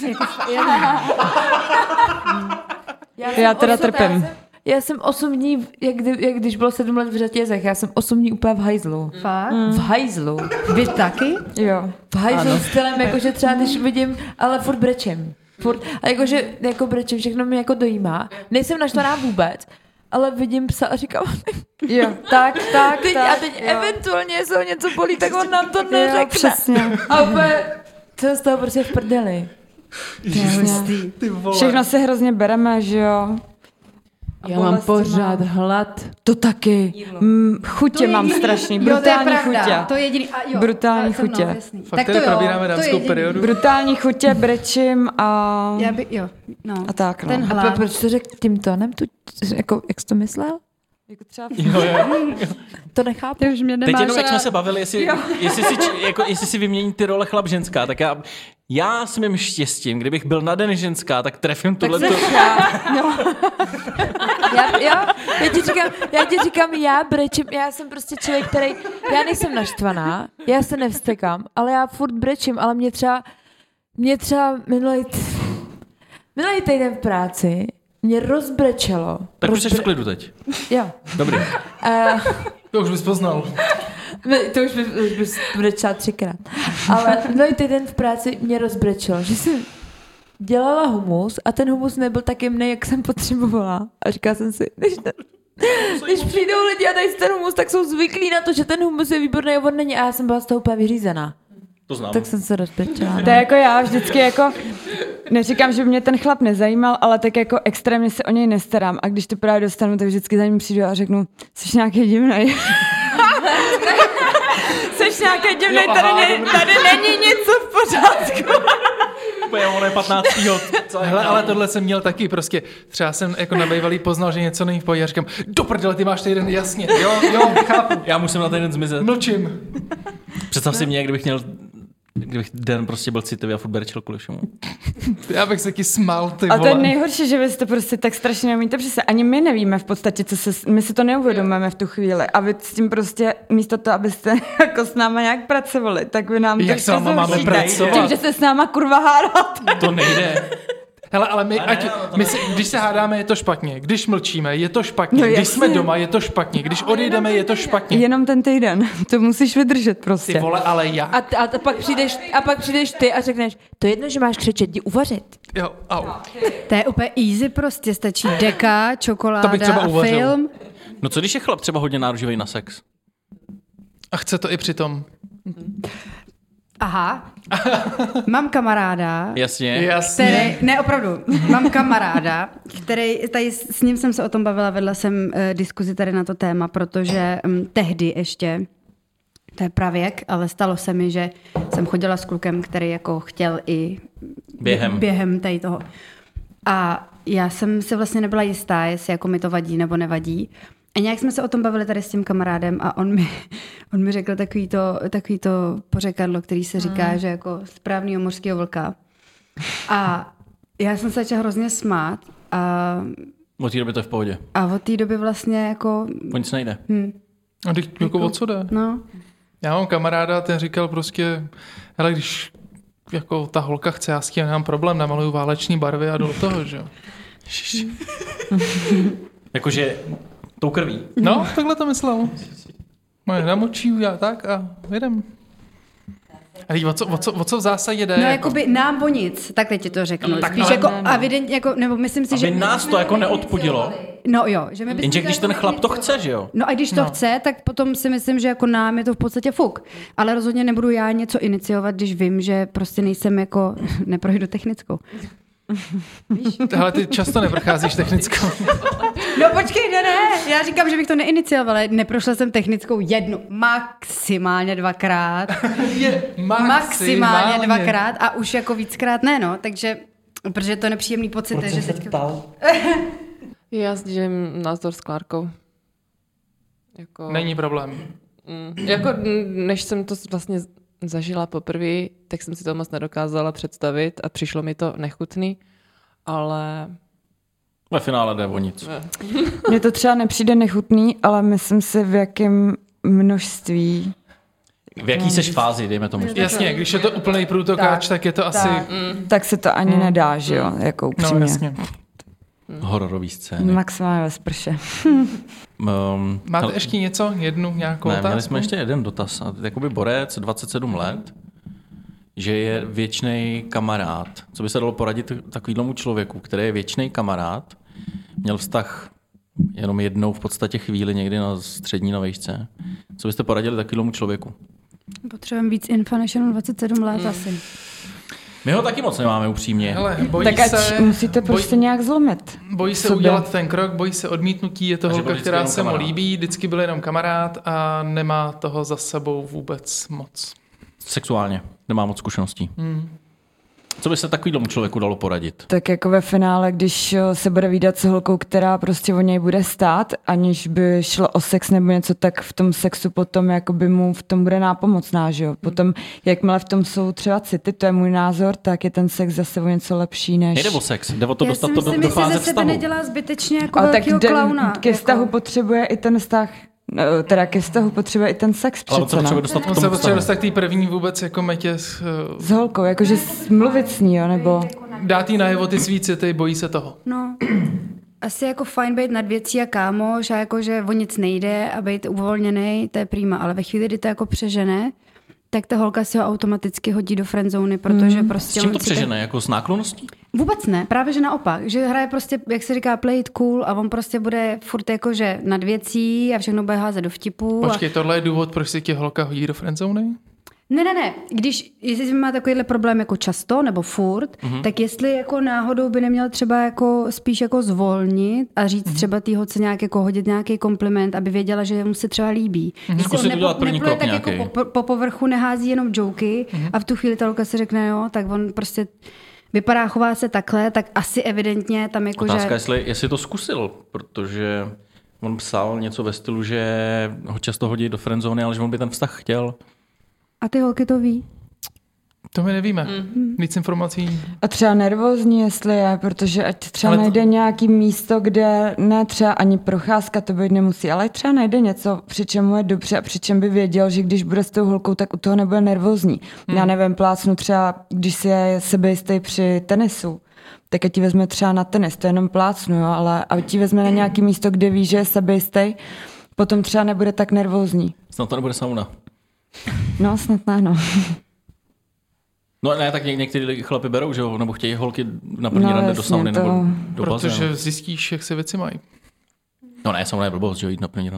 já, já teda osm, trpím. Já jsem, já jsem osm dní, jak, kdy, jak když bylo sedm let v řetězech, já jsem osm dní úplně v hajzlu. Fakt? Mm. V hajzlu. Vy taky? Jo. V hajzlu stylem, jakože třeba když vidím, ale furt brečím. Furt, a jakože jako brečím, všechno mě jako dojímá. Nejsem naštvaná vůbec, ale vidím psa a říkám, jo, tak, tak, teď, tak. A teď jo. eventuálně se ho něco bolí, tak on nám to neřekne. Jo, přesně. A úplně, to je z toho prostě v prdeli. Všechno si hrozně bereme, že jo. Já mám pořád mám. hlad. To taky. Mm, chutě mám strašný. Brutální jo, to je chutě. To je jediný. A jo, brutální chutě. No, fakt tak tady probíráme dámskou periodu. Brutální chutě, brečím a... Já by, jo, no. A tak, no. Ten hlad. A proč to řekl tím tónem? Tu, jako, jak jsi to myslel? Jako třeba... Jo, jo. To nechápu. Už mě teď jenom, jak jsme se bavili, jestli, jestli, si, jako, jestli si vymění ty role chlap ženská, tak já, já s mým štěstím, kdybych byl na den ženská, tak trefím tohle. Tak to... já, no. já, já, já, ti říkám, já ti říkám, já brečím, já jsem prostě člověk, který, já nejsem naštvaná, já se nevstekám, ale já furt brečím, ale mě třeba, mě třeba minulý, t... minulý týden v práci mě rozbrečelo. Tak Rozbre... už jsi v klidu teď. Jo. Dobrý. Uh, to už bys poznal. To už bys, už bys brečela třikrát. Ale minulý týden v práci mě rozbrečelo, že jsem dělala humus a ten humus nebyl tak jemný, jak jsem potřebovala. A říkala jsem si, než, když přijdou lidi a dají ten humus, tak jsou zvyklí na to, že ten humus je výborný a on není. A já jsem byla z toho úplně vyřízená. To znám. Tak jsem se rozbrečela. To je jako já vždycky jako, neříkám, že by mě ten chlap nezajímal, ale tak jako extrémně se o něj nestarám. A když to právě dostanu, tak vždycky za ním přijdu a řeknu, jsi nějaký divnej. Jsi nějaký divnej, tady, ne, tady není nic v pořádku. Úplně ono je patnáctého Hele, ale tohle jsem měl taky, prostě třeba jsem jako na bývalý poznal, že něco není v pohodě a říkám, do prdele, ty máš týden, jasně, jo, jo, chápu. Já musím na týden zmizet. Mlčím. Představ si mě, kdybych měl, kdybych den prostě byl citlivý a furt berečel kvůli všemu. Já bych se taky smál, ty a vole. to je nejhorší, že vy si to prostě tak strašně neumíte přesně. Ani my nevíme v podstatě, co se, my si to neuvědomujeme v tu chvíli. A vy s tím prostě, místo toho, abyste jako s náma nějak pracovali, tak vy nám jak to s náma máme pracovat? Tím, že se s náma kurva hádáte. To nejde. Hele, ale my, ne, ať, no, my si, když se hádáme, je to špatně. Když mlčíme, je to špatně. No, když jasně. jsme doma, je to špatně. Když odejdeme, je to špatně. Jenom ten týden. To musíš vydržet prostě. Ty vole, ale jak? A, t- a, t- pak přijdeš, a pak přijdeš ty a řekneš, to je jedno, že máš křečet, jdi uvařit. Jo, au. To je úplně easy prostě, stačí deka, čokoláda To bych třeba a uvařil. film. No co když je chlap třeba hodně náruživý na sex? A chce to i přitom. Aha. Mám kamaráda. Jasně. Jasně. Který, ne, opravdu. Mám kamaráda, který, tady s ním jsem se o tom bavila, vedla jsem uh, diskuzi tady na to téma, protože um, tehdy ještě, to je pravěk, ale stalo se mi, že jsem chodila s klukem, který jako chtěl i Během. během tady toho. A já jsem si vlastně nebyla jistá, jestli jako mi to vadí nebo nevadí. A nějak jsme se o tom bavili tady s tím kamarádem a on mi, on mi řekl takový to, takový to pořekadlo, který se říká, mm. že jako správnýho mořského vlka. A já jsem se začala hrozně smát. A Od té doby to je v pohodě. A od té doby vlastně jako... O nic nejde. Hm. A teď jako o co jde? No. Já mám kamaráda, ten říkal prostě, hele, když jako ta holka chce, já s tím nemám problém, namaluju váleční barvy a jdu do toho, že jo. Jakože tou krví. No, takhle to myslel. Moje namočí, já tak a jedem. A teď o co, o co, o co v zásadě jde? No, jako? jakoby nám o nic, takhle ti to řeknu. No, tak Spíš ale jako, ne, a evidentně, jako, nebo myslím si, Aby že... nás to jako neodpudilo. No jo, že my bychom Jenže to když jako ten chlap to chce, že jo? No a když to No. chce, tak potom si myslím, že jako nám je to v podstatě fuk. Ale rozhodně nebudu já něco iniciovat, když vím, že prostě nejsem jako, neprojdu technickou. Hele, ty často neprocházíš technickou. No počkej, ne, ne, já říkám, že bych to neiniciovala, neprošla jsem technickou jednu, maximálně dvakrát. Je Maximálně dvakrát a už jako víckrát ne, no, takže, protože to je nepříjemný pocit, že teďka... Já sdílím názor s Klárkou. Jako, Není problém. mm, jako n- než jsem to vlastně zažila poprvé, tak jsem si to moc nedokázala představit a přišlo mi to nechutný, ale... Ve finále jde o nic. Mně to třeba nepřijde nechutný, ale myslím si, v jakém množství. V jaký seš fázi, dejme tomu. Jasně, když je to úplný průtokáč, tak, tak je to asi... Tak, mm. tak se to ani Mm. nedá, že jo, jako No, upřímně. jasně. Hororový scény. Maximálně ve sprše. Um, Máte hele, ještě něco? Jednu nějakou ne, otázku? měli jsme ještě jeden dotaz. A jakoby borec, dvacet sedm let, že je věčný kamarád. Co by se dalo poradit takovýhlemu člověku, který je věčný kamarád, měl vztah jenom jednou v podstatě chvíli někdy na střední na vejšce. Co byste poradili takovýhlemu člověku? Potřebujeme víc info než jenom dvacet sedm let mm. asi. My ho taky moc nemáme upřímně. Hele, bojí Tak ať se, musíte bojí, prostě nějak zlomit. bojí se sobě. udělat ten krok, bojí se odmítnutí, je to A že holka, byl vždycky která jenom se mu kamarád. líbí, vždycky byl jenom kamarád a nemá toho za sebou vůbec moc. Sexuálně. Nemá moc zkušeností. Hmm. Co by se takovýhlemu člověku dalo poradit? Tak jako ve finále, když jo, se bude vídat s holkou, která prostě o něj bude stát, aniž by šlo o sex nebo něco, tak v tom sexu potom jakoby mu v tom bude nápomocná, že jo. Potom, jakmile v tom jsou třeba city, to je můj názor, tak je ten sex zase o něco lepší než... Nejde o sex, jde o to Já dostat si to do, myslím, do že fáze ze sebe vztahu. nedělá zbytečně jako Ale tak velkýho jde- klauna. ke vztahu jako... potřebuje i ten vztah, no, teda ke vztahu potřebuje i ten sex Ale co přece, potřebuje no. dostat k On se tomu potřebuje vztahu? dostat k té první vůbec jako metě, s, S holkou, jakože s- mluvit s ní, jo, nebo... dát jí najevo ty svý city, bojí se toho. No, asi jako fajn být nad věcí a kámoš a jako, že o nic nejde a být uvolněný, to je prýma, ale ve chvíli, kdy to jako přežene, tak ta holka si ho automaticky hodí do friendzóny, protože S prostě... čím on to si přežene? Jako s náklonností? Vůbec ne, právě že naopak, že hraje prostě, jak se říká, play it cool a on prostě bude furt jako, že nad věcí a všechno bude házet do vtipu. Počkej, A... tohle je důvod, proč si tě holka hodí do friendzóny? Ne, ne, ne, když, jestli má takovýhle problém jako často nebo furt, Mhm. mm-hmm. tak jestli jako náhodou by neměl třeba jako spíš jako zvolnit a říct mm-hmm. třeba tý holce nějak jako hodit nějaký kompliment, aby věděla, že mu se třeba líbí. Mm-hmm. Zkusit udělat první krok tak nějaký. jako po, po povrchu nehází jenom joky mm-hmm. a v tu chvíli ta holka si řekne, jo, tak on prostě vypadá, chová se takhle, tak asi evidentně tam jako, Otázka, že... jestli, jestli to zkusil, protože on psal něco ve stylu, že ho často hodí do friendzóny, ale že on by ten vztah chtěl. A ty holky to ví. To my nevíme. Mm. Víc informací. A třeba nervózní, jestli je, protože ať třeba Ale to- najde nějaký místo, kde ne třeba ani procházka to být nemusí, ale ať třeba najde něco, při čem mu je dobře a při čem by věděl, že když bude s tou holkou, tak u toho nebude nervózní. Hmm. Já nevím, plácnu třeba, když si je sebejistý při tenisu, tak ať ti vezme třeba na tenis, to jenom plácnu, jo, ale ať ti vezme na nějaký místo, kde ví, že je sebejistý, potom třeba nebude tak nervózní. Snad to nebude sauna. No, snad ne, no. No ne, tak něk- některý chlapi berou, že jo, nebo chtějí holky na první No, rande do jasně, sauny to- nebo do bazénu. Protože zjistíš, jak se věci mají. No ne, sauna je blbost, že jo, jít na první rande.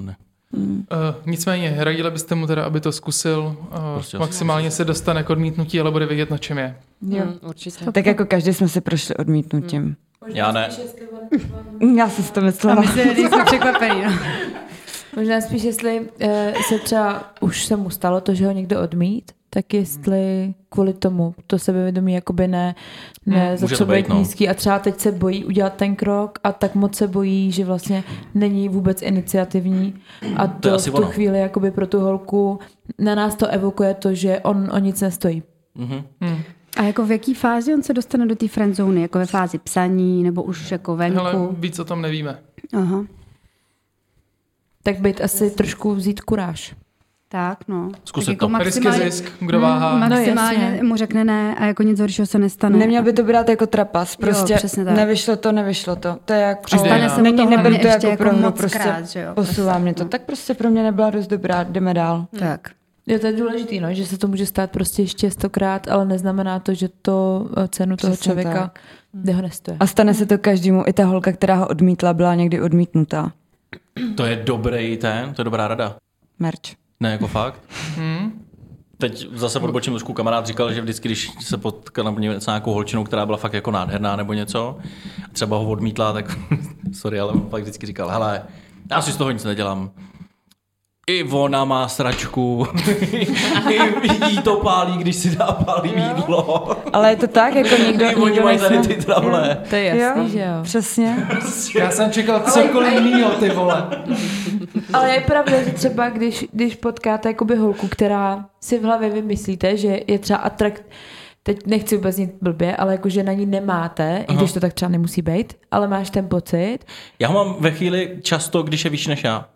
Hmm. Uh, nicméně, radili byste mu teda, aby to zkusil, uh, prostě maximálně se dostane k odmítnutí, ale bude vědět, na čem je. Jo, hmm, určitě. Tak jako každý jsme si prošli odmítnutím. Hmm. Já ne. Já jsem si to myslela. A my se jsme překvapení, no. Možná spíš, jestli uh, se třeba už se mu stalo to, že ho někdo odmít, tak jestli kvůli tomu to sebevědomí jakoby ne, ne hmm, začal být nízký a třeba teď se bojí udělat ten krok a tak moc se bojí, že vlastně není vůbec iniciativní a to, to v tu ono. chvíli jakoby pro tu holku na nás to evokuje to, že on o nic nestojí. Mm-hmm. Hmm. A jako v jaký fázi on se dostane do té friendzóny? Jako ve fázi psaní nebo už jako venku? Hele, víc o tom nevíme. Aha. Tak být asi trošku vzít kuráž. Tak, no. Zkusit jako to. Maximálně, risk, zisk, kdo váhá. Hmm, maximálně no, mu řekne ne a jako nic horšího se nestane. Neměl by to brát jako trapas, prostě jo, nevyšlo to, nevyšlo to. To je jako, stane se není, neberu to jako, jako pro hru, moc prostě krát, že jo? posouvá mě to. Tak prostě pro mě nebyla dost dobrá, jdeme dál. Tak. Jo, to je důležitý, no, že se to může stát prostě ještě stokrát, ale neznamená to, že to cenu toho Přesně člověka tak. ho nestojí. A stane se to každému, i ta holka, která ho odmítla, byla někdy odmítnutá. To je dobrý ten, to je dobrá rada. Merch. Ne, jako fakt. Hmm. Teď zase odbočím trošku, kamarád říkal, že vždycky, když se potkal s nějakou holčinou, která byla fakt jako nádherná nebo něco, třeba ho odmítla, tak sorry, ale on fakt vždycky říkal, hele, já si z toho nic nedělám. I ona má sračku, i jí to pálí, když si dá pálí jídlo. Ale je to tak, jako nikdo, I oni nikdo mají tady nejsme... ty trable. To je jasný, jo, že jo. Přesně. Já jsem čekal cokoliv jinýho, ty vole. Ale je pravda, že třeba když, když potkáte jakoby holku, která si v hlavě vymyslíte, že je třeba atrakt, teď nechci vůbec nic blbě, ale jakože na ní nemáte, aha, i když to tak třeba nemusí být, ale máš ten pocit. Já ho mám ve chvíli často, když je víš než já.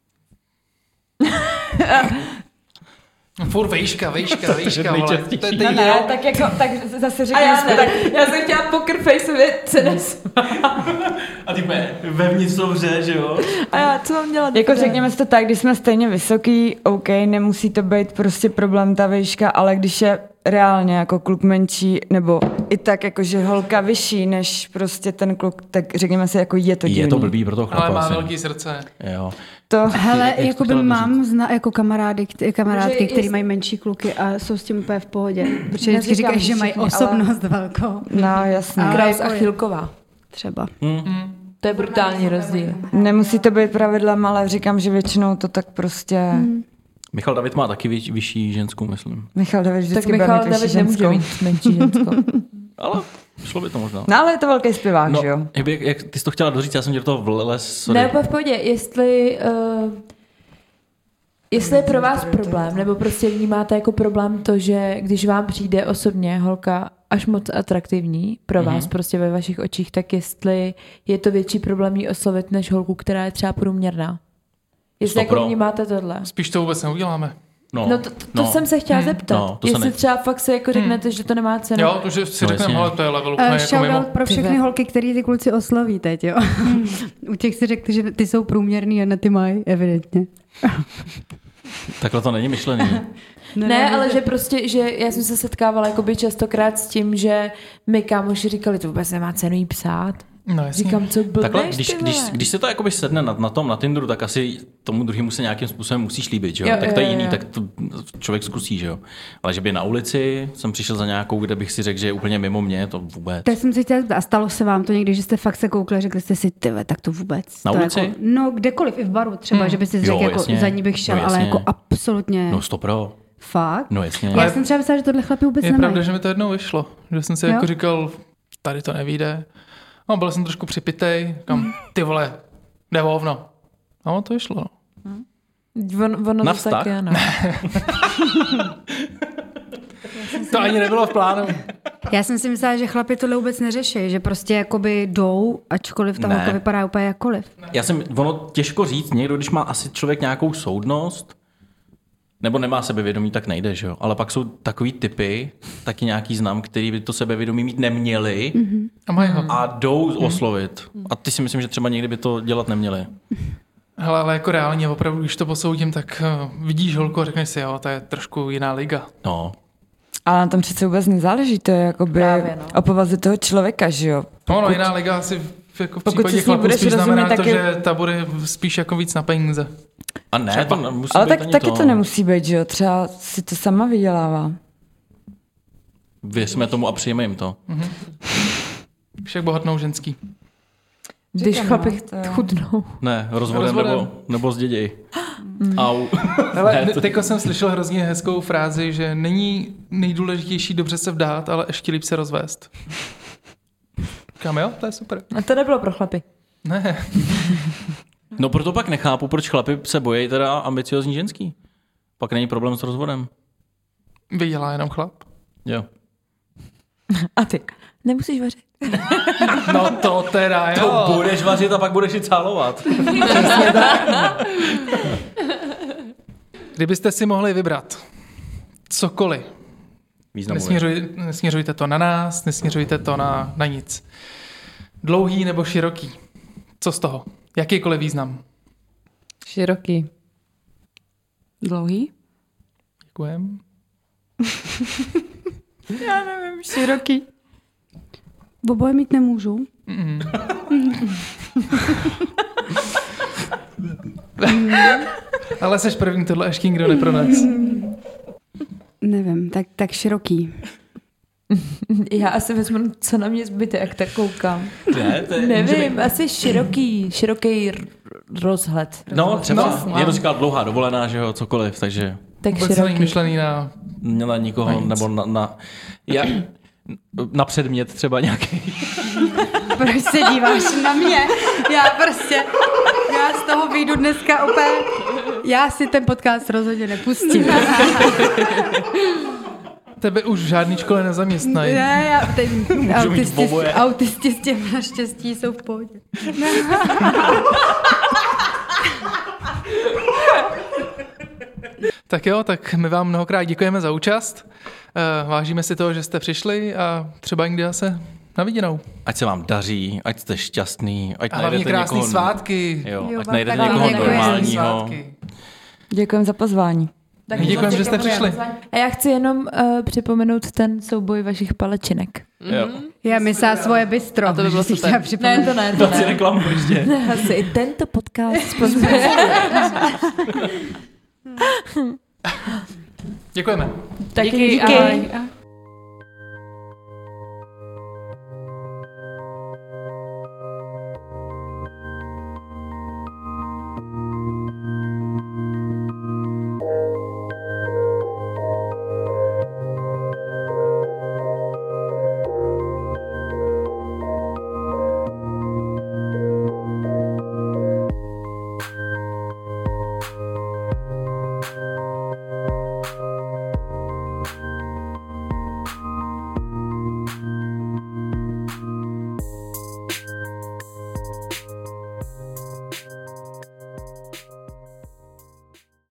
Furt vejška, vejška, vejška, vole. To je No ne, tak jako, tak zase A řekněme já jsme ne, tak... já jsem chtěla poker faceově cenes. A ty vevnitř to vře, že jo? A já co mám dělat? Jako řekněme si to tak, když jsme stejně vysoký, OK, nemusí to být prostě problém ta výška, ale když je reálně jako kluk menší, nebo i tak jako, že holka vyšší než prostě ten kluk, tak řekněme si, jako je to divný. Je to blbý pro toho chlapa. Ale má asi. velký srdce. Jo. To... Hele, Jak to jakoby chtěla mám zna, jako kamarády, kt- kamarádky, Že které jest- mají menší kluky a jsou s tím úplně v pohodě. Protože vždycky Neříkám říkají, že mají všichni, osobnost velkou. No, jasně. Ale Kraus a jako je- Chilková. Třeba. Hmm. To je brutální rozdíl. Nemusí to být pravidlem, ale říkám, že většinou to tak prostě... Hmm. Michal David má taky vyš, vyšší ženskou, myslím. Michal David Tak vždycky bude Michal mít vyšší David nemůže ženskou. mít menší ženskou. Ale šlo by to možná. No ale je to velký zpěvák, No, že jo? jak, by- jak ty jsi to chtěla doříct, já jsem tě do toho vles, sorry. Ne, úplně v pohodě. Jestli, uh, jestli je pro vás problém, nebo prostě vnímáte jako problém to, že když vám přijde osobně holka až moc atraktivní pro vás Mhm. prostě ve vašich očích, tak jestli je to větší problém jí oslovit než holku, která je třeba průměrná. Jestli jako Stopro. vnímáte tohle. Spíš to vůbec neuděláme. No, No to, to, to jsem se chtěla zeptat. No, to se jestli ne- třeba fakt se jako řeknete, že to nemá cenu. Jo, to, že si No, řekneme, jasně. ale to je level úplně Uh, jako mimo. shoutout pro všechny Ty ve- holky, který ty kluci osloví teď, jo. U těch si řekli, že ty jsou průměrný a na ty mají, evidentně. Takhle to není myšlený. Ne, Ne, ale že prostě, že já jsem se setkávala jakoby častokrát s tím, že mi kámoši říkali, to vůbec nemá cenu jí psát. No jasně. Říkám, co blbeš, Takhle, když, ty vole? když, když se to jakoby sedne na, na tom, na Tinderu, tak asi tomu druhému se nějakým způsobem musíš líbit, že jo? Jo, Tak to je jo, jiný, jo. tak to člověk zkusí, že jo? Ale že by na ulici jsem přišel za nějakou, kde bych si řekl, že je úplně mimo mě, to vůbec. Tak jsem si chtěla zeptat, a stalo se vám to někdy, že jste fakt se koukli a řekli jste si, tyve, tak to vůbec. Na to ulici? Jako, no, kdekoliv, i v baru třeba, Hmm. že byste si Jo, řekl, jako jasně. za ní bych šel, No, ale jasně. jako absolutně No stopro. fakt. No jasně. Já jsem třeba myslela, že tohle chlapi vůbec Je nemají. pravda, že mi to jednou vyšlo. Že jsem si Jo? jako říkal, tady to nevyjde. No, byl jsem trošku připitej. Říkám, ty vole, jde o hovno. A ono to vyšlo. No. On, ono Na to vztah? taky, ano. To ani nebylo v plánu. Já jsem si myslela, že chlapi tohle vůbec neřeší, že prostě jakoby jdou, ačkoliv ta Ne. holka vypadá úplně jakkoliv. Já jsem, ono těžko říct, někdo, když má asi člověk nějakou soudnost, nebo nemá sebevědomí, tak nejde, že jo? Ale pak jsou takový typy, taky nějaký znám, který by to sebevědomí mít neměli mm-hmm. A mají ho. a jdou oslovit. A ty si myslím, že třeba někdy by to dělat neměli. Hele, ale jako reálně, opravdu, když to posoudím, tak uh, vidíš holku a řekneš si, jo, to je trošku jiná liga. No. Ale na tom přece vůbec nezáleží, to je jakoby Právě, no. o povaze toho člověka, že jo? No, no, jiná liga asi v, jako v pokud případě si s ní chlapů budeš spíš rozumět znamená to, taky- že ta bude spíš jako víc na peníze. A ne, Třeba. to nemusí Ale být tak ani taky to. to nemusí být, že jo? Třeba si to sama vydělává. Věřme tomu a přijme jim to. Však bohatnou ženský. Když Říkám, chlapi no, to- chudnou. Ne, rozvodem, Rozvodem. nebo, nebo zděděj. Au. Ale Ne, ne, to- teďko jsem slyšel hrozně hezkou frázi, že není nejdůležitější dobře se vdát, ale ještě líp se rozvést. Kam jo? To je super. A to nebylo pro chlapy. Ne. No proto pak nechápu, proč chlapi se bojí teda ambiciozní ženský. Pak není problém s rozvodem. Vydělá jenom chlap. Jo. A ty? Nemusíš vařit. No to teda, jo. To budeš vařit a pak budeš i cálovat. Kdybyste si mohli vybrat cokoliv, Významově. nesměřuj, nesměřujte to na nás, nesměřujte to na, na nic. Dlouhý nebo široký? Co z toho? Jakýkoliv význam? Široký. Dlouhý? Děkujem. Já nevím, široký. Oboje mít nemůžu. Mm. Ale seš první, tohle ještě nikdo neprones. Nevím, tak, tak široký. Já asi vezmu, co na mě zbyde, jak tak koukám. Ne, to je, Nevím, asi široký, široký r- rozhled. No, třeba. No, Někdo říkal dlouhá dovolená, že jo, cokoliv, takže Tak Vůbec není široký. myšlený na... na nikoho, Na nic. nebo na, na, já, na předmět třeba nějaký. Proč se díváš na mě? Já prostě, já z toho vyjdu dneska úplně, já si ten podcast rozhodně nepustím. Tebe už v žádný škole nezaměstnají. Ne, já, ten, mít autisti, oboje. autisti s tím naštěstí jsou v pohodě. Tak jo, tak my vám mnohokrát děkujeme za účast. Eh, Vážíme si toho, že jste přišli a třeba někdy zase na viděnou. Ať se vám daří, ať jste šťastný, ať A hlavně najdete krásný někoho, svátky. Jo, Jo, ať vám najdete taky někoho děkuji. normálního. Svátky. Děkujem za pozvání. My děkujeme, že jste přišli. A já chci jenom uh, připomenout ten souboj vašich palečinek. Jo. Já myslela svoje bistro. A to by bylo že si super. chtěla Ne, připomenout. to ne, to To si ne. reklamu ještě. Asi i tento podcast sponzoruje. Děkujeme. Taky Díky, díky. ahoj. ahoj.